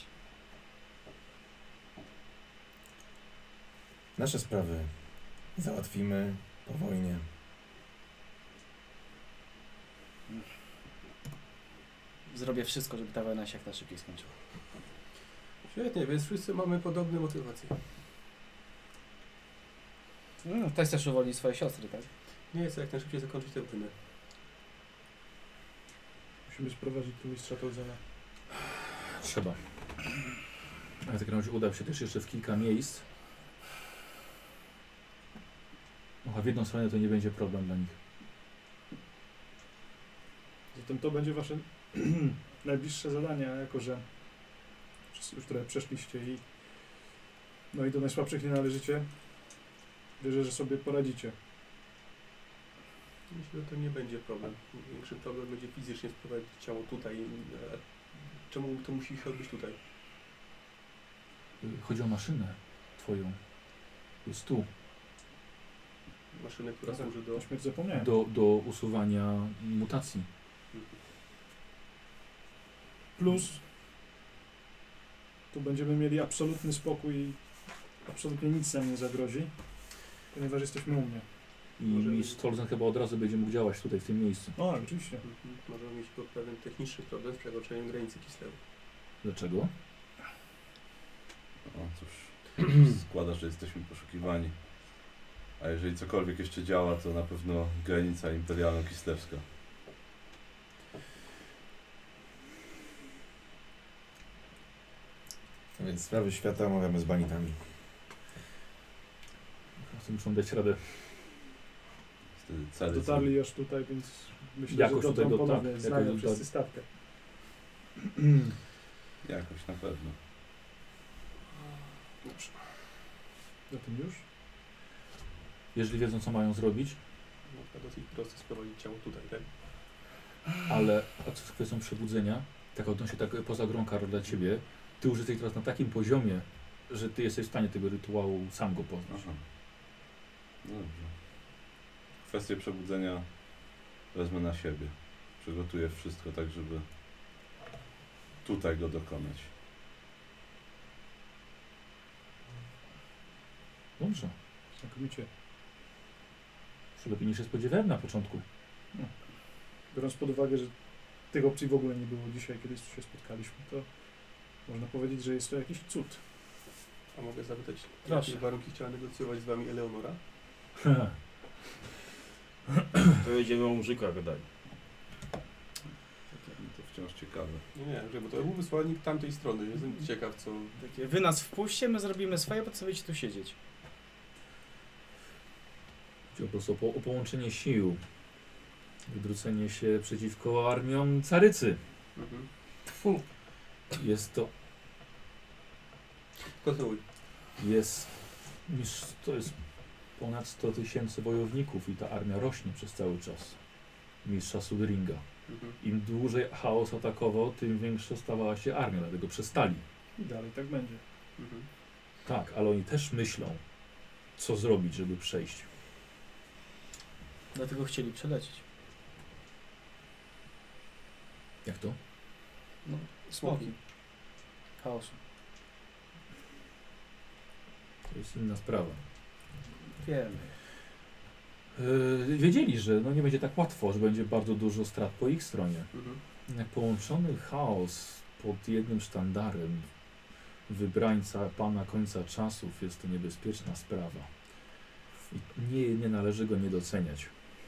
Nasze sprawy załatwimy po wojnie. zrobię wszystko, żeby ta wojna się jak najszybciej skończyła. Świetnie, więc wszyscy mamy podobne motywacje. No, ktoś też uwolni swoje siostry, tak? Nie chcę jak najszybciej zakończyć tę wojnę. Musimy sprowadzić tu mistrza Tolzena. Trzeba. Ale w takim razie udał się też jeszcze w kilka miejsc. No, a w jedną stronę to nie będzie problem dla nich. Zatem to będzie wasze najbliższe zadanie, jako że wszyscy już trochę przeszliście i no i do najsłabszych nie należycie. Wierzę, że sobie poradzicie. Myślę, że to nie będzie problem. Większy problem będzie fizycznie sprowadzić ciało tutaj. A czemu to musi się odbyć tutaj? Chodzi o maszynę twoją. Jest tu. Maszynę, która No tak, służy do... o śmierć zapomniałem. Do, do usuwania mutacji. Plus tu będziemy mieli absolutny spokój i absolutnie nic nam nie zagrozi, ponieważ jesteśmy u mnie. I Może- mistrz Tolzen chyba od razu będzie mógł działać tutaj, w tym miejscu. O, oczywiście. Mhm. Możemy mieć tu pewien techniczny problem z przekroczeniem granicy Kislewu. Dlaczego? O cóż, składa, że jesteśmy poszukiwani. A jeżeli cokolwiek jeszcze działa, to na pewno granica imperialno-kislewska. A więc sprawy świata omawiamy z banitami. Wszyscy muszą dać radę. Wtedy cele Dotarli aż tutaj, więc myślę, Jakoś że tutaj dotrą do- ponownie. tak, Znają jakoś wszyscy do- stawkę. jakoś na pewno. Dobrze. Zatem już? Jeżeli wiedzą, co mają zrobić, Można dosyć prosto sprowadzić ciało tutaj, tak? ale a co z kwestią przebudzenia, tak odnośnie tak poza grą, Karol, dla ciebie, ty już jesteś teraz na takim poziomie, że ty jesteś w stanie tego rytuału sam go poznać. Aha. Dobrze. Kwestię przebudzenia wezmę na siebie. Przygotuję wszystko tak, żeby tutaj go dokonać. Dobrze. Znakomicie. Już lepiej niż się spodziewałem na początku. Biorąc pod uwagę, że tych opcji w ogóle nie było dzisiaj, kiedy się spotkaliśmy, to można powiedzieć, że jest to jakiś cud. A mogę zapytać, Proszę. jakie warunki chciała negocjować z wami Eleonora? To jedziemy o muzyka gadali. To wciąż ciekawe. Nie, nie, że bo to był wysłannik tamtej strony. Jestem ciekaw, co... Takie, wy nas wpuśćcie, my zrobimy swoje, potem sobie tu siedzieć. Chodzi po prostu o, po, o połączenie sił. Wywrócenie się przeciwko armiom Carycy. Mhm. Tfu. Jest to, Kontynuuj. jest, niż to jest ponad sto tysięcy wojowników i ta armia rośnie przez cały czas. Mistrza Sudringa. Mhm. Im dłużej chaos atakował, tym większa stawała się armia, dlatego przestali. I dalej tak będzie. Mhm. Tak, ale oni też myślą, co zrobić, żeby przejść. Dlatego chcieli przelecieć. Jak to? No, smoki. Chaosu. To jest inna sprawa. Wiemy. Yy, wiedzieli, że no nie będzie tak łatwo, że będzie bardzo dużo strat po ich stronie. Mhm. Jak połączony chaos pod jednym sztandarem wybrańca Pana końca czasów jest to niebezpieczna sprawa. I nie, nie należy go nie doceniać.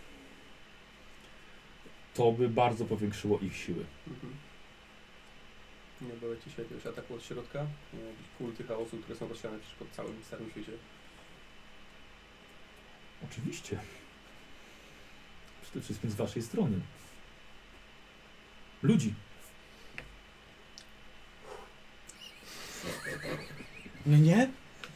To by bardzo powiększyło ich siły. Mhm. Nie obawiacie się jakiegoś ataku od środka? Nie, jakieś kulty chaosu, które są rozsiane przecież po całym starym świecie. Oczywiście. Przede wszystkim z waszej strony. Ludzi. Nie, nie?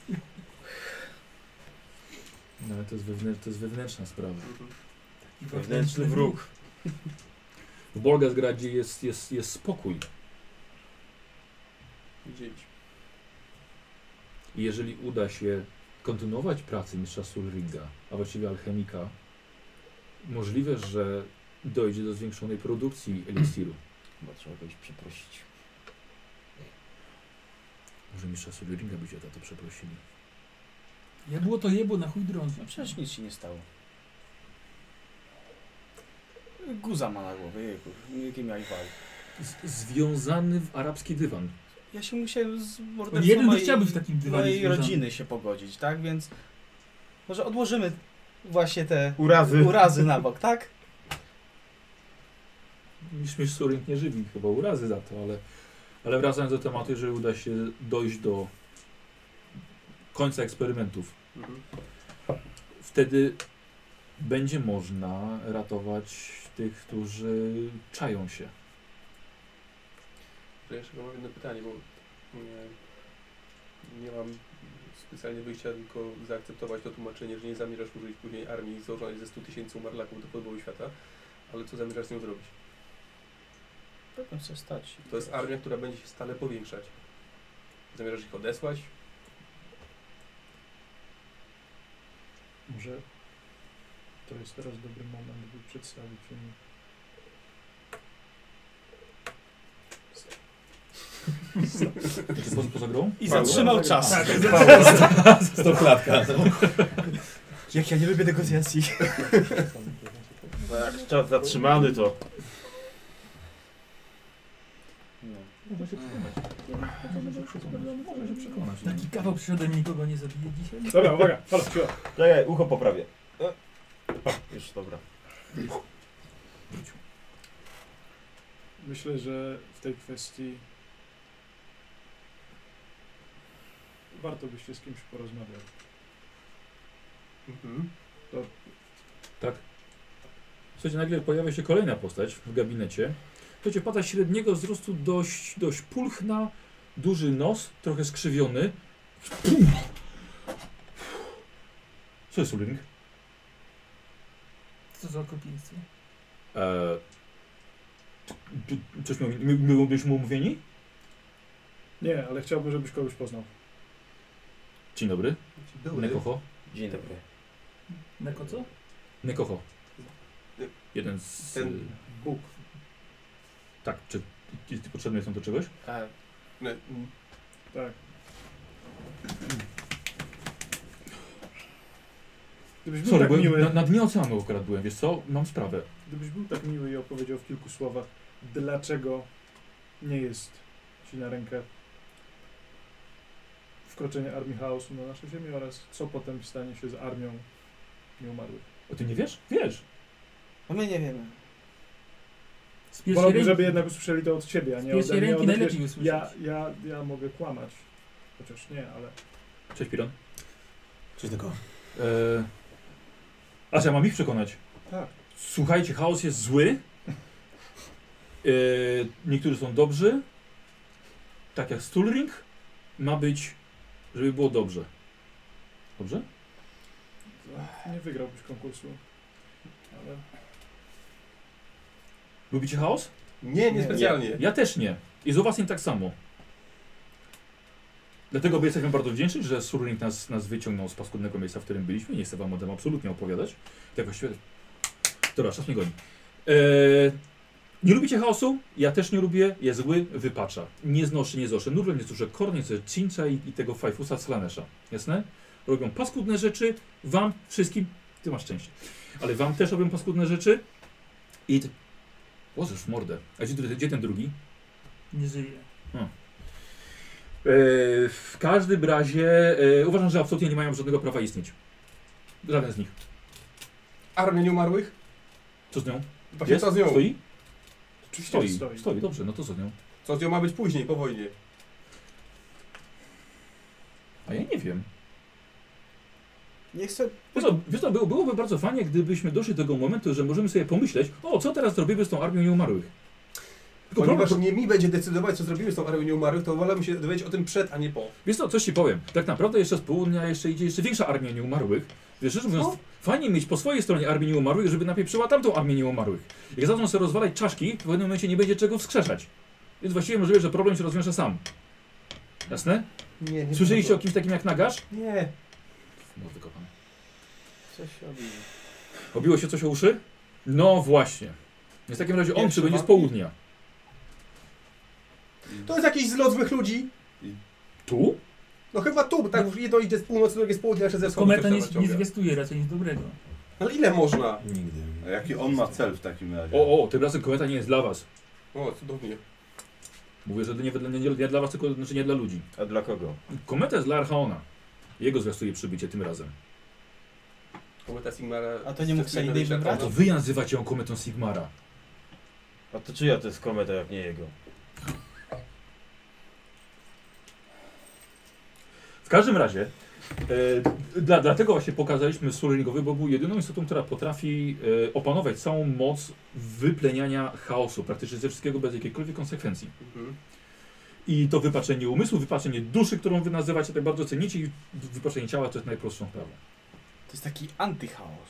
No ale to jest, wewnętrz, to jest wewnętrzna sprawa. Mhm. Wewnętrzny wróg. W Bolgasgradzie jest, jest, jest spokój. Widzieliśmy. I jeżeli uda się kontynuować pracę mistrza Sulringa, a właściwie alchemika, możliwe, że dojdzie do zwiększonej produkcji eliksiru. Chyba trzeba kogoś przeprosić. Może mistrza Sulringa byście za to przeprosili. Jebło to jebło, na chuj drąży. No przecież nic się nie stało. Guza ma na głowie, jejku. Jakie miałeś wal. z, związany w arabski dywan. Ja się musiałem z No morderstwą jeden by mojej, chciał być w takim dywanie mojej związany. rodziny się pogodzić, tak? Więc może odłożymy właśnie te Urazy. urazy na bok, tak? Śmiesz Suring nie żywi chyba urazy za to, ale, ale wracając do tematu, jeżeli uda się dojść do końca eksperymentów, Mhm. wtedy będzie można ratować tych, którzy czają się. To jeszcze mam jedno pytanie, bo nie, nie mam specjalnie wyjścia, tylko zaakceptować to tłumaczenie, że nie zamierzasz użyć później armii złożonej ze stu tysięcy umarlaków do podboju świata, ale co zamierzasz z nią zrobić? Pewnie chcę stać. To jest armia, która będzie się stale powiększać. Zamierzasz ich odesłać? Może to jest teraz dobry moment, by przedstawić im... Poza, poza grą? I zatrzymał czas. Tak, Stop klatka. Jak ja nie lubię negocjacji. No jak czas zatrzymany, to... Można się przekonać. Można się przekonać. Taki kawał przyszedłem, nikogo nie zabije dzisiaj. Dobra, uwaga, halo, cicho. Czekaj, ucho poprawię. O, już, dobra. Myślę, że w tej kwestii warto byście z kimś porozmawiali. Mhm. Tak. Słuchajcie, nagle pojawia się kolejna postać w gabinecie. Słuchajcie, pada średniego wzrostu, dość, dość pulchna, duży nos, trochę skrzywiony. Co jest Suling? Co za okropieństwo. Eee, ty- ty- coś my, my, my byliśmy umówieni? Nie, ale chciałbym, żebyś kogoś poznał. Dzień dobry. Dzień dobry. Nekoho. Dzień dobry. Neko co? Nekoho. Jeden z... Ten- Bóg. Tak, czy ty, ty potrzebny są do czegoś? A, Ne, mm, Tak. Gdybyś był Sorry, tak byłem, miły, na, na dnie oceanu akurat byłem, wiesz co? Mam sprawę. gdybyś był tak miły i opowiedział w kilku słowach, dlaczego nie jest ci na rękę wkroczenie armii chaosu na naszą ziemię oraz co potem stanie się z armią nieumarłych. O, ty nie wiesz? Wiesz. no my nie wiemy. Z pierwszej Wolałbym, ręki, żeby jednak usłyszeli to od ciebie, a z nie pierwszej ode mnie. ręki Ode, najlepiej wiesz, usłyszeć. ja, ja, ja mogę kłamać, chociaż nie, ale... Cześć, Piron. Coś tylko. Eee, a co, ja mam ich przekonać? Tak. Słuchajcie, chaos jest zły. Eee, niektórzy są dobrzy. Tak jak Stulring. Ma być, żeby było dobrze. Dobrze? Nie wygrałbyś konkursu, ale... Lubicie chaos? Nie, nie Nie. specjalnie. Ja też nie. I z was nie tak samo. Dlatego by jesteśmy bardzo wdzięczni, że Stulring nas, nas wyciągnął z paskudnego miejsca, w którym byliśmy. Nie chcę wam o tym absolutnie opowiadać. Tak właściwie... Dobra, czas mnie goni. Eee, nie lubicie chaosu? Ja też nie lubię. Jest zły, wypacza. Nie znoszę, nie znoszę. Nurwem nie znoszę Kornie, co jest Cincha i, i tego Fajfusa z Slanesha. Jasne? Robią paskudne rzeczy. Wam wszystkim... Ty masz szczęście. Ale wam też robią paskudne rzeczy. I... Ty... Łożysz w mordę. A gdzie, gdzie ten drugi? Nie żyje. Eee, w każdym razie e, uważam, że absolutnie nie mają żadnego prawa istnieć. Żaden z nich. Armia nieumarłych? Co z nią? Właśnie Jest? co z nią? Stoi? Oczywiście Stoi. stoi. Stoi, dobrze, no to co z nią? Co z nią ma być później, po wojnie? A ja nie wiem. Nie chcę... Wiesz co, wiesz co, było, byłoby bardzo fajnie, gdybyśmy doszli do tego momentu, że możemy sobie pomyśleć, o, co teraz zrobimy z tą armią nieumarłych. Tylko Ponieważ problem, nie mi będzie decydować, co zrobimy z tą armią nieumarłych, to wolę się dowiedzieć o tym przed, a nie po. wiesz co, coś ci powiem. Tak naprawdę jeszcze z południa jeszcze idzie jeszcze większa armia nieumarłych. Wiesz, szczerze mówiąc, Co? fajnie mieć po swojej stronie armię nieumarłych, żeby napieprzyła tamtą armię nieumarłych. Jak zaczną sobie rozwalać czaszki, to w pewnym momencie nie będzie czego wskrzeszać. Więc właściwie możliwe, że problem się rozwiąże sam. Jasne? Nie, nie. Słyszeliście o kimś takim jak Nagash? Nie. No, wykopane. Coś się odbije. Obiło się coś o uszy? No właśnie. Więc w takim razie on Pierwszy przybędzie z wampir? południa. To jest jakiś zlot złych ludzi. Tu? No chyba tu, tak już jedno idzie z północy, drugie z południa, jeszcze ze wschodu. Kometa coś nie, tam nie naciąga. zwiastuje raczej nic dobrego. Ale ile można? Nigdy. A jaki on ma cel w takim razie? O, o, tym razem kometa nie jest dla was. O, cudownie. Mówię, że nie, nie, nie dla was, tylko znaczy nie dla ludzi. A dla kogo? Kometa jest dla Archaona. Jego zwiastuje przybycie tym razem. Kometa Sigmara... A to nie mógł sobie innej wybrać? A to wy nazywacie ją kometą Sigmara. A to czyja to jest kometa, jak nie jego? W każdym razie, e, dla, dlatego właśnie pokazaliśmy sól ringowy, bo był jedyną istotą, która potrafi e, opanować całą moc wypleniania chaosu, praktycznie ze wszystkiego bez jakiejkolwiek konsekwencji. Mhm. I to wypaczenie umysłu, wypaczenie duszy, którą wy nazywacie tak bardzo cenicie, i wypaczenie ciała to jest najprostszą sprawą. To jest taki antychaos.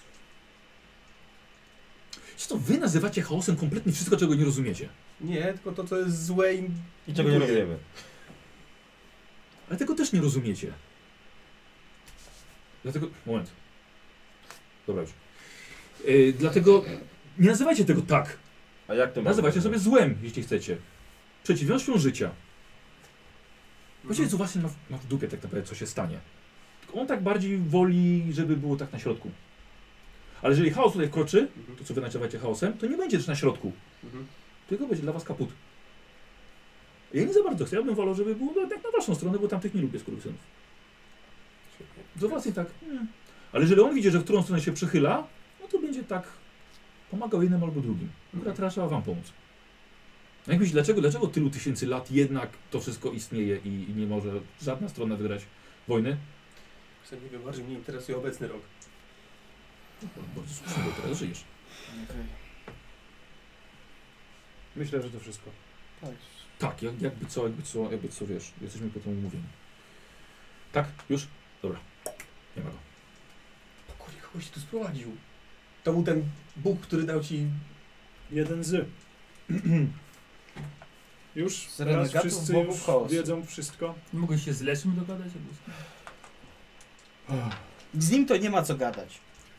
Czy to wy nazywacie chaosem kompletnie wszystko, czego nie rozumiecie? Nie, tylko to, co jest złe i... I czego nie rozumiemy? Ale tego też nie rozumiecie. Dlatego... Moment. Dobra już. Yy, dlatego nie nazywajcie tego tak. A jak to ma Nazywajcie być? sobie złem, jeśli chcecie. Przeciwnością życia. Właściwie co właśnie ma w, ma w dupie tak naprawdę, co się stanie. Tylko on tak bardziej woli, żeby było tak na środku. Ale jeżeli chaos tutaj wkroczy, Mhm. to co wy nazywacie chaosem, to nie będzie też na środku. Mhm. Tylko będzie dla was kaput. Ja nie za bardzo chcę, ja bym wolał, żeby było tak na waszą stronę, bo tamtych nie lubię skurwysynów. Do was i tak. Hmm. Ale jeżeli on widzi, że w którą stronę się przychyla, no to będzie tak pomagał jednym albo drugim. Akurat teraz trzeba wam pomóc. No jak myślisz, dlaczego, dlaczego tylu tysięcy lat jednak to wszystko istnieje i, i nie może żadna strona wygrać wojny? Chcę nie wiem, bardziej mnie interesuje obecny rok. Bardzo słusznie, bo teraz żyjesz. Okay. Myślę, że to wszystko. Tak. Tak, jak, jakby co, jakby co, jakby co, wiesz, jesteśmy po tym umówieni. Tak? Już? Dobra. Nie ma go. Po kurde, kogoś tu sprowadził. To był ten Bóg, który dał ci... Jeden z. Już Z teraz renegatów wszyscy bogów już chaosu. wiedzą wszystko. Nie mogę się z Leszym dogadać? Albo z... Z nim to nie ma co gadać.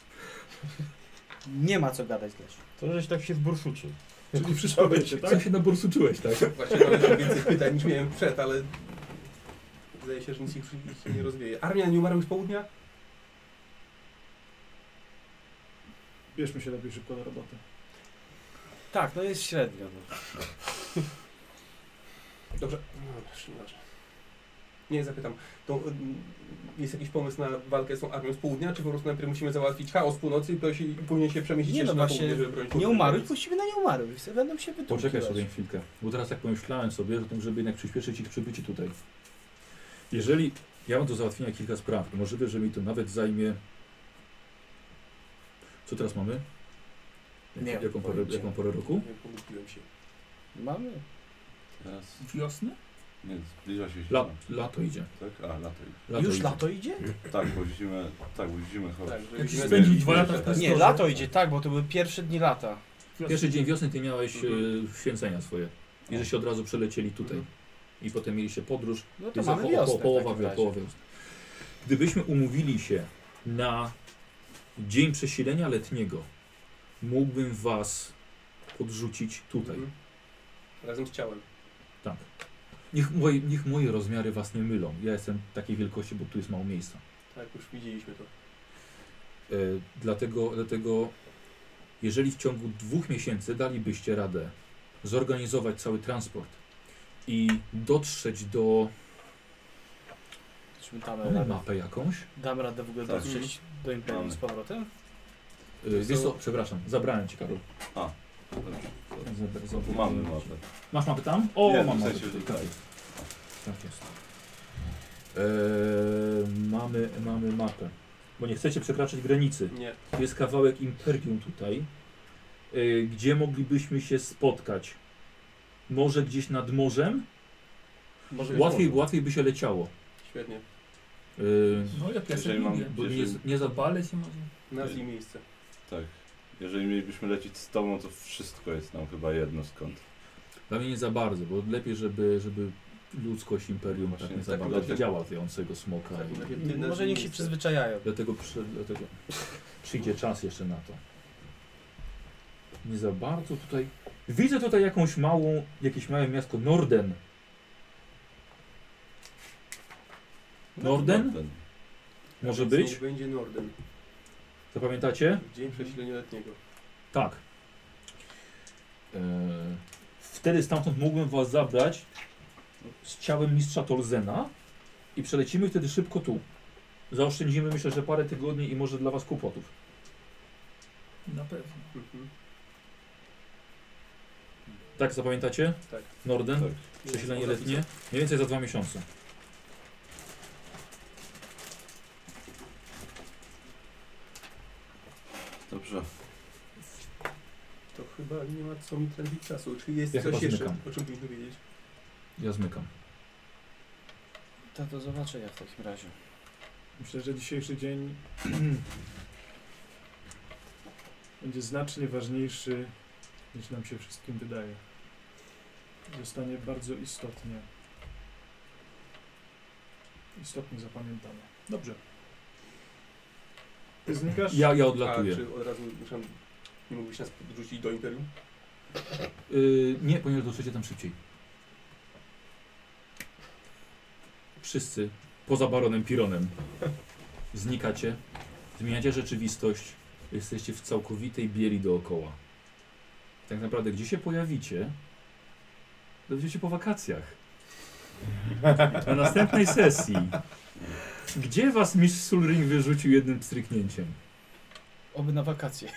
Nie ma co gadać też. To żeś tak się zburszuczył. Czyli wszystko wiecie, tak? Co się na borsu czułeś, tak? Właśnie mam jeszcze więcej pytań niż miałem przed, ale... Wydaje się, że nic ich ich się nie rozwieje. Armia nie umarła z południa? Bierzmy się lepiej szybko do roboty. Tak, no jest średnio. No. Dobrze. No, dobrze, nieważne. Nie, zapytam. To mm, jest jakiś pomysł na walkę z tą armią z południa, czy po prostu najpierw musimy załatwić chaos z północy i ktoś i później się przemieścić Nie, jeszcze no na właśnie, południe, żeby bronić Nie południa? umarły, puścimy na nie umarłych. Będą się Poczekaj wytłukiwać. sobie chwilkę, bo teraz tak pomyślałem sobie o tym, żeby jednak przyspieszyć ich przybycie tutaj. Jeżeli ja mam do załatwienia kilka spraw, to możliwe, że mi to nawet zajmie... Co teraz mamy? Jak, Nie, jaką, porę, pojęcia. jaką porę roku? Nie, pomyliłem się. Mamy. Teraz Wiosny? nie, zbliża się La, zima. lato idzie. Tak? A, lato idzie. Lato Już idzie. lato idzie? Tak, bo widzimy, tak, bo widzimy chyba. Tak, Jak żeby spędził dwa lata w tak. Pestorze. Nie, lato idzie, tak, bo to były pierwsze dni lata. Pierwszy dzień wiosny ty miałeś Mhm. e, święcenia swoje. I że się od razu przelecieli tutaj. Mhm. I potem mieliście podróż. No to Jest mamy około- wiosnę około- w połowa, takim wi- razie. połowa wiosny. Gdybyśmy umówili się na dzień przesilenia letniego, mógłbym was podrzucić tutaj. Mhm. Razem z ciałem. Tak. Niech moje, niech moje rozmiary was nie mylą. Ja jestem takiej wielkości, bo tu jest mało miejsca. Tak, już widzieliśmy to. E, dlatego, dlatego, jeżeli w ciągu dwóch miesięcy dalibyście radę zorganizować cały transport i dotrzeć do... Czy my damy Mamy radę, mapę jakąś? damy radę w ogóle Tak. dotrzeć do Imperium Mamy. z powrotem? E, wiesz co, przepraszam, zabrałem ci, Karol. A, Zabra- to zabrałem mamy ci. mapę. Masz mapę tam? O, Nie, mam w mapę sensie, tutaj. że Tak tak. jest. Tak jest. Eee, mamy, mamy mapę. Bo nie chcecie przekraczać granicy. Nie. Jest kawałek imperium tutaj, yy, gdzie moglibyśmy się spotkać. Może gdzieś nad morzem? Może Łatwiej, może. łatwiej by się leciało. Świetnie. Yy, No jak ja sobie Jeżeli mam- lubię. bo nie, Jeżeli- nie za Zapalę się może. Nazwij miejsce. Tak. Jeżeli mielibyśmy lecieć z tobą, to wszystko jest nam chyba jedno skąd. Dla mnie nie za bardzo, bo lepiej, żeby, żeby ludzkość imperium Właśnie tak nie za tak, bardzo dlatego- widziała wyjącego smoka. Tak, I, najpierw Może nazwij niech się miejsce. przyzwyczajają. dlatego, przy, dlatego przyjdzie czas jeszcze na to. Nie za bardzo tutaj. Widzę tutaj jakąś małą, jakieś małe miasto Norden. Norden? Ten. Może Więc być? Niech będzie Norden. Zapamiętacie? Dzień przesilenia letniego. Tak. E, w wtedy stamtąd mógłbym was zabrać z ciałem mistrza Tolzena i przelecimy wtedy szybko tu. Zaoszczędzimy myślę, że parę tygodni i może dla was kłopotów. Na pewno. Mhm. Tak, zapamiętacie? Tak. Norden? Tak. Przesilenie letnie? Mniej więcej za dwa miesiące. Dobrze. To chyba nie ma co mi tracić czasu. Czy jest Ja coś chyba jeszcze, zmykam. o czym powinniśmy wiedzieć? Ja zmykam. To do zobaczenia w takim razie. Myślę, że dzisiejszy dzień będzie znacznie ważniejszy niż nam się wszystkim wydaje. Zostanie bardzo istotnie istotnie zapamiętane. Dobrze. Ty znikasz? Ja, ja A odlatuję. czy od razu muszę, nie mógłbyś nas podrzucić do Imperium? Yy, nie, ponieważ dotrzecie tam szybciej. Wszyscy, poza baronem Pironem, znikacie, zmieniacie rzeczywistość, jesteście w całkowitej bieli dookoła. Tak naprawdę, gdzie się pojawicie, dowiecie po wakacjach. Na następnej sesji. Gdzie was mistrz Sulring wyrzucił jednym pstryknięciem? Oby na wakacje.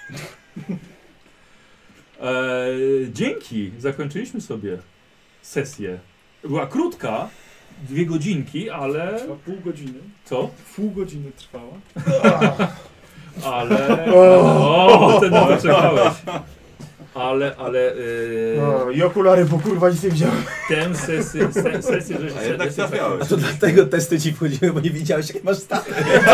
Eee, dzięki, zakończyliśmy sobie sesję. Była krótka, dwie godzinki, ale... Trwa pół godziny. Co? Pół godziny trwała. Ale... O, ten nawet czekałeś. Ale, ale... Yy, O, i okulary, bo kurwa nic nie widziałem. tę sesję, tę sesję, że A jednak trafiałeś. A to dlatego testy ci wchodziły, bo nie widziałeś jak masz stawę.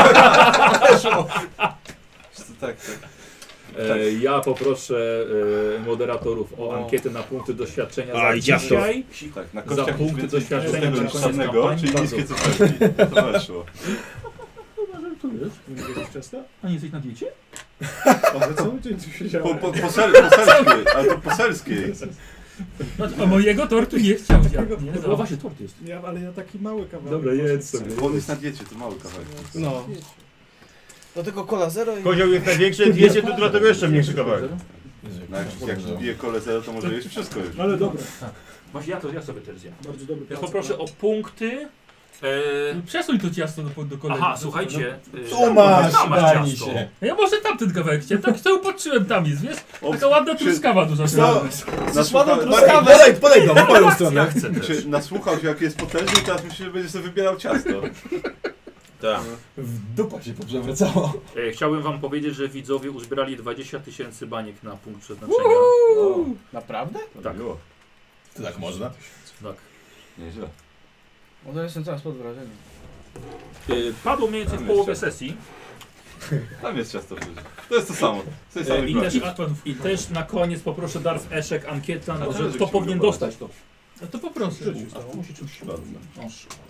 Tak, tak. E, ja poproszę e, moderatorów o O. ankietę na punkty doświadczenia Aj, za dziadko. dzisiaj. Tak, na Za kościach punkty jest więcej doświadczenia prostego na niż koniec czarnego, kampanii. czyli Bardzo. niskie cyferki. To weszło. Nie mogę ciasta? A nie jesteś na diecie? Ale cały dzień tu siedziałem. Po, po, posel, poselskiej, ale to poselskiej. Znaczy, a mojego tortu nie chciał dziad, nie? No właśnie, tort jest. Ja, ale ja taki mały kawałek. Dobra, jedz sobie. Bo on jest na diecie, to mały kawałek. No. Do tego kola zero i... Kozioł jest największy, wiecie, to dlatego jeszcze mniejszy kawałek. No, jak jak bije kole zero, to może jeść wszystko już. Ale dobra, Właśnie ja to ja sobie też zjem. bardzo dobry Ja plac. poproszę o punkty. E, Przesuń to ciasto do, do kolegi. aha, słuchajcie. e, Tu masz, tam daj ciasto. się. A ja może tamten kawałek chciałem, tak sobie upatrzyłem, tam jest, wiesz? O, Taka ładna czy- truskawa duża. Co? Nasłuchał, truskawę. Podaj, podaj go, w moją Ja stronę. chcę też. czy nasłuchał się jak jest potężny i teraz myśli, że będzie sobie wybierał ciasto. Tak. W dupa się poprzewracało. E, chciałbym wam powiedzieć, że widzowie uzbierali dwadzieścia tysięcy baniek na punkt przeznaczenia. O, Naprawdę? Tak. było. To tak można? Tak. Nieźle. O, to jestem teraz pod wrażeniem. E, padło mniej więcej w połowie sesji. Tam jest ciasto przecież. To jest to samo. Z tej E, samej i, klasy. też, a, I też na koniec poproszę Darf Eszek ankieta, A, no, że że kto ci powinien mogę dostać to. No to poproszę. A, musi czymś się Bardzo. no.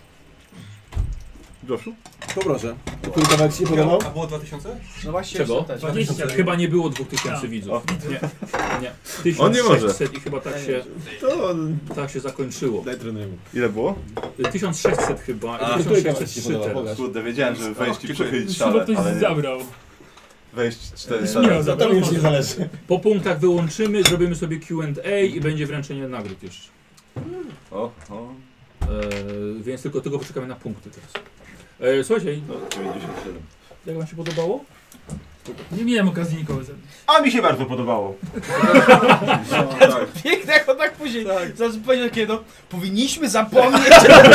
Joshu? Poproszę. Który kawałek ci się podobał? A było dwa tysiące? No właśnie, Czego? jeszcze też. dwadzieścia. Chyba nie było dwóch tysięcy Tak. widzów. Nie. Nie. On nie może. tysiąc sześćset i chyba tak się, To tak się zakończyło. daj trenujemy. Ile było? tysiąc sześćset chyba A, i który tysiąc kawałek ci się sześćset trzy podobał? teraz. Pokaż. Kurde, wiedziałem, żeby wejść i przechylić Chyba szale, ktoś ale nie. zabrał. Wejść cztery Śmiało, szale. Za to mi już nie zależy. Po punktach wyłączymy, zrobimy sobie Q and A i będzie wręczenie nagród jeszcze. O, o. E, więc tylko tego poczekamy na punkty teraz. E, słuchajcie, No, dziewięćdziesiąt siedem. jak wam się podobało? Nie miałem okazji nikogo zabić. A mi się bardzo podobało. Tak. Piękne, jak on tak później zaraz powiedział kiedy, no, powinniśmy zapomnieć.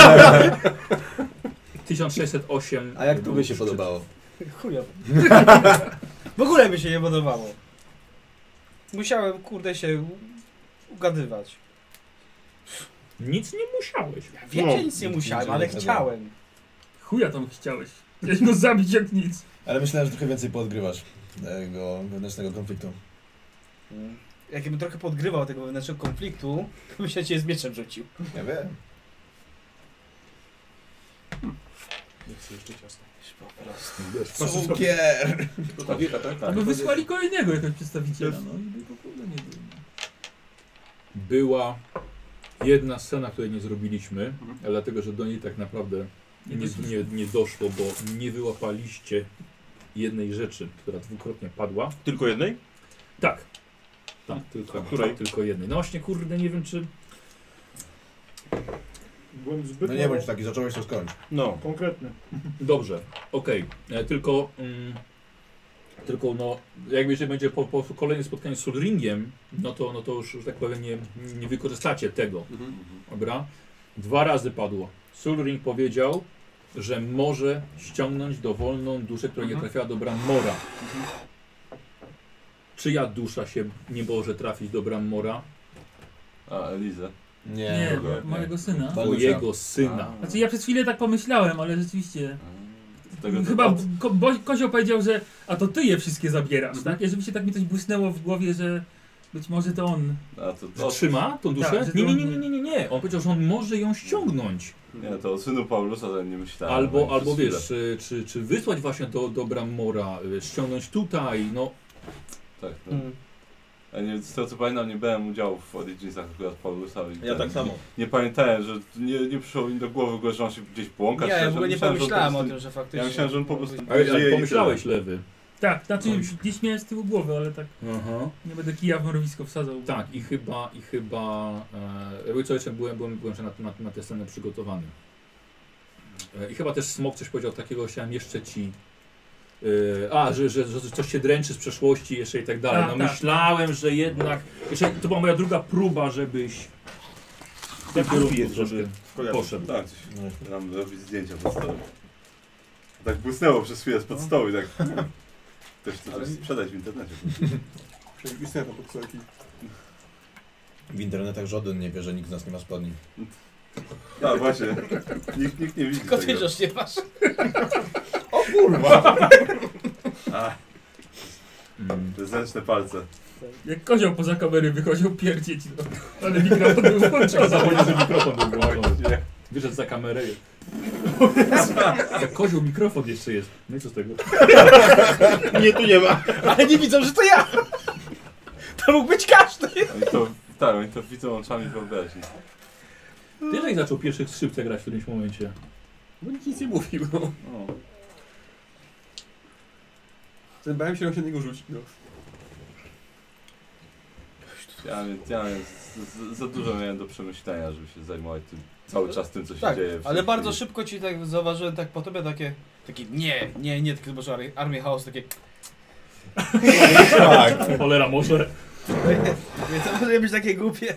tysiąc sześćset osiem. A jak to by się podobało? Chujowo. W ogóle mi się nie podobało. Musiałem, kurde, się u- ugadywać. Nic nie musiałeś. Ja wiem, No, że nic nie nic musiałem, nie ale wiadomo. chciałem. Chuja tam chciałeś. Chciałeś go zabić jak nic. Ale myślałem, że trochę więcej podgrywasz tego wewnętrznego konfliktu. Jakbym trochę podgrywał tego wewnętrznego konfliktu, to bym się cię z mieczem rzucił. Ja wiem. Nie chcę jeszcze ciasta. Po prostu. Cukier! To ta dieta, tak? Aby wysłali kolejnego jakiegoś przedstawiciela, no. Żeby go kurde nie było. Była jedna scena, której nie zrobiliśmy, ale dlatego, że do niej tak naprawdę nie, nie, nie doszło, bo nie wyłapaliście jednej rzeczy, która dwukrotnie padła. Tylko jednej? Tak. Tak, tylko, której? tylko jednej. No właśnie, kurde, nie wiem czy... Byłem zbyt No nie bądź taki, zacząłeś to skończyć. No. konkretny. Dobrze, okej. E, Tylko... Mm, tylko no, jak jeżeli będzie po, po kolejne spotkanie z Solringiem, no to, no to już, że tak powiem, nie, nie wykorzystacie tego. Mhm. Dobra? Dwa razy padło. Solring powiedział, że może ściągnąć dowolną duszę, która nie Mhm. trafiła do Brammora. Czyja dusza się nie może trafić do Brammora? A, Elizę. Nie, Nie, druga, nie. mojego syna. Balusia. Twojego syna. Znaczy ja przez chwilę tak pomyślałem, ale rzeczywiście... Z tego Chyba to- ko Bo Kozioł powiedział, że a to ty je wszystkie zabierasz, Mhm. tak? I rzeczywiście tak mi coś błysnęło w głowie, że być może to on. A to, Że to, trzyma tą duszę? Tak, że nie, to- nie, nie, nie, nie, nie, nie. On powiedział, że on może ją ściągnąć. nie, to o synu Paulusa to nie myślałem. Albo, no, albo przez wiesz, czy, czy, czy wysłać właśnie do, do Brammora, y, ściągnąć tutaj, no. chwilę. Tak, no. Mm. Ja nie, z tego co pamiętam, nie brałem udziału w Originsach akurat Paulusa. I Ja ten- tak samo. Nie pamiętałem, że nie, nie przyszło mi do głowy, go, że on się gdzieś błąka. Nie, ja szczerze. w ogóle nie Myślałem, że on pomyślałem po o prostu- tym, że faktycznie... Ja myślałem, że on po prostu- Ale, Żyje ale i pomyślałeś, lewy. Tak, znaczy Oj. gdzieś miałem z tyłu głowy, ale tak Aha. nie będę kija w mrowisko wsadzał. Tak, i chyba, i chyba, e, jakby co jeszcze byłem, byłem, byłem na, na, na tę scenę przygotowany. E, I chyba też Smok coś powiedział takiego, chciałem jeszcze ci, e, a, że, że, że coś się dręczy z przeszłości jeszcze i tak dalej. Tak, No tak. myślałem, że jednak, jeszcze, to była moja druga próba, żebyś w tym kierunku jest, troszkę żeby poszedł. Tak, coś tam robić zdjęcia pod stołem. Tak błysnęło przez chwilę spod stołu i tak... hmm, Ktoś chce Ale- coś sprzedać w internecie. Istnieją tam podkładki. W internetach żaden nie wie, że nikt z nas nie ma spodni. No właśnie, nikt, nikt nie widzi Tylko ty, tego. żeż nie masz. A, Mm. te zręczne palce. Jak Kozioł poza kamery wychodził pierdzieć, no. Ale mikrofon był włączony. Zapomniał, że mikrofon był włączony. Wyszedł za kamerę. Jak kozioł mikrofon jeszcze jest. No i co z tego? Nie, tu nie ma. Ale nie widzą, że to ja! To mógł być każdy! Oni to, tak, oni to widzą oczami wyobraźni. Ty jak zaczął pierwszych skrzypce grać w którymś momencie? Bo nikt nic nie mówił. No. O. Bałem się, że on się na niego rzuci. No. Ja, ja z, z, za dużo miałem do przemyślenia, żeby się zajmować tym, cały czas tym, co się Tak, dzieje. w ale tej bardzo chwili. szybko ci tak zauważyłem, tak po tobie takie... Takie nie, nie, nie, tylko zobaczyłem Armię- Armię Chaosu, takie... Tak. Cholera może. Nie, to może być takie głupie.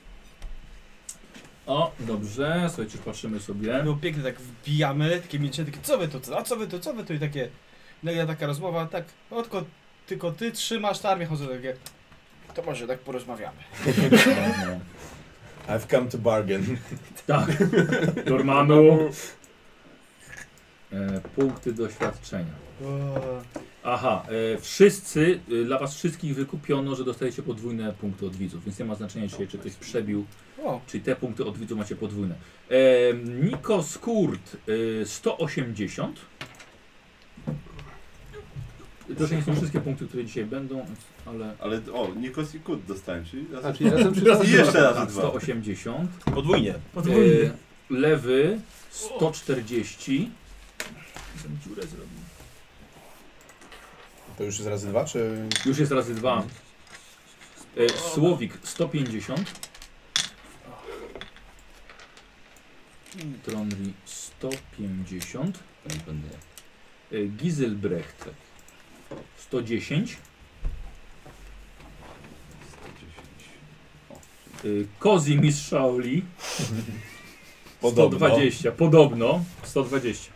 O, dobrze, słuchajcie, patrzymy sobie. Było pięknie, tak wbijamy, takie milczenie, takie co wy tu, a co wy tu, co wy tu i takie... Nagle taka rozmowa, tak, no tylko, tylko ty trzymasz tę Armię Chaosu, takie... To może tak porozmawiamy. No. I've come to bargain. Tak. Dormanu. E, punkty doświadczenia. Aha, e, wszyscy, e, dla was wszystkich wykupiono, że dostajecie podwójne punkty od widzów, więc nie ma znaczenia, czy, czy ktoś przebił, O, czyli te punkty od widzów macie podwójne. E, Niko Skurt e, sto osiemdziesiąt. To nie są wszystkie punkty, które dzisiaj będą, ale... Ale o, Nikos i Kut dostałem, czyli A, razem czyli razem trzy I jeszcze Tak, razy sto dwa. osiemdziesiąt. Podwójnie. Podwójny. E, lewy sto czterdzieści. Tę dziurę zrobił. To już jest razy dwa, czy... Już jest razy dwa. E, Słowik sto pięćdziesiąt. Tronri sto pięćdziesiąt. To nie będę. E, Giselbrecht sto dziesięć. sto dziesięć. E, Kozi Mistrz Shaoli sto Podobno. dwadzieścia. Podobno sto dwadzieścia.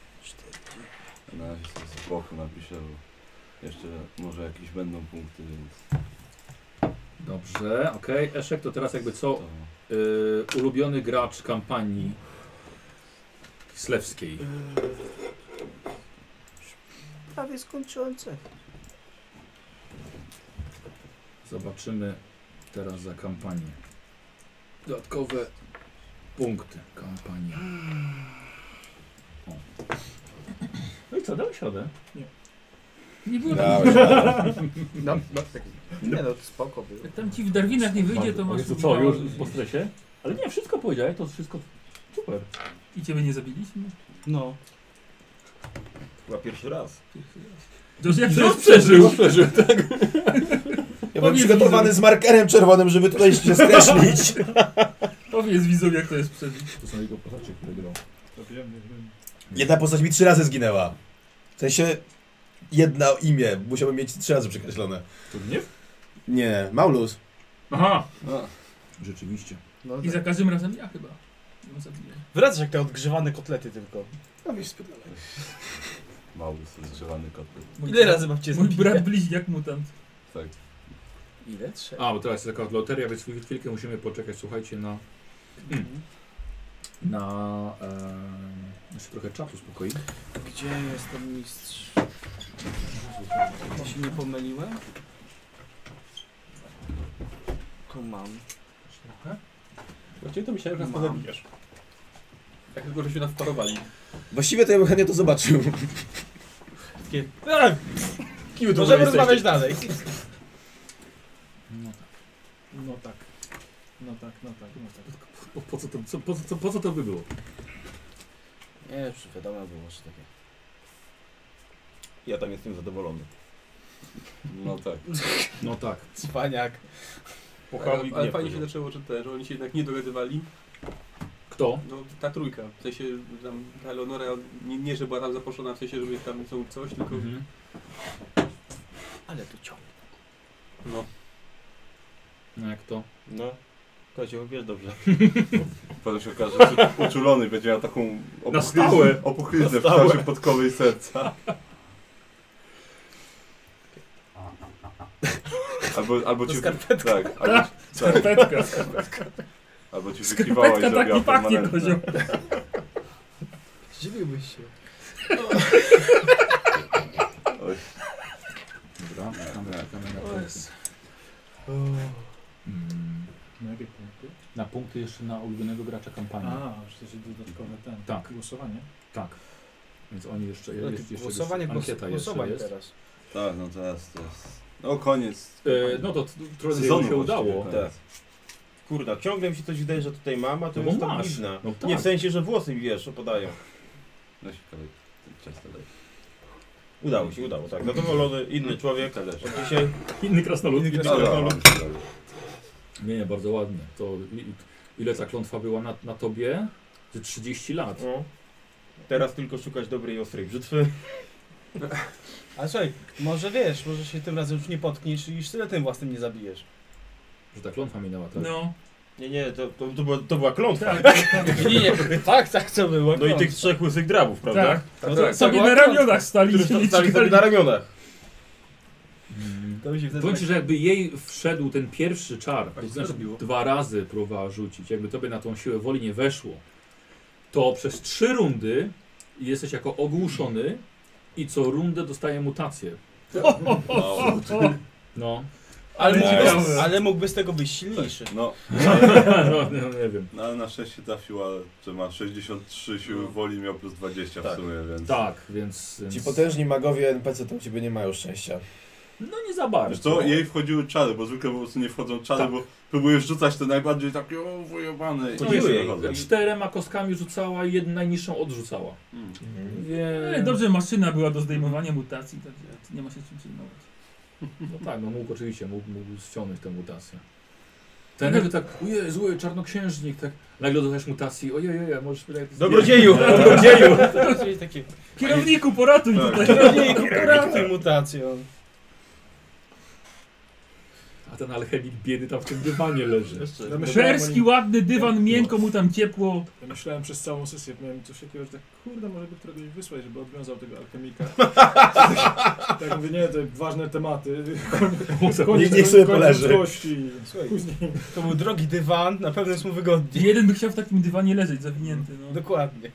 Na razie sobie z boku napiszę, bo jeszcze może jakieś będą punkty, więc Dobrze, okej. Okay. Eszek to teraz jakby co? to... E, ulubiony gracz kampanii Kislewskiej. prawie skończące. Zobaczymy teraz za kampanię. Dodatkowe punkty kampanii. O. No i co, dałeś radę? Nie było tak. Dałeś radę. No, no, tak. Nie no, to spoko było. Jak tam ci w Darwinach nie wyjdzie, to O masz... Jezu, co, już po stresie? Ale nie, wszystko powiedziałeś, to wszystko super. I ciebie nie zabiliśmy? No. Chyba pierwszy raz. To już jak Wzrost przeżył. przeżył, tak. Ja byłem Powiedz przygotowany widzom- z markerem czerwonym, żeby tutaj się skreślić. Powiedz widzom, jak to jest przeżyć. To są jego postacie, które grał. To wiem, nie wiem. Jedna postać mi trzy razy zginęła. W sensie, jedna imię. Musiałbym mieć trzy razy przekreślone. To gniew? Nie, Maulus. Aha, A, rzeczywiście. No, I za każdym razem ja chyba ją zabiję. Wracasz jak te odgrzewane kotlety tylko. No wiesz, spierdolę. Mały zgrzewany kotlet. Mój Ile brat- razy mam cię Mój zabić? brat bliźniak mutant. Tak. Ile? Trzy. A, bo teraz jest taka loteria, więc chwilkę musimy poczekać, słuchajcie, na... Mhm. na... E, jeszcze trochę czatu spokoi. Gdzie jest ten mistrz? Ja się nie pomyliłem? Tu mam. właściwie to myślałem, że nas Mam. pozabijasz. Tak tylko, żeśmy nas wparowali. Właściwie to ja bym chętnie to zobaczył. Takie... A, Kim to możemy jesteście? rozmawiać dalej. No, No tak. No tak, no tak, no tak. po, po, co to, co, po, co, po co to by było? Nie, przy wiadomo było, że takie. Ja tam jestem zadowolony. No tak. No tak. Cwaniak. Ale, ale fajnie się zaczęło, że, te, że oni się jednak nie dogadywali. Kto? No ta trójka, w sensie że tam ta Leonora nie, nie, że była tam zaproszona w sensie, żeby tam są coś, tylko Mhm. Ale tu ciągle. no. No jak to? No, Kozioł, wiesz dobrze. Potem się okaże, że uczulony będzie miał taką Na stałe. opuchlizę w Na stałe. czasie podkowej serca. Albo, albo To ci... skarpetka. Tak, albo, tak, Skarpetka. albo ci wykiwała i Skarpetka tak zrobiła nie pachnie, permanentne. kozioł. Zdziwiłbyś się. Oj, Dobra, czekamy, czekamy na O punkty. Jezu. Mm, Na jakie punkty? Na punkty jeszcze na ulubionego gracza kampanii. A, że to jest dodatkowe ten. Tak. Głosowanie. Tak. Więc oni jeszcze, No, jeszcze, jeszcze głosowanie, głos, ankieta jeszcze głosowanie jest. teraz. tak, no teraz to jest... No koniec. E, no to t- trochę Sezonu się właściwie, udało. tak. Tak. Kurda, ciągle mi się coś wydaje, że tutaj mam, a to No bo jest tam masz. dziwna. No tak. Nie w sensie, że włosy mi wiesz, opadają. No się kolej. Często daj. Udało się, udało, tak. Zadowolony, inny człowiek. Talerz. Od dzisiaj. Inny krasnolud. Inny Dobra, krasnolud. mam się dalej. Nie, bardzo ładnie. To i- ile ta klątwa była na, na tobie? Ze trzydzieści lat. No. Teraz tylko szukać dobrej, ostrej brzytwy. Ale słuchaj, może wiesz, może się tym razem już nie potkniesz i sztyletem własnym nie zabijesz. Że ta klątwa minęła, tak? No, Nie, nie, to, to, to, była, to była klątwa. tak, tak, tak. Nie, nie, tak, tak co było. No i tych trzech łysych drabów, prawda? Tak, tak, no tak, to sobie tak, na tak. ramionach stali. Którzy się stali sobie ścigali. na ramionach. Mm. To mi się wtedy Powiem tak... ci, że jakby jej wszedł ten pierwszy czar, to Właśnie znaczy zrobiło. dwa razy próbowała rzucić, jakby tobie na tą siłę woli nie weszło, to przez trzy rundy jesteś jako ogłuszony i co rundę dostaje mutację. Mało. No. ale, Ale mógłby, ciekawe. ale mógłby z tego być silniejszy. No, no, no nie wiem. no ale na szczęście trafiła, że ma sześćdziesiąt trzy siły No. woli, miał plus dwadzieścia Tak. w sumie, więc... Tak, więc... Ci więc potężni magowie N P C to u ciebie nie mają szczęścia. no nie za bardzo. Wiesz co, jej wchodziły czary, bo zwykle po prostu nie wchodzą czary, Tak. bo próbujesz rzucać te najbardziej takie o, wojowane. No i Chodziły nie jej. wychodzą. Czterema kostkami rzucała i jedną najniższą odrzucała. Mm. Ale Więc... dobrze, maszyna była do zdejmowania mutacji, także nie ma się czym przejmować. No tak, no mógł oczywiście, mógł, mógł ściągnąć tę mutację. Ten nagle tak, ojej, zły czarnoksiężnik, tak. Nagle dostajesz mutacji, ojej, ojej, możesz... Dobrodzieju! Dobrodzieju! To jest takie... Kierowniku, poratuj Tak. tutaj. Kierowniku, poratuj mutacją. A ten alchemik biedy tam w tym dywanie leży. Ja myślałem, Szerski, oni- ładny dywan, miękko mu tam ciepło. Ja myślałem przez całą sesję, miałem coś takiego, że tak kurde, może by któregoś wysłać, żeby odwiązał tego alchemika. Tak mówię, nie, te ważne tematy. Niech- niech sobie poleży. Gości. Słuchaj, Później. to był drogi dywan, na pewno jest mu wygodniej. Jeden by chciał w takim dywanie leżeć, zawinięty. No. Dokładnie.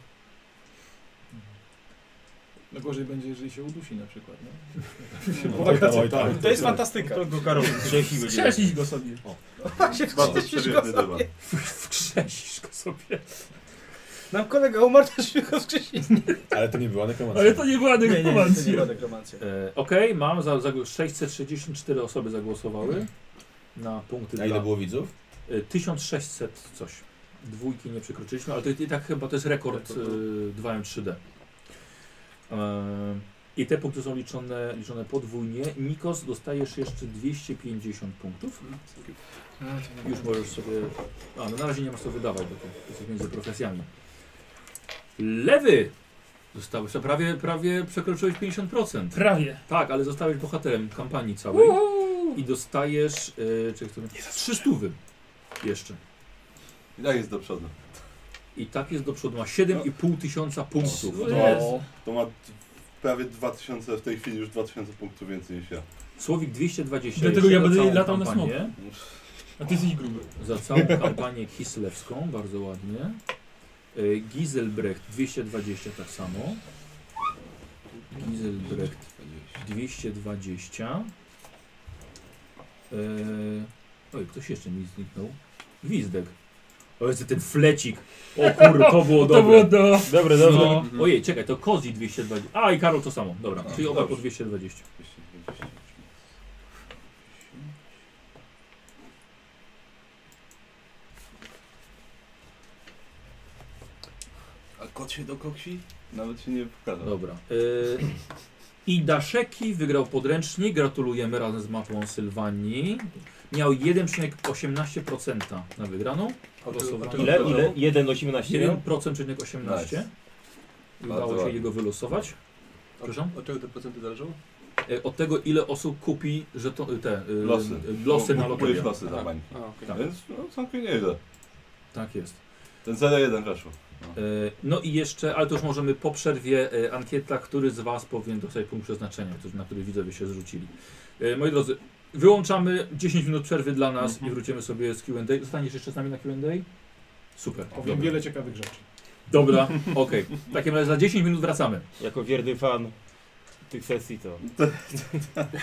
No gorzej będzie, jeżeli się udusi na przykład, nie? No, oj, tam, oj, tam. To jest fantastyka. To go Karol strzech i będzie. Krzesić go sobie. się Bardzo wkrzesisz przewiewny go dywan. sobie. Wkrzesisz go sobie. Nam kolega umarł, też go wskrzesić. Ale to nie była nekromancja. Ale to nie była Nie, nie, nie, to nie nekromancja. była nekromancja. E, Okej, mam, za, za sześćset sześćdziesiąt cztery osoby zagłosowały na punkty A ile dla... było widzów? E, tysiąc sześćset coś. Dwójki nie przekroczyliśmy, ale to i tak chyba to jest rekord Rekord, no. e, dwa M trzy D. E, I te punkty są liczone, liczone podwójnie. Nikos, dostajesz jeszcze dwieście pięćdziesiąt punktów. Już możesz sobie... A, no na razie nie masz co wydawać, bo to jest między profesjami. Lewy! Zostałeś, prawie, prawie przekroczyłeś pięćdziesiąt procent. Prawie. Tak, ale zostałeś bohaterem kampanii całej. Uhu. I dostajesz... Yy, czy chcemy... trzy stówy jeszcze. I tak jest do przodu. I tak jest do przodu. Ma siedem i pół tysiąca punktów. O To, Jezu. to ma d- prawie dwa tysiące, w tej chwili już dwa tysiące punktów więcej niż ja. Słowik dwieście dwadzieścia. Dlatego ja za będę całą latał na kampanię. A ty jesteś gruby. Za całą kampanię kislewską, bardzo ładnie. Y, Giselbrecht dwieście dwadzieścia tak samo. Giselbrecht dwieście dwadzieścia. Yy, oj, ktoś jeszcze mi zniknął. Gwizdek. O, jest ten flecik. O kurde, to było To dobre. było do... Dobre, dobre. No. Ojej, czekaj, to Kozi dwieście dwadzieścia. A, i Karol to samo. Dobra, czyli oba po dwieście dwadzieścia. A kot się dokoksi? Nawet się nie pokazał. Dobra. Y, I Daszeki wygrał podręcznik. Gratulujemy razem z mapą Sylwanii. Miał jeden przecinek osiemnaście procent na wygraną. Ile? Ile? jeden osiemnaście? jeden procent osiemnaście. Nice. Udało Bardzo się ładnie. jego wylosować. Przepraszam? Od czego te procenty zależą? E, Od tego, ile osób kupi że to, te y, Losy. y, losy na Kupujesz loterię. losy za bańki. A, okej. Tak. Więc no, całkiem nieźle. Tak jest. Ten zero jeden weszło. E, No i jeszcze, ale to już możemy po przerwie e, ankieta, który z Was powinien dostać punkt przeznaczenia, to, na który widzowie się zrzucili. E, Moi drodzy, wyłączamy dziesięć minut przerwy dla nas Mhm. i wrócimy sobie z Q and A. Zostaniesz jeszcze z nami na Q and A? Super. Powiem Dobra, wiele ciekawych rzeczy. Dobra, okej. W takim razie za dziesięć minut wracamy. Jako wierny fan tych sesji to...